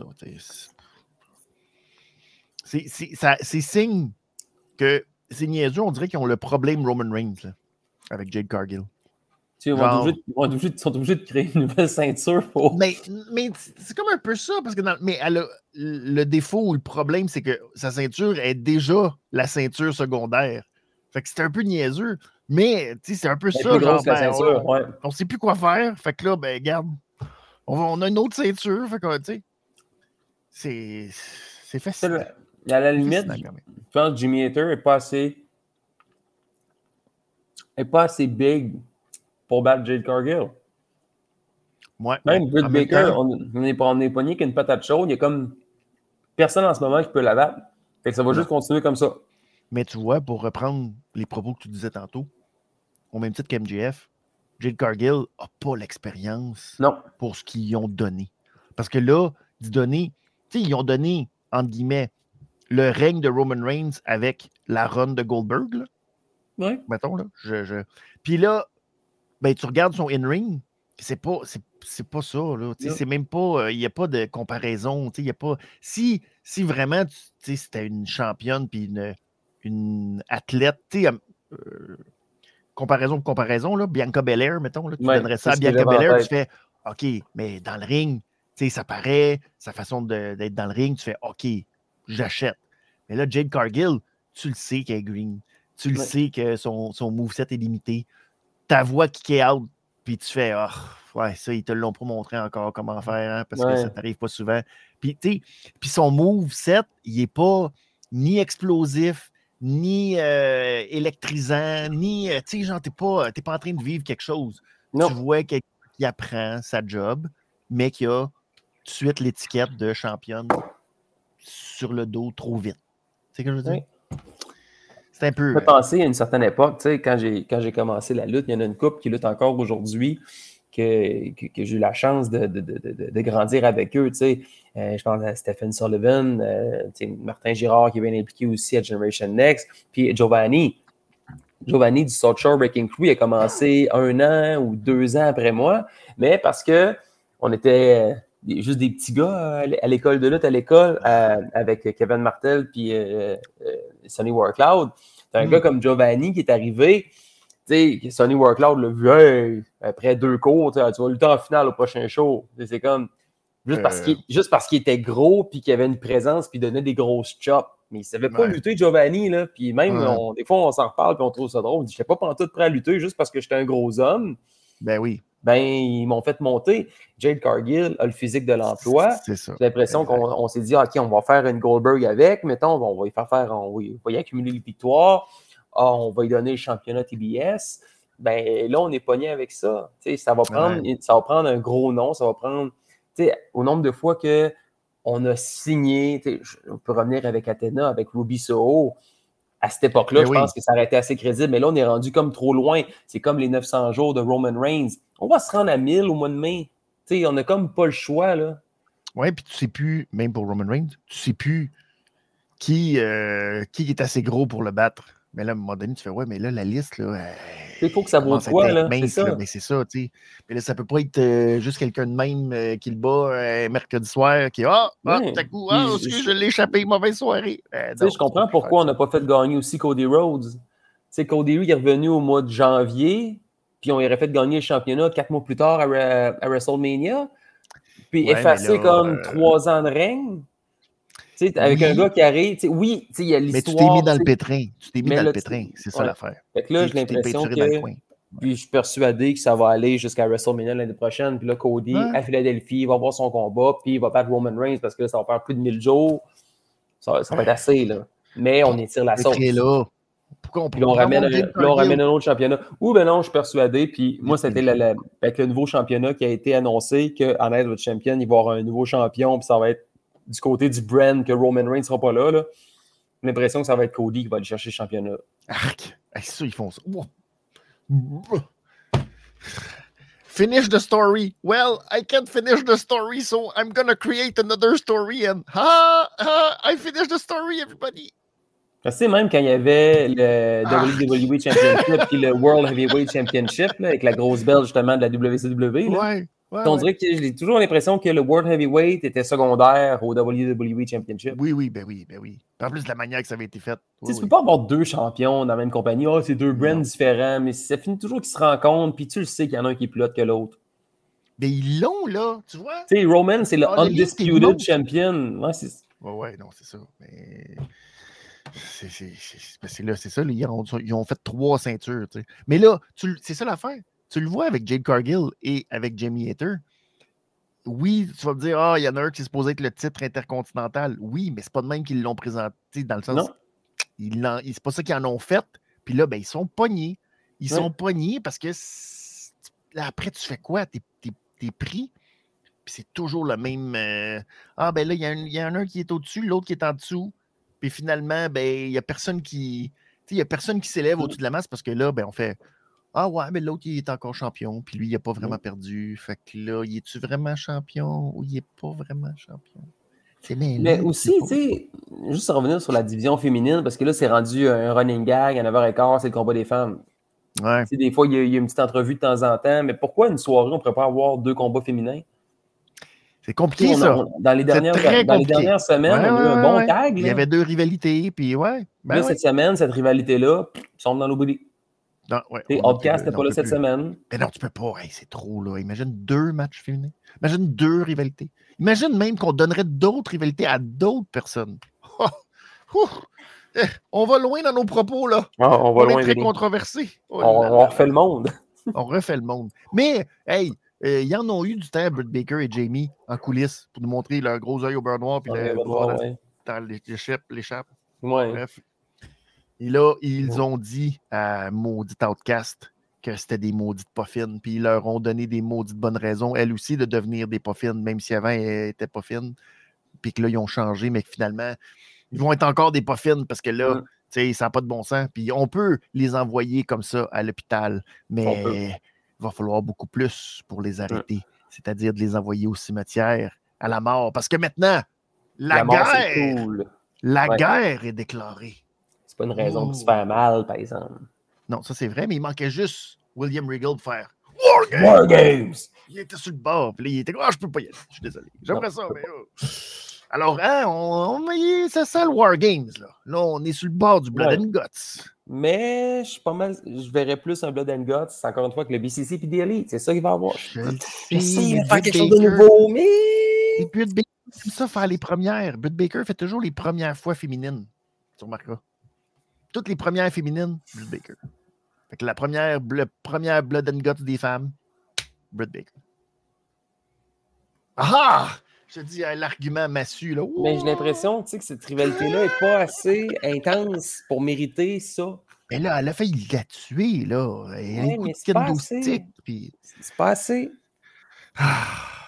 C'est, c'est, ça, c'est signe que c'est niaiseux, on dirait qu'ils ont le problème Roman Reigns là, avec Jade Cargill. Tu sais, ils, Genre... obligés, ils, obligés, ils sont obligés de créer une nouvelle ceinture pour. Mais, mais c'est comme un peu ça, parce que dans, mais elle a, le défaut ou le problème, c'est que sa ceinture est déjà la ceinture secondaire. Fait que c'est un peu niaiseux. Mais c'est un peu elle ça, genre, ben, ceinture, on, ouais. on sait plus quoi faire. Fait que là, ben, regarde, on, on a une autre ceinture. Fait que, tu sais, c'est, c'est facile. À la limite, je pense que Jimmy Hater n'est pas assez est pas assez big pour battre Jade Cargill. Ouais, même Britt Baker, temps... on n'est on est pogné qu'une patate chaude. Il y a comme personne en ce moment qui peut la battre. Fait que ça va non. juste continuer comme ça. Mais tu vois, pour reprendre les propos que tu disais tantôt, au même titre qu'M J F, Jade Cargill n'a pas l'expérience pour ce qu'ils ont donné. Parce que là, d'y donner, tu sais, ils ont donné, entre guillemets, le règne de Roman Reigns avec la run de Goldberg, là. Oui. Mettons, là. Je, je... Puis là, ben, tu regardes son in-ring, c'est pas, c'est, c'est pas ça, là. C'est même pas, il euh, n'y a pas de comparaison. Y a pas... Si, si vraiment, c'était une championne puis une, une athlète, tu sais, euh, comparaison pour comparaison, là, Bianca Belair, mettons, là, tu ouais, donnerais ça à Bianca Belair, tu fais, OK, mais dans le ring, tu sais, ça paraît, sa façon de, d'être dans le ring, tu fais, OK, j'achète. Mais là, Jade Cargill, tu le sais qu'elle est green. Tu le ouais. sais que son, son moveset est limité. Ta voix kick est out, puis tu fais, oh, ouais, ça, ils te l'ont pas montré encore comment faire, hein, parce ouais. que ça t'arrive pas souvent. Puis, tu sais, puis son moveset, il est pas ni explosif, ni euh, électrisant, ni, euh, tu sais, genre, t'es pas, t'es pas en train de vivre quelque chose. Non. Tu vois quelqu'un qui apprend sa job, mais qui a tout de suite l'étiquette de championne sur le dos trop vite. Tu sais ce que je veux dire? Oui. C'est un peu... Je peux penser à une certaine époque, tu sais, quand j'ai, quand j'ai commencé la lutte, il y en a une couple qui lutte encore aujourd'hui, que, que, que j'ai eu la chance de, de, de, de, de grandir avec eux, tu sais. Euh, je pense à Stephen Sullivan, euh, Martin Girard qui est bien impliqué aussi à Generation Next, puis Giovanni. Giovanni du South Shore Breaking Crew, il a commencé un an ou deux ans après moi, mais parce que on était juste des petits gars à l'école de lutte, à l'école, euh, avec Kevin Martel puis euh, euh, Sonny Warcloud. C'est un mm. gars comme Giovanni qui est arrivé, tu sais, Sonny Warcloud l'a vu, hey, après deux cours, tu vas lutter en finale au prochain show. C'est comme, juste, euh... parce qu'il, juste parce qu'il était gros puis qu'il avait une présence puis donnait des grosses chops. Mais il ne savait pas ouais. lutter, Giovanni, là. Puis même, ouais. on, des fois, on s'en reparle puis on trouve ça drôle. On dit, je ne sais pas pantoute prêt à lutter juste parce que j'étais un gros homme. Ben oui. Ben, ils m'ont fait monter. Jade Cargill a le physique de l'emploi. C'est ça. J'ai l'impression exact. qu'on on s'est dit, OK, on va faire une Goldberg avec. Mettons, on va y faire faire, on va y, on va y accumuler les victoires. Ah, on va y donner le championnat T B S. Ben là, on est pogné avec ça. T'sais, ça va prendre, ouais. ça va prendre un gros nom. Ça va prendre, au nombre de fois que on a signé, on peut revenir avec Athena, avec Ruby Soho. À cette époque-là, mais je oui. pense que ça aurait été assez crédible. Mais là, on est rendu comme trop loin. C'est comme les neuf cents jours de Roman Reigns. On va se rendre à mille au mois de mai. T'sais, on n'a comme pas le choix, là. Oui, puis tu ne sais plus, même pour Roman Reigns, tu ne sais plus qui, euh, qui est assez gros pour le battre. Mais là, à un moment donné, tu fais, ouais, mais là, la liste, là. Il faut que ça vaut de quoi, là. Mince, c'est ça. Là, mais c'est ça, tu sais. Mais là, ça peut pas être euh, juste quelqu'un de même euh, qui le bat euh, mercredi soir, qui, ah, oh, ah, tout à coup, ah, oh, je, je, je l'ai échappé, mauvaise soirée. Euh, tu sais, je comprends pourquoi on n'a pas fait gagner aussi Cody Rhodes. Tu sais, Cody Rhodes est revenu au mois de janvier, puis on aurait fait gagner le championnat quatre mois plus tard à, à WrestleMania, puis ouais, effacer là, comme euh... trois ans de règne. Tu sais, avec oui. un gars qui arrive, oui, il y a l'histoire. Mais tu t'es mis dans le pétrin. Tu t'es mis dans le pétrin. C'est ça ouais. l'affaire. Fait que là, j'ai l'impression que. Puis je suis persuadé que ça va aller jusqu'à WrestleMania l'année prochaine. Puis là, Cody, ouais. à Philadelphie, il va voir son combat. Puis il va battre Roman Reigns parce que là, ça va faire plus de mille jours. Ça, ça va être assez, là. Mais on étire la sauce. Là. Pourquoi on puis là, on ramène, un, là, on ramène un autre championnat. Ou ben non, je suis persuadé. Puis moi, c'était la, la, avec le nouveau championnat qui a été annoncé qu'en aide votre champion, il va y avoir un nouveau champion. Puis ça va être du côté du brand que Roman Reigns ne sera pas là, là. J'ai l'impression que ça va être Cody qui va aller chercher le championnat. Arc! C'est ça, ils font ça. Finish the story. Well, I can't finish the story, so I'm gonna create another story and ha, ha, I finished the story, everybody. Tu sais, même quand il y avait le Ah. W W E Championship et le World Heavyweight Championship, là, avec la grosse belle justement de la W C W, là, Ouais, ouais, on ouais. dirait que j'ai toujours l'impression que le World Heavyweight était secondaire au W W E Championship. Oui, oui, ben oui, ben oui. En plus de la manière que ça avait été fait. Tu Oui, sais, tu oui. peux pas avoir deux champions dans la même compagnie. Oh, c'est deux brands Non. différents, mais ça finit toujours qu'ils se rencontrent, puis tu le sais qu'il y en a un qui est plus hot que l'autre. Mais ils l'ont, là, tu vois? Tu sais, Roman, c'est le Ah, le liste est Undisputed long. Champion. Ouais, c'est... Ouais, ouais, non, c'est ça. Mais c'est, c'est, c'est, ben c'est là, c'est ça, là, ils, ont, ils ont fait trois ceintures, tu sais. Mais là, tu, le- c'est ça l'affaire. Tu le vois avec Jade Cargill et avec Jamie Hayter. Oui, tu vas me dire, ah, il y en a un qui est supposé être le titre intercontinental. Oui, mais c'est pas de même qu'ils l'ont présenté, dans le sens, Non. ils l'ont- c'est pas ça qu'ils en ont fait. Puis là, ben, ils sont pognés. Ils Ouais. sont pognés parce que c'est- là, après, tu fais quoi? T'es, t'es, t'es pris. Puis c'est toujours le même. euh, Ah, ben là, il y, a un- il y en a un qui est au-dessus, l'autre qui est en dessous. Puis finalement, ben, il n'y a personne qui. Tu sais, il y a personne qui s'élève au-dessus de la masse parce que là, ben, on fait. Ah ouais, mais l'autre, il est encore champion. Puis lui, il n'a pas vraiment Mm. perdu. Fait que là, il est-tu vraiment champion ou il n'est pas vraiment champion? C'est mêlé, Mais tu aussi, sais pas. tu sais, juste revenir sur la division féminine, parce que là, c'est rendu un running gag, à neuf heures quinze, c'est le combat des femmes. Ouais. Tu sais, des fois, il y, a, il y a une petite entrevue de temps en temps, mais pourquoi une soirée, on ne pourrait pas avoir deux combats féminins? C'est Tu sais, compliqué, on a- ça. on- dans les C'est dernières, très dans les compliqué. dernières semaines, Ouais, on a eu ouais, un bon ouais. tag. Il y Là. avait deux rivalités, puis ouais. Ben Là, ouais. cette semaine, cette rivalité-là, pff, semble dans l'oubli. Non, ouais, Tu sais, on en Outcast peut- n'était on pas là peut cette plus. semaine. Mais non, tu peux pas. Hey, c'est trop, là. Imagine deux matchs féminins. Imagine deux rivalités. Imagine même qu'on donnerait d'autres rivalités à d'autres personnes. Oh, ouh. Eh, on va loin dans nos propos, là. Ah, on va On loin, est très Vinny. controversés. Oh On, là on là refait là. le monde. On refait le monde. Mais, hey, euh, ils en ont eu du temps, Britt Baker et Jamie, en coulisses, pour nous montrer leur gros œil au beurre noir puis Ouais, le on va bras voir, dans, ouais. dans l'échappe. l'échappe. Ouais. Bref. Et là, ils Ouais. ont dit à Maudit Outcast que c'était des maudites pas fines, puis ils leur ont donné des maudites bonnes raisons, elles aussi, de devenir des pas fines, même si avant, elles n'étaient pas fines, puis que là, ils ont changé, mais que finalement, ils vont être encore des pas fines, parce que là, Mm. tu sais, ça n'a pas de bon sens, puis on peut les envoyer comme ça à l'hôpital, mais peut. il va falloir beaucoup plus pour les arrêter, c'est-à-dire de les envoyer au cimetière, à la mort, parce que maintenant, la, La mort, c'est guerre, cool. la Ouais. guerre est déclarée. C'est pas une raison pour se Oh. faire mal, par exemple. Non, ça c'est vrai, mais il manquait juste William Regal pour faire War Games! War Games! Il était sur le bord, puis là, il était comme, ah, je peux pas y aller, je suis désolé. J'aimerais Non, ça, je peux mais. oh. Alors, hein, on, on y- ça sent le War Games, là. Là, on est sur le bord du Blood Ouais. and Guts. Mais je suis pas mal. Je verrais plus un Blood and Guts, encore une fois, que le B C C et The Elite. C'est ça qu'il va avoir. Je le sais, Je sais, il mais va faire Britt quelque chose de Baker- nouveau, mais. Et Britt Baker aime ça faire les premières. Britt Baker fait toujours les premières fois féminines. Tu remarqueras. Toutes les premières féminines, Britt Baker. Fait que la première, le première Blood and Guts des femmes, Britt Baker. Ah! Je te dis, hein, l'argument massu, là. Mais j'ai l'impression tu sais, que cette rivalité-là n'est pas assez intense pour mériter ça. Mais là, elle a failli la tuer, là. Elle a Ouais, un coup mais de c'est pas kendo assez. stick, puis... C'est pas assez. Ah.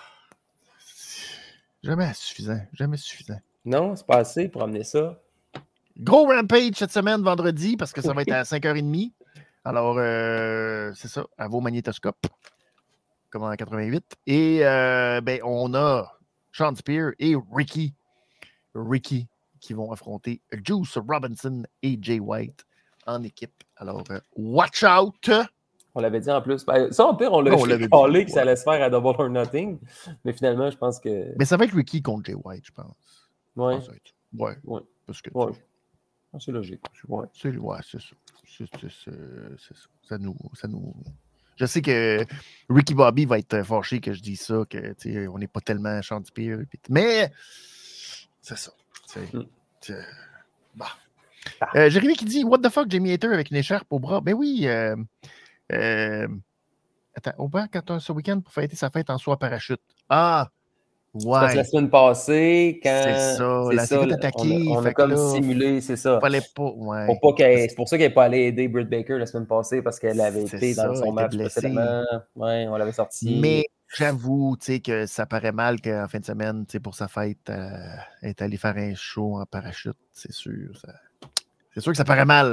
Jamais suffisant. Jamais suffisant. Non, c'est pas assez pour amener ça. Gros Rampage cette semaine, vendredi, parce que ça va être à cinq heures trente. Alors, euh, c'est ça, à vos magnétoscopes, comme en quatre-vingt-huit. Et euh, ben, on a Sean Spear et Ricky. Ricky qui vont affronter Juice Robinson et Jay White en équipe. Alors, euh, watch out! On l'avait dit en plus. Ben, ça, en pire, on l'a Non, on l'avait calé dit, que ouais. ça allait se faire à Double or Nothing. Mais finalement, je pense que. Mais ça va être Ricky contre Jay White, je pense. Ouais, Ah, ça va être- ouais. Ouais. Parce que ouais. Ah, c'est logique. Ouais. c'est ouais, c'est ça. C'est, c'est, c'est, c'est ça. Ça nous, ça nous. Je sais que Ricky Bobby va être fâché que je dise ça, que tu sais, on n'est pas tellement Sean Spear. puis- Mais c'est ça. C'est, Mm. c'est- bah. Euh, Jérémy qui dit What the fuck, Jamie Hayter avec une écharpe au bras? Ben oui. Euh, euh, attends, au bras, quand on ce week-end pour fêter sa fête en soi parachute. Ah! Parce que Ouais. la semaine passée, quand. C'est ça, là, c'est fait là, attaquer, On a, on a fait que comme là, simulé, c'est ça. Fallait pas. Ouais. Pour pas qu'elle- c'est pour ça qu'elle n'est pas allée aider Britt Baker la semaine passée parce qu'elle avait C'est été ça, dans elle son était match blessée. précédemment. Ouais, on l'avait sorti. Mais j'avoue, tu sais, que ça paraît mal qu'en fin de semaine, tu sais, pour sa fête, euh, elle est allée faire un show en parachute, c'est sûr. ça- C'est sûr que ça paraît mal.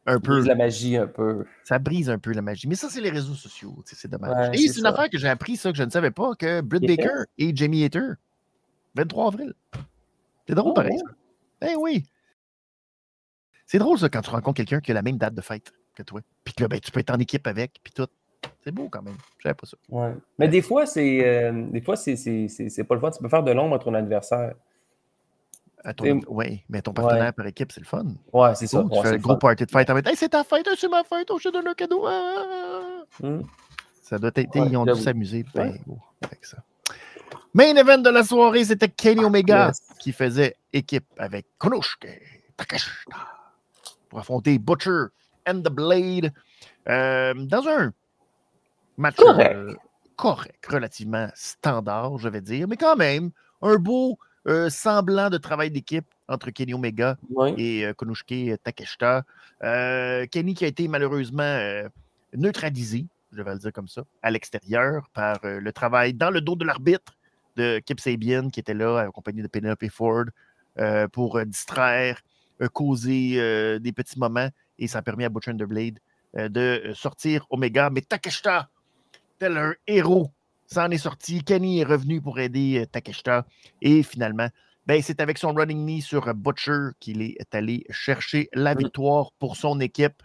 un peu. Brise la magie un peu. Ça brise un peu la magie. Mais ça, c'est les réseaux sociaux. C'est dommage. Ouais, et c'est c'est une ça. affaire que j'ai appris, ça, que je ne savais pas, que Britt Et Baker et Jamie Hayter, vingt-trois avril. C'est drôle, oh, pareil. ouais. Ça. Eh oui. C'est drôle, ça, quand tu rencontres quelqu'un qui a la même date de fête que toi. Puis que là, ben, tu peux être en équipe avec, puis tout. C'est beau quand même. Je savais pas ça. Ouais. Mais des fois, c'est euh, des fois c'est, c'est, c'est, c'est pas le fun. Tu peux faire de l'ombre à ton adversaire. Ton... Oui, mais ton partenaire ouais. par équipe, c'est le fun. Ouais, c'est ça. Oh, tu ouais, fais c'est le gros fun. party de fête. Ouais. Hey, c'est ta fête, c'est ma fête, oh, je te donne un cadeau. Ah! Mm. Ça doit être. Ouais, ils ont dû s'amuser ben, ouais. avec ça. Main event de la soirée, c'était Kenny Omega yes. qui faisait équipe avec Konosuke Takeshita pour affronter Butcher and the Blade euh, dans un match correct. Euh, correct, relativement standard, je vais dire, mais quand même, un beau euh, semblant de travail d'équipe entre Kenny Omega oui. et euh, Konosuke Takeshita. Euh, Kenny qui a été malheureusement euh, neutralisé, je vais le dire comme ça, à l'extérieur par euh, le travail dans le dos de l'arbitre de Kip Sabian qui était là, accompagné de Penelope Ford, euh, pour euh, distraire, euh, causer euh, des petits moments, et ça a permis à Butcher and the Blade euh, de sortir Omega. Mais Takeshita, tel un héros, s'en est sorti. Kenny est revenu pour aider euh, Takeshita, et finalement, ben, c'est avec son running knee sur euh, Butcher qu'il est allé chercher la victoire pour son équipe.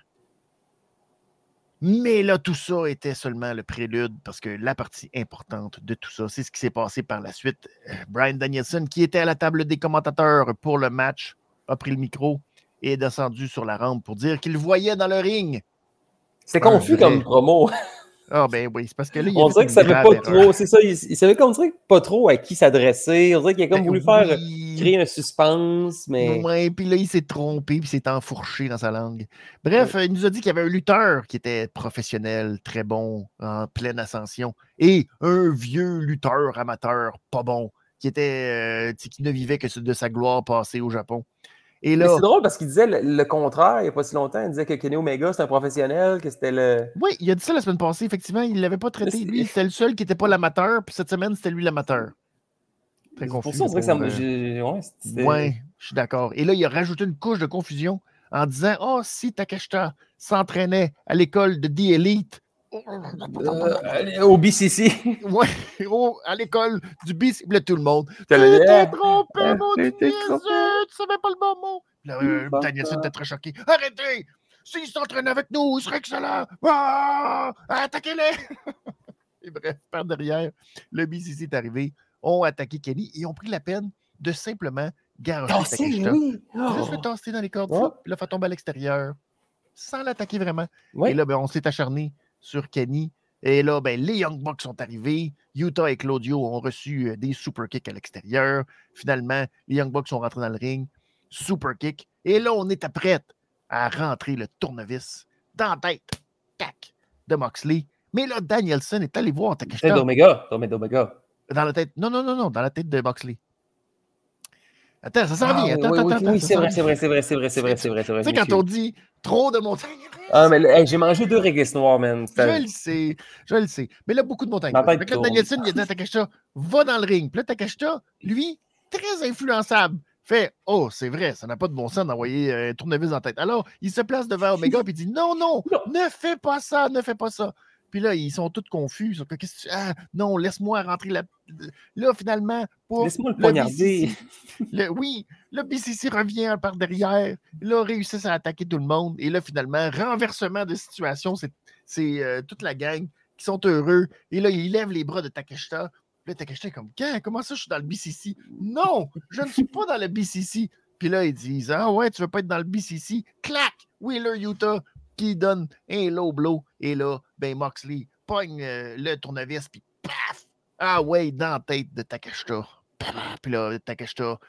Mais là, tout ça était seulement le prélude, parce que la partie importante de tout ça, c'est ce qui s'est passé par la suite. Bryan Danielson, qui était à la table des commentateurs pour le match, a pris le micro et est descendu sur la rampe pour dire qu'il voyait dans le ring. C'est confus vrai... comme promo. Ah ben oui, c'est parce que là, il on dirait que ça savait pas erreur. trop, c'est ça, il, il savait comme dirait pas trop à qui s'adresser, on dirait qu'il a comme ben, voulu oui. faire créer un suspense, mais... Ouais, puis là, il s'est trompé, puis il s'est enfourché dans sa langue. Bref, ouais. il nous a dit qu'il y avait un lutteur qui était professionnel, très bon, en pleine ascension, et un vieux lutteur amateur pas bon, qui était, euh, qui ne vivait que de sa gloire passée au Japon. Et là, mais c'est drôle parce qu'il disait le, le contraire il n'y a pas si longtemps. Il disait que Kenny Omega, c'est un professionnel, que c'était le... Oui, il a dit ça la semaine passée. Effectivement, il ne l'avait pas traité. Lui, c'était le seul qui n'était pas l'amateur. Puis cette semaine, c'était lui l'amateur. Très confus. Pour ça, on dirait que ça me... Euh... Ouais, ouais, je suis d'accord. Et là, il a rajouté une couche de confusion en disant « Oh, si Takeshita s'entraînait à l'école de The Elite... Euh, au B C C. Oui, oh, à l'école du B C C. Là, tout le monde. Tu t'es trompé, ah, mon Dieu, tu savais pas le bon mot. Là, euh, Danielson était très choqué. Arrêtez! S'il s'entraîne avec nous, il serait excellent. Ah! Attaquez-les! Et bref, par derrière, le B C C est arrivé, ont attaqué Kenny et ont pris la peine de simplement garocher Takeshita. Oui. Oh. Juste le tasser dans les cordes, oh. puis là, fait tomber à l'extérieur, sans l'attaquer vraiment. Oui. Et là, ben, on s'est acharné sur Kenny. Et là, ben, les Young Bucks sont arrivés. Utah et Claudio ont reçu des super kicks à l'extérieur. Finalement, les Young Bucks sont rentrés dans le ring. Super kick. Et là, on était prêts à rentrer le tournevis dans la tête tac, de Moxley. Mais là, Danielson est allé voir Takeshita. d'Omega. d'Omega. Dans la tête. Non, non, non, non, dans la tête de Moxley. Attends, ça s'en ah, vient. Attends, oui, attends, oui, attends. Oui, c'est vrai, c'est vrai, c'est vrai, c'est vrai, c'est vrai, c'est vrai, c'est vrai. Tu sais, quand on dit trop de montagnes russes. Ah, mais là, hey, j'ai mangé deux réglisse noires, man. Je le sais, je le sais. Mais là, beaucoup de montagnes russes. Fait que là, Danielson, il a dit à Takeshita, va dans le ring. Puis là, Takeshita, lui, très influençable, fait « Oh, c'est vrai, ça n'a pas de bon sens d'envoyer un tournevis dans la tête. » Alors, il se place devant Omega et il dit « Non, non, non, ne fais pas ça, ne fais pas ça. » Puis là, ils sont tous confus. Ils sont, Qu'est-ce que tu... Ah, non, laisse-moi rentrer la... Là, finalement, pour laisse-moi le poignarder. Le... Oui, le B C C revient par derrière. Là, réussissent à attaquer tout le monde. Et là, finalement, renversement de situation. C'est, c'est euh, toute la gang qui sont heureux. Et là, ils lèvent les bras de Takeshita. Puis là, Takeshita est comme, comment ça, je suis dans le B C C? Non, je ne suis pas dans le B C C. Puis là, ils disent, ah ouais, tu veux pas être dans le B C C? Clac! Wheeler Utah qui donne un low blow. Et là, ben Moxley pogne euh, le tournevis, puis paf! Ah ouais, dans la tête de Takeshita. Puis là, Takeshita,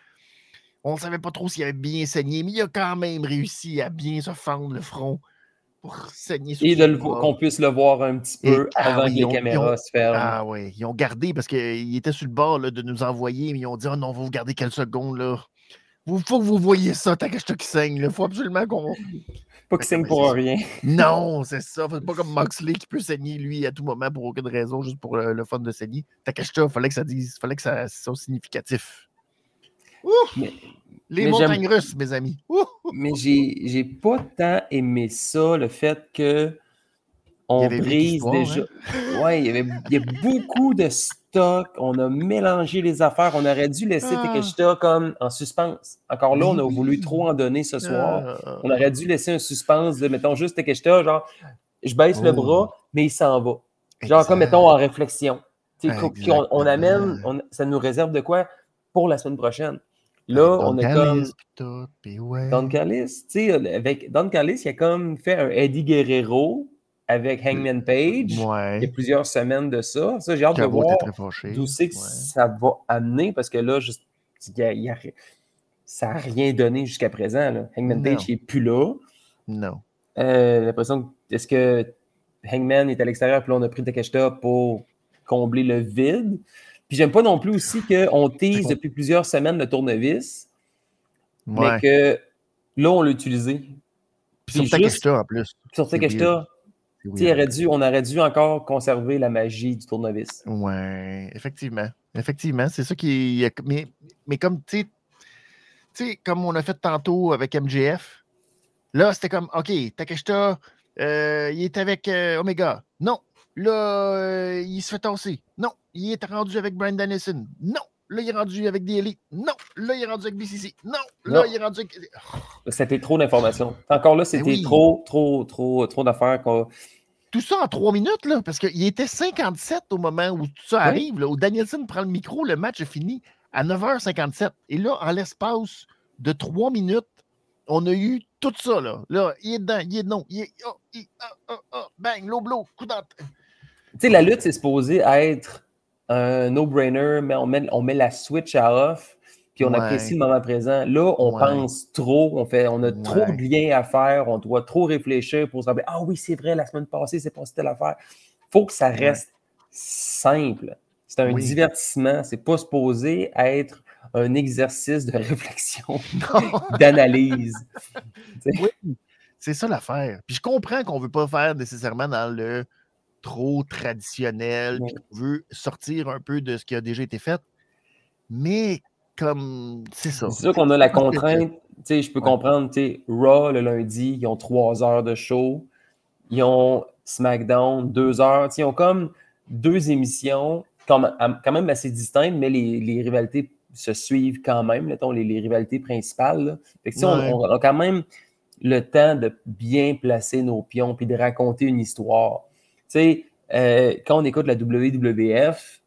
on ne savait pas trop s'il avait bien saigné, mais il a quand même réussi à bien se fendre le front pour saigner sur et de le, qu'on puisse le voir un petit peu et, avant ah oui, que les ont, caméras ont, se ferment. Ah oui, ils ont gardé parce qu'il était sur le bord là, de nous envoyer, mais ils ont dit, oh non, on va vous garder quelques secondes, là. Il faut que vous voyez ça, Takeshita qui saigne. Il faut absolument qu'on... Pas qu'il saigne pour rien. Non, c'est ça. C'est pas comme Moxley qui peut saigner, lui, à tout moment, pour aucune raison, juste pour le, le fun de saigner. Takeshita, il fallait que ça dise, fallait que ça soit significatif. Ouf! Mais, Les mais montagnes j'aime- russes, mes amis. Ouh! mais j'ai, j'ai pas tant aimé ça, le fait que Il y on avait huit brise histoires, déjà. hein? Ouais, il y avait il y a beaucoup de stock. On a mélangé les affaires. On aurait dû laisser Ah. Takeshita comme en suspense. Encore là, Mais on a voulu oui. trop en donner ce soir. Ah. On aurait dû laisser un suspense de, mettons, juste Takeshita, genre, je baisse le Oh. bras, mais il s'en va. Genre, comme, Exact. mettons, en réflexion. Tu sais, qu'on- qu'on- Exactement. on amène, on- ça nous réserve de quoi pour la semaine prochaine. Là, Avec on Don a Callis, comme pis tout, pis ouais. Don Callis, tu sais, avec Don Callis, il a comme fait un Eddie Guerrero avec Hangman Page. Il y a Ouais. plusieurs semaines de ça. Ça, j'ai hâte de Cabo était voir très fâché. d'où c'est que Ouais. ça va amener parce que là, juste, il y a- il y a- ça n'a rien donné jusqu'à présent. Là. Hangman Non. Page n'est plus là. Non. Euh, j'ai l'impression que est-ce que Hangman est à l'extérieur, puis là, on a pris Takeshita pour combler le vide. Puis j'aime pas non plus aussi qu'on tease depuis plusieurs semaines le tournevis, Ouais. mais que là, on l'a utilisé. Puis sur Puis Takeshita en plus. Sur C'est Takeshita, weird. C'est tu sais, il weird. aurait dû- on aurait dû encore conserver la magie du tournevis. Ouais, effectivement. Effectivement, c'est ça qui est. Mais, mais comme, tu sais, tu sais, comme on a fait tantôt avec M J F, là, c'était comme, OK, Takeshita, euh, il est avec euh, Omega. Non. Là, euh, il se fait tasser. Non. Il est rendu avec Bryan Danielson. Non. Là, il est rendu avec D L E. Non. Là, il est rendu avec B C C. Non. Là, Non. il est rendu avec. C'était trop d'informations. Encore là, c'était Ben oui. trop, trop, trop, trop d'affaires. qu'on- Tout ça en trois minutes, là, parce qu'il était cinquante-sept au moment où tout ça Oui. arrive, là, où Danielson prend le micro, le match est fini à neuf heures cinquante-sept. Et là, en l'espace de trois minutes, on a eu tout ça, là. Là, il est dedans, il est non, il est. Oh, il, oh, oh, oh, bang, low blow, coup d'entre. Tu sais, la lutte, c'est supposé être un no-brainer, mais on met, on met la switch à off, puis on Ouais. apprécie le moment présent. Là, on Ouais. pense trop, on, fait, on a Ouais. trop de liens à faire, on doit trop réfléchir pour se rappeler, ah oui, c'est vrai, la semaine passée, c'est passé telle affaire. Il faut que ça reste simple. C'est un Oui. divertissement, c'est pas supposé être un exercice de réflexion, Non. d'analyse. Tu sais. Oui, c'est ça l'affaire. Puis je comprends qu'on ne veut pas faire nécessairement dans le trop traditionnel, Oui. puis qu'on veut sortir un peu de ce qui a déjà été fait. Mais comme c'est ça. C'est sûr qu'on a la C'est parce que- contrainte. Tu sais, je peux Ouais. comprendre, tu sais, Raw le lundi, ils ont trois heures de show. Ils ont SmackDown, deux heures. Tu sais, ils ont comme deux émissions quand même, quand même assez distinctes, mais les, les rivalités se suivent quand même, mettons, les, les rivalités principales. Là. Fait que, tu sais, Ouais. on, on a quand même le temps de bien placer nos pions puis de raconter une histoire. Tu sais, euh, quand on écoute la W W F,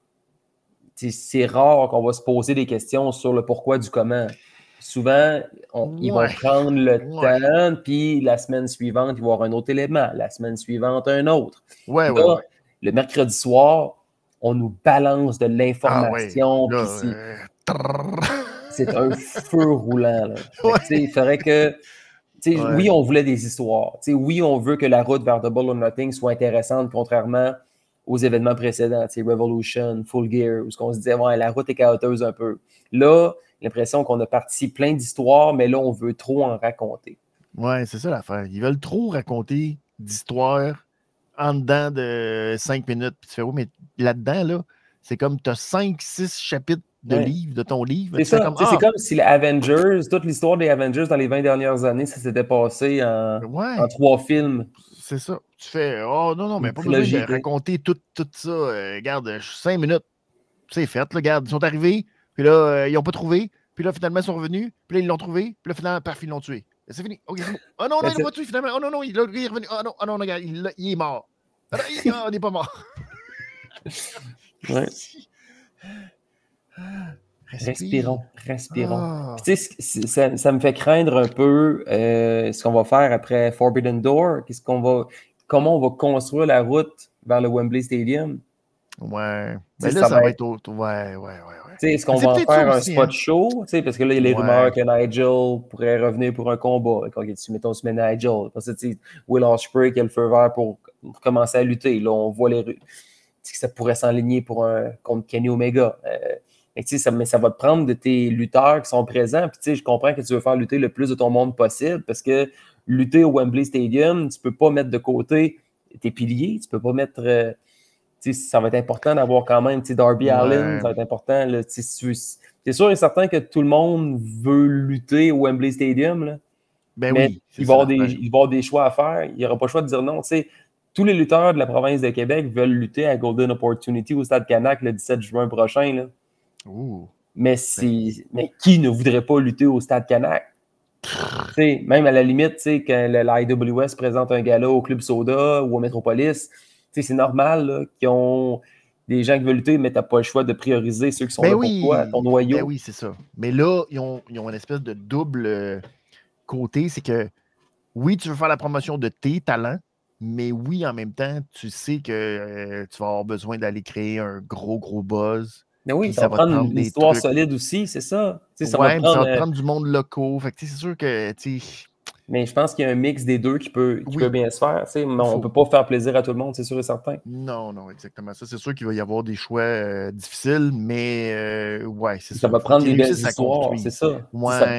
tu sais, c'est rare qu'on va se poser des questions sur le pourquoi du comment. Souvent, on- ils vont Ouais. prendre le Ouais. temps, puis la semaine suivante, il va y avoir un autre élément. La semaine suivante, un autre. Ouais, Là, ouais, ouais. le mercredi soir, on nous balance de Ah ouais. l'information, Là, puis c'est- euh, trrr. c'est un feu roulant. Là. Fait que, Ouais. tu sais, il faudrait que... tu sais, Ouais. Oui, on voulait des histoires. Tu sais, oui, on veut que la route vers Double or Nothing soit intéressante, contrairement aux événements précédents, tu sais, Revolution, Full Gear, où ce qu'on se disait, ouais, la route est chaoteuse un peu. Là, l'impression qu'on a parti plein d'histoires, mais là, on veut trop en raconter. Ouais, c'est ça l'affaire. Ils veulent trop raconter d'histoires en dedans de cinq minutes. Puis tu fais, oui, mais là-dedans, là, c'est comme tu as cinq, six chapitres de Ouais. livres, de ton livre. C'est Tu fais ça. comme, Tu sais, C'est ah, comme si les Avengers, toute l'histoire des Avengers dans les vingt dernières années, ça s'était passé en, ouais, en trois films. c'est ça. Tu fais, oh non, non, mais Une pas besoin trilogie, de tu sais. raconter tout, tout ça. Euh, regarde, euh, cinq minutes, c'est fait. Là, regarde, ils sont arrivés, puis là, euh, ils n'ont pas trouvé. Puis là, finalement, ils sont revenus. Puis là, ils l'ont trouvé. Puis là, finalement, paf, ils l'ont tué. C'est fini. OK, c'est bon. Oh non, non, That's il l'a pas it. tué, finalement. Oh non, non, il, là, il est revenu. Oh non, oh non, regarde, il, l'a- il est mort. Ah non, il, ah, il n'est pas mort. Ouais. Respire. Respirons, respirons. Ah. Puis, tu sais, c- ça, ça me fait craindre un peu euh, ce qu'on va faire après Forbidden Door. Qu'est-ce qu'on va, comment on va construire la route vers le Wembley Stadium? Ouais. Tu sais, Mais là, ça ça va va être- être autre. Ouais, ouais, ouais, ouais. Tu sais, Est-ce qu'on Mais c'est va en peut-être ça faire un aussi, spot hein. show? Tu sais, Parce que là, il y a les Ouais. rumeurs que Nigel pourrait revenir pour un combat. Ok, tu mettons, tu mets Nigel. Parce que, tu sais, Will Ospreay qui a le feu vert pour, pour commencer à lutter. Là, on voit les rues. Tu sais, que ça pourrait s'enligner pour un, contre Kenny Omega. Euh, mais, tu sais, ça, mais ça va te prendre de tes lutteurs qui sont présents. Puis, tu sais, je comprends que tu veux faire lutter le plus de ton monde possible parce que lutter au Wembley Stadium, tu peux pas mettre de côté tes piliers. Tu peux pas mettre... euh, ça va être important d'avoir quand même Darby ouais. Allin, ça va être important. Là, c'est sûr et certain que tout le monde veut lutter au Wembley Stadium. Là, ben mais oui, il va, avoir des, il va y avoir des choix à faire. Il n'y aura pas le choix de dire non. T'sais, tous les lutteurs de la province de Québec veulent lutter à Golden Opportunity au Stade Canac le dix-sept juin prochain. Là. Ouh. Mais, ben. mais qui ne voudrait pas lutter au Stade Canac? T'sais, même à la limite, quand la I W S présente un gala au Club Soda ou au Metropolis, c'est normal là, qu'ils ont des gens qui veulent lutter, mais tu n'as pas le choix de prioriser ceux qui sont ben là oui. pour toi, ton noyau. Ben oui, c'est ça. Mais là, ils ont, ils ont une espèce de double euh, côté. C'est que oui, tu veux faire la promotion de tes talents, mais oui, en même temps, tu sais que euh, tu vas avoir besoin d'aller créer un gros, gros buzz. Mais oui, ça, ça va prendre, prendre une histoire trucs. solide aussi, c'est ça. Oui, ça, mais ça va te prendre du monde locaux. Fait que c'est sûr que. Mais je pense qu'il y a un mix des deux qui peut, qui oui. peut bien se faire. Mais on ne peut pas faire plaisir à tout le monde, c'est sûr et certain. Non, non, exactement ça. C'est sûr qu'il va y avoir des choix euh, difficiles, mais euh, ouais, c'est ça. Ça va prendre des belles histoires, c'est ça. Ouais. ça.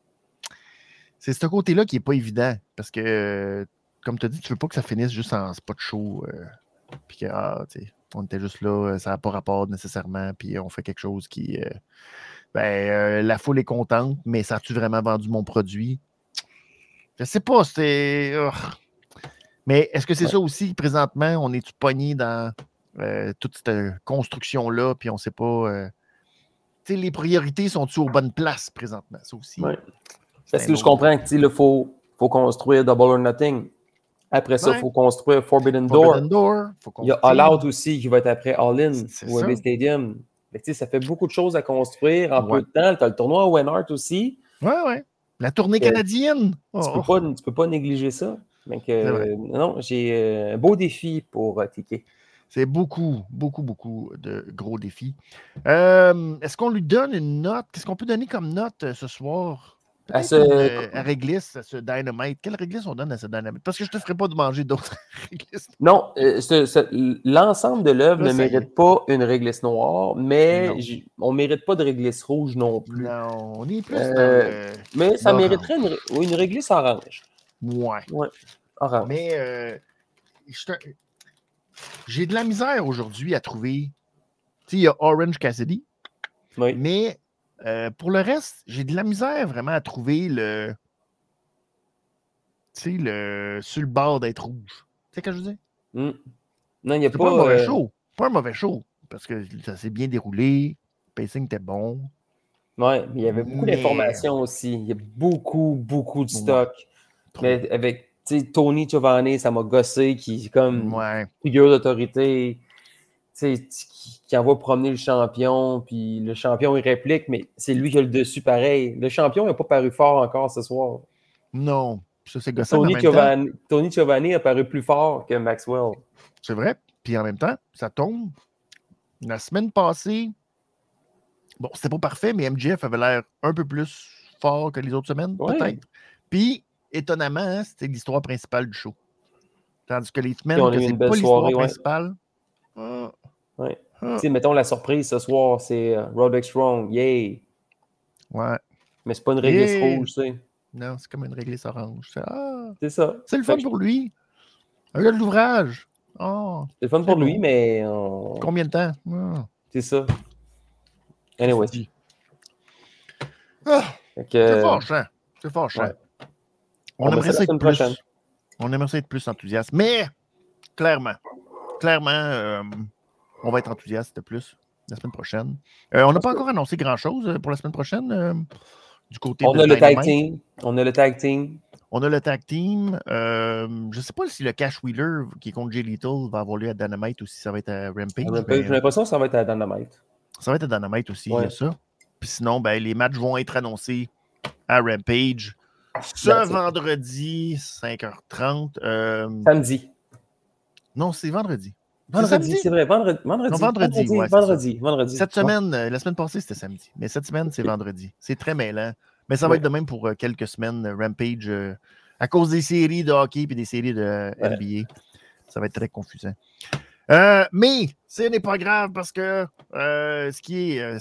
C'est ce côté-là qui n'est pas évident. Parce que, euh, comme tu as dit, tu veux pas que ça finisse juste en spot show. Euh, puis que, ah, tu sais, on était juste là, ça n'a pas rapport nécessairement, puis on fait quelque chose qui. Euh, ben, euh, la foule est contente, mais ça a-tu vraiment vendu mon produit? Je sais pas, c'est. Oh. Mais est-ce que c'est ouais. ça aussi, présentement, on est-tu pogné dans euh, toute cette construction-là, puis on ne sait pas. Euh, tu sais, les priorités sont-tu aux bonnes places présentement? Ça aussi. Ouais. Parce que je comprends qu'il faut, faut construire Double or Nothing. Après ça, il ouais. faut construire Forbidden Door. Forbidden Door. Faut il y a All Out aussi qui va être après All In au Wembley Stadium. Mais, ça fait beaucoup de choses à construire en ouais. peu de temps. Tu as le tournoi Owen Hart aussi. Oui, oui. La tournée canadienne. Euh, tu ne oh. peux, peux pas négliger ça. Donc, euh, non, j'ai un beau défi pour euh, T K. C'est beaucoup, beaucoup, beaucoup de gros défis. Euh, est-ce qu'on lui donne une note? Qu'est-ce qu'on peut donner comme note euh, ce soir? À, ce... une, à réglisse, à ce Dynamite. Quelle réglisse on donne à ce Dynamite? Parce que je ne te ferai pas de manger d'autres réglisses. Non, euh, ce, ce, l'ensemble de l'œuvre ne mérite pas une réglisse noire, mais on ne mérite pas de réglisse rouge non plus. Non, on est plus euh, dans le... Mais ça orange. Mériterait une, une réglisse orange. Ouais. Ouais, orange. Mais euh, te... j'ai de la misère aujourd'hui à trouver... Tu sais, il y a Orange Cassidy, oui. mais... Euh, pour le reste, j'ai de la misère vraiment à trouver le. Tu sais, le. Sur le bord d'être rouge. Tu sais ce que je veux dire? Mm. Non, il n'y a c'est pas. pas un mauvais euh... show. Pas un mauvais show. Parce que ça s'est bien déroulé. Le pacing était bon. Oui, mais il y avait beaucoup mais... d'informations aussi. Il y a beaucoup, beaucoup de stock. Ouais. Mais avec Tony Giovanni, ça m'a gossé, qui est comme ouais. figure d'autorité. Qui, qui envoie promener le champion, puis le champion, il réplique, mais c'est lui qui a le dessus pareil. Le champion n'a pas paru fort encore ce soir. Non, ça c'est gossant. Tony, Giovanni, Tony Giovanni a paru plus fort que Maxwell. C'est vrai. Puis en même temps, ça tombe. La semaine passée, bon, c'était pas parfait, mais M J F avait l'air un peu plus fort que les autres semaines, ouais. peut-être. Puis, étonnamment, hein, c'était l'histoire principale du show. Tandis que les semaines que c'est pas l'histoire soirée, principale... Ouais. Ah, Ouais. Ah. Tu sais, mettons la surprise ce soir, c'est uh, Roderick Strong, yay! Ouais. Mais c'est pas une réglisse yeah. rouge, tu sais. Non, c'est comme une réglisse orange. C'est, ah, c'est ça. C'est le fun fait pour que... lui. Regarde l'ouvrage. Oh, c'est le fun pour bon. lui, mais. On... Combien de temps? Oh. C'est ça. Anyway. Ah, que... C'est fâchant. C'est fâchant. Ouais. On, on aimerait ça être plus. Prochaine. On aimerait ça être plus enthousiaste. Mais, clairement, clairement. Euh... On va être enthousiaste plus la semaine prochaine. Euh, on n'a pas encore annoncé grand-chose pour la semaine prochaine euh, du côté on de a le tag team. On a le tag team. On a le tag team. Euh, je ne sais pas si le Cash Wheeler qui est contre Jay Lethal va avoir lieu à Dynamite ou si ça va être à Rampage. Rampage mais... J'ai l'impression que ça va être à Dynamite. Ça va être à Dynamite aussi, ouais. il y a ça. Puis sinon, ben, les matchs vont être annoncés à Rampage ce That's vendredi, it. cinq heures trente. Euh... Samedi. Non, c'est vendredi. Vendredi, c'est vrai, vendredi. Vendredi, non, vendredi, vendredi, ouais, vendredi, vendredi. Cette semaine, ouais. La semaine passée, c'était samedi. Mais cette semaine, c'est vendredi. C'est très mêlant. Mais ça va ouais. être de même pour euh, quelques semaines. Euh, Rampage, euh, à cause des séries de hockey et des séries de euh, ouais. N B A. Ça va être très confusant. Euh, mais ce n'est pas grave parce que euh, ce qui est euh,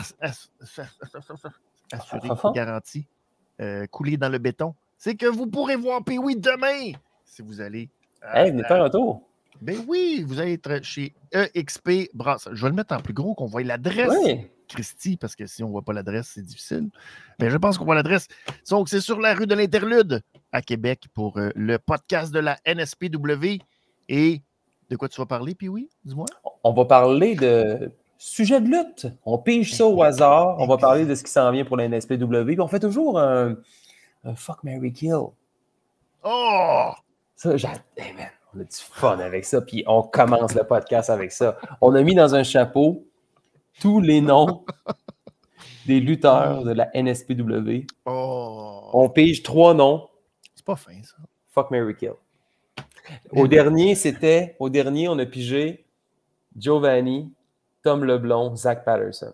assuré, garanti, euh, coulé dans le béton, c'est que vous pourrez voir Pee-Wee demain si vous allez. Hey, venez faire un tour. Ben oui, vous allez être chez E X P Brass. Je vais le mettre en plus gros, qu'on voit l'adresse, Oui. Christy, parce que si on ne voit pas l'adresse, c'est difficile. Mais je pense qu'on voit l'adresse. Donc, c'est sur la rue de l'Interlude à Québec pour euh, le podcast de la N S P W. Et de quoi tu vas parler, puis oui, dis-moi. On va parler de sujet de lutte. On pige ça au hasard. On va parler de ce qui s'en vient pour la N S P W. Puis on fait toujours un, un fuck, marry, kill. Oh! Ça, j'ai... Hey man, on a du fun avec ça. Puis on commence le podcast avec ça. On a mis dans un chapeau tous les noms des lutteurs de la N S P W. Oh! On pige trois noms. C'est pas fin, ça. Fuck, marry, kill. Au dernier, c'était... Au dernier, on a pigé Giovanni, Tom Leblond, Zach Patterson.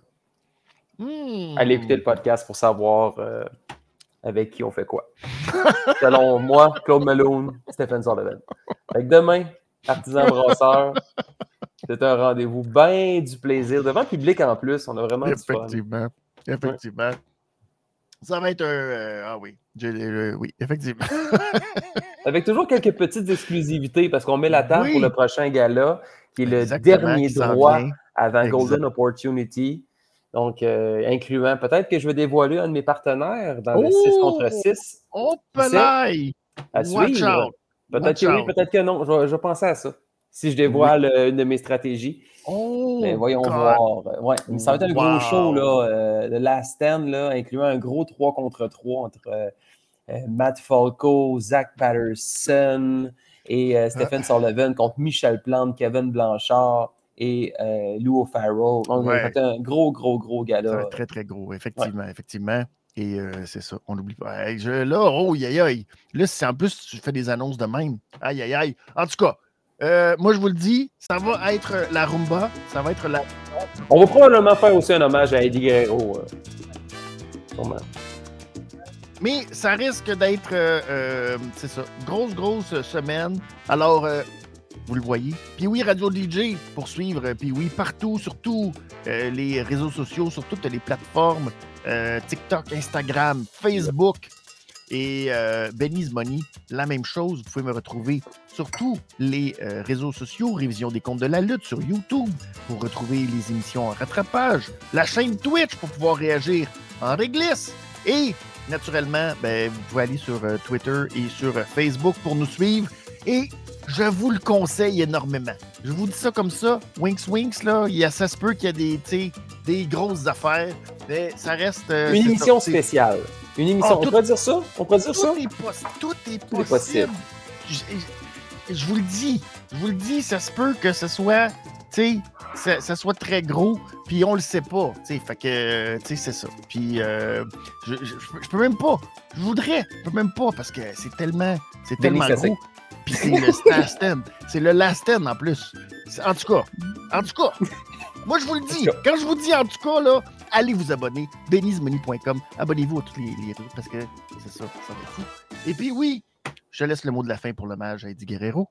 Mm. Allez écouter le podcast pour savoir euh, avec qui on fait quoi. Selon moi, Claude Malone, Stephen Sullivan. Fait que demain, Artisan Brasseur, c'est un rendez-vous bien du plaisir. Devant le public en plus, on a vraiment du fun. Effectivement. Effectivement. Ouais. Ça va être un... Euh, ah oui. Euh, oui, effectivement. Avec toujours quelques petites exclusivités parce qu'on met la table oui. pour le prochain gala qui est le Exactement, dernier qui droit vient. avant Exact. Golden Opportunity. Donc, euh, incluant peut-être que je vais dévoiler un de mes partenaires dans le Oh! six contre six. Oh, pelaille! À Watch suivre. out! Peut-être Watch que oui, out. peut-être que non. Je vais, je vais penser à ça. Si je dévoile oui. une de mes stratégies. Oh! Mais voyons God. voir. Ouais, ça va être un wow. gros show, là, euh, de Last Stand, là, incluant un gros trois contre trois entre euh, euh, Matt Falco, Zach Patterson et euh, Stephen ah. Sullivan contre Michel Plante, Kevin Blanchard et euh, Lou O'Farrell. Donc, ouais. ça va être un gros, gros, gros gala. Ça va être très, très gros, effectivement, ouais. effectivement. Et euh, c'est ça, on n'oublie pas. Hey, je, là, oh, aïe, aïe. Là, si en plus tu fais des annonces de même, aïe, aïe, aïe. En tout cas, euh, moi, je vous le dis, ça va être la rumba, ça va être la... On va probablement faire aussi un hommage à Eddie Guerrero. Euh, sûrement. Mais ça risque d'être, euh, euh, c'est ça, grosse, grosse semaine. Alors, euh, vous le voyez. Puis oui, Radio D J pour suivre. Puis oui, partout, sur tous euh, les réseaux sociaux, sur toutes les plateformes. Euh, TikTok, Instagram, Facebook. Et euh, Benny's Money, la même chose. Vous pouvez me retrouver sur tous les euh, réseaux sociaux. Révision des comptes de la lutte sur YouTube pour retrouver les émissions en rattrapage. La chaîne Twitch pour pouvoir réagir en réglisse. Et naturellement, ben, vous pouvez aller sur euh, Twitter et sur euh, Facebook pour nous suivre. Et je vous le conseille énormément. Je vous dis ça comme ça, winks winks, là, il y a, ça se peut qu'il y a des, des grosses affaires, mais ça reste... Euh, Une émission ça, spéciale. Une émission, oh, tout, on pourrait dire ça? On pourrait dire tout ça? Est poss- tout est tout possible. Est possible. Je, je, je vous le dis, je vous le dis, ça se peut que ce soit, tu sais, ça, ça soit très gros, puis on le sait pas, tu sais, fait que, tu sais, c'est ça. Puis, euh, je, je, je peux même pas, je voudrais, je peux même pas, parce que c'est tellement, c'est tellement gros. Puis c'est le last stand. C'est le last stand en plus. En tout cas, en tout cas, moi je vous le dis, quand je vous dis en tout cas, là, allez vous abonner, benny's money point com. Abonnez-vous à tous les, les trucs parce que c'est ça, ça va être fou. Et puis oui, je laisse le mot de la fin pour l'hommage à Eddie Guerrero.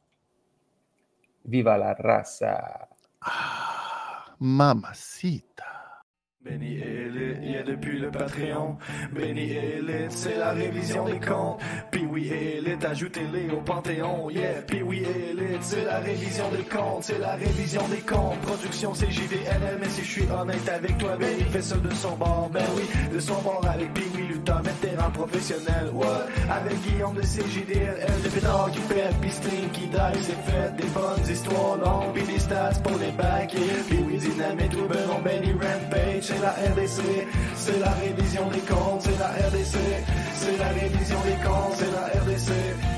Viva la raza. Ah, mamacita. Benny Elite, yeah, depuis le Patreon. Benny Elite, c'est la révision des comptes. Puis oui, Elite, ajoutez-les au Panthéon, yeah. Puis oui, Elite, c'est la révision des comptes, c'est la révision des comptes. Production C J D L M, mais si je suis honnête avec toi, Benny fait ça de son bord. Ben oui, de son bord avec Puis oui, lutteur, vétéran professionnel, what? Avec Guillaume de C J D L M, le pétard qui pète, puis stream qui drive, c'est fait. Des bonnes histoires longues, puis des stats pour les bacs. Puis oui, dynamite ou Benon, Benny Rampage. C'est la R D C, c'est la révision des comptes, c'est la R D C, c'est la révision des comptes, c'est la R D C.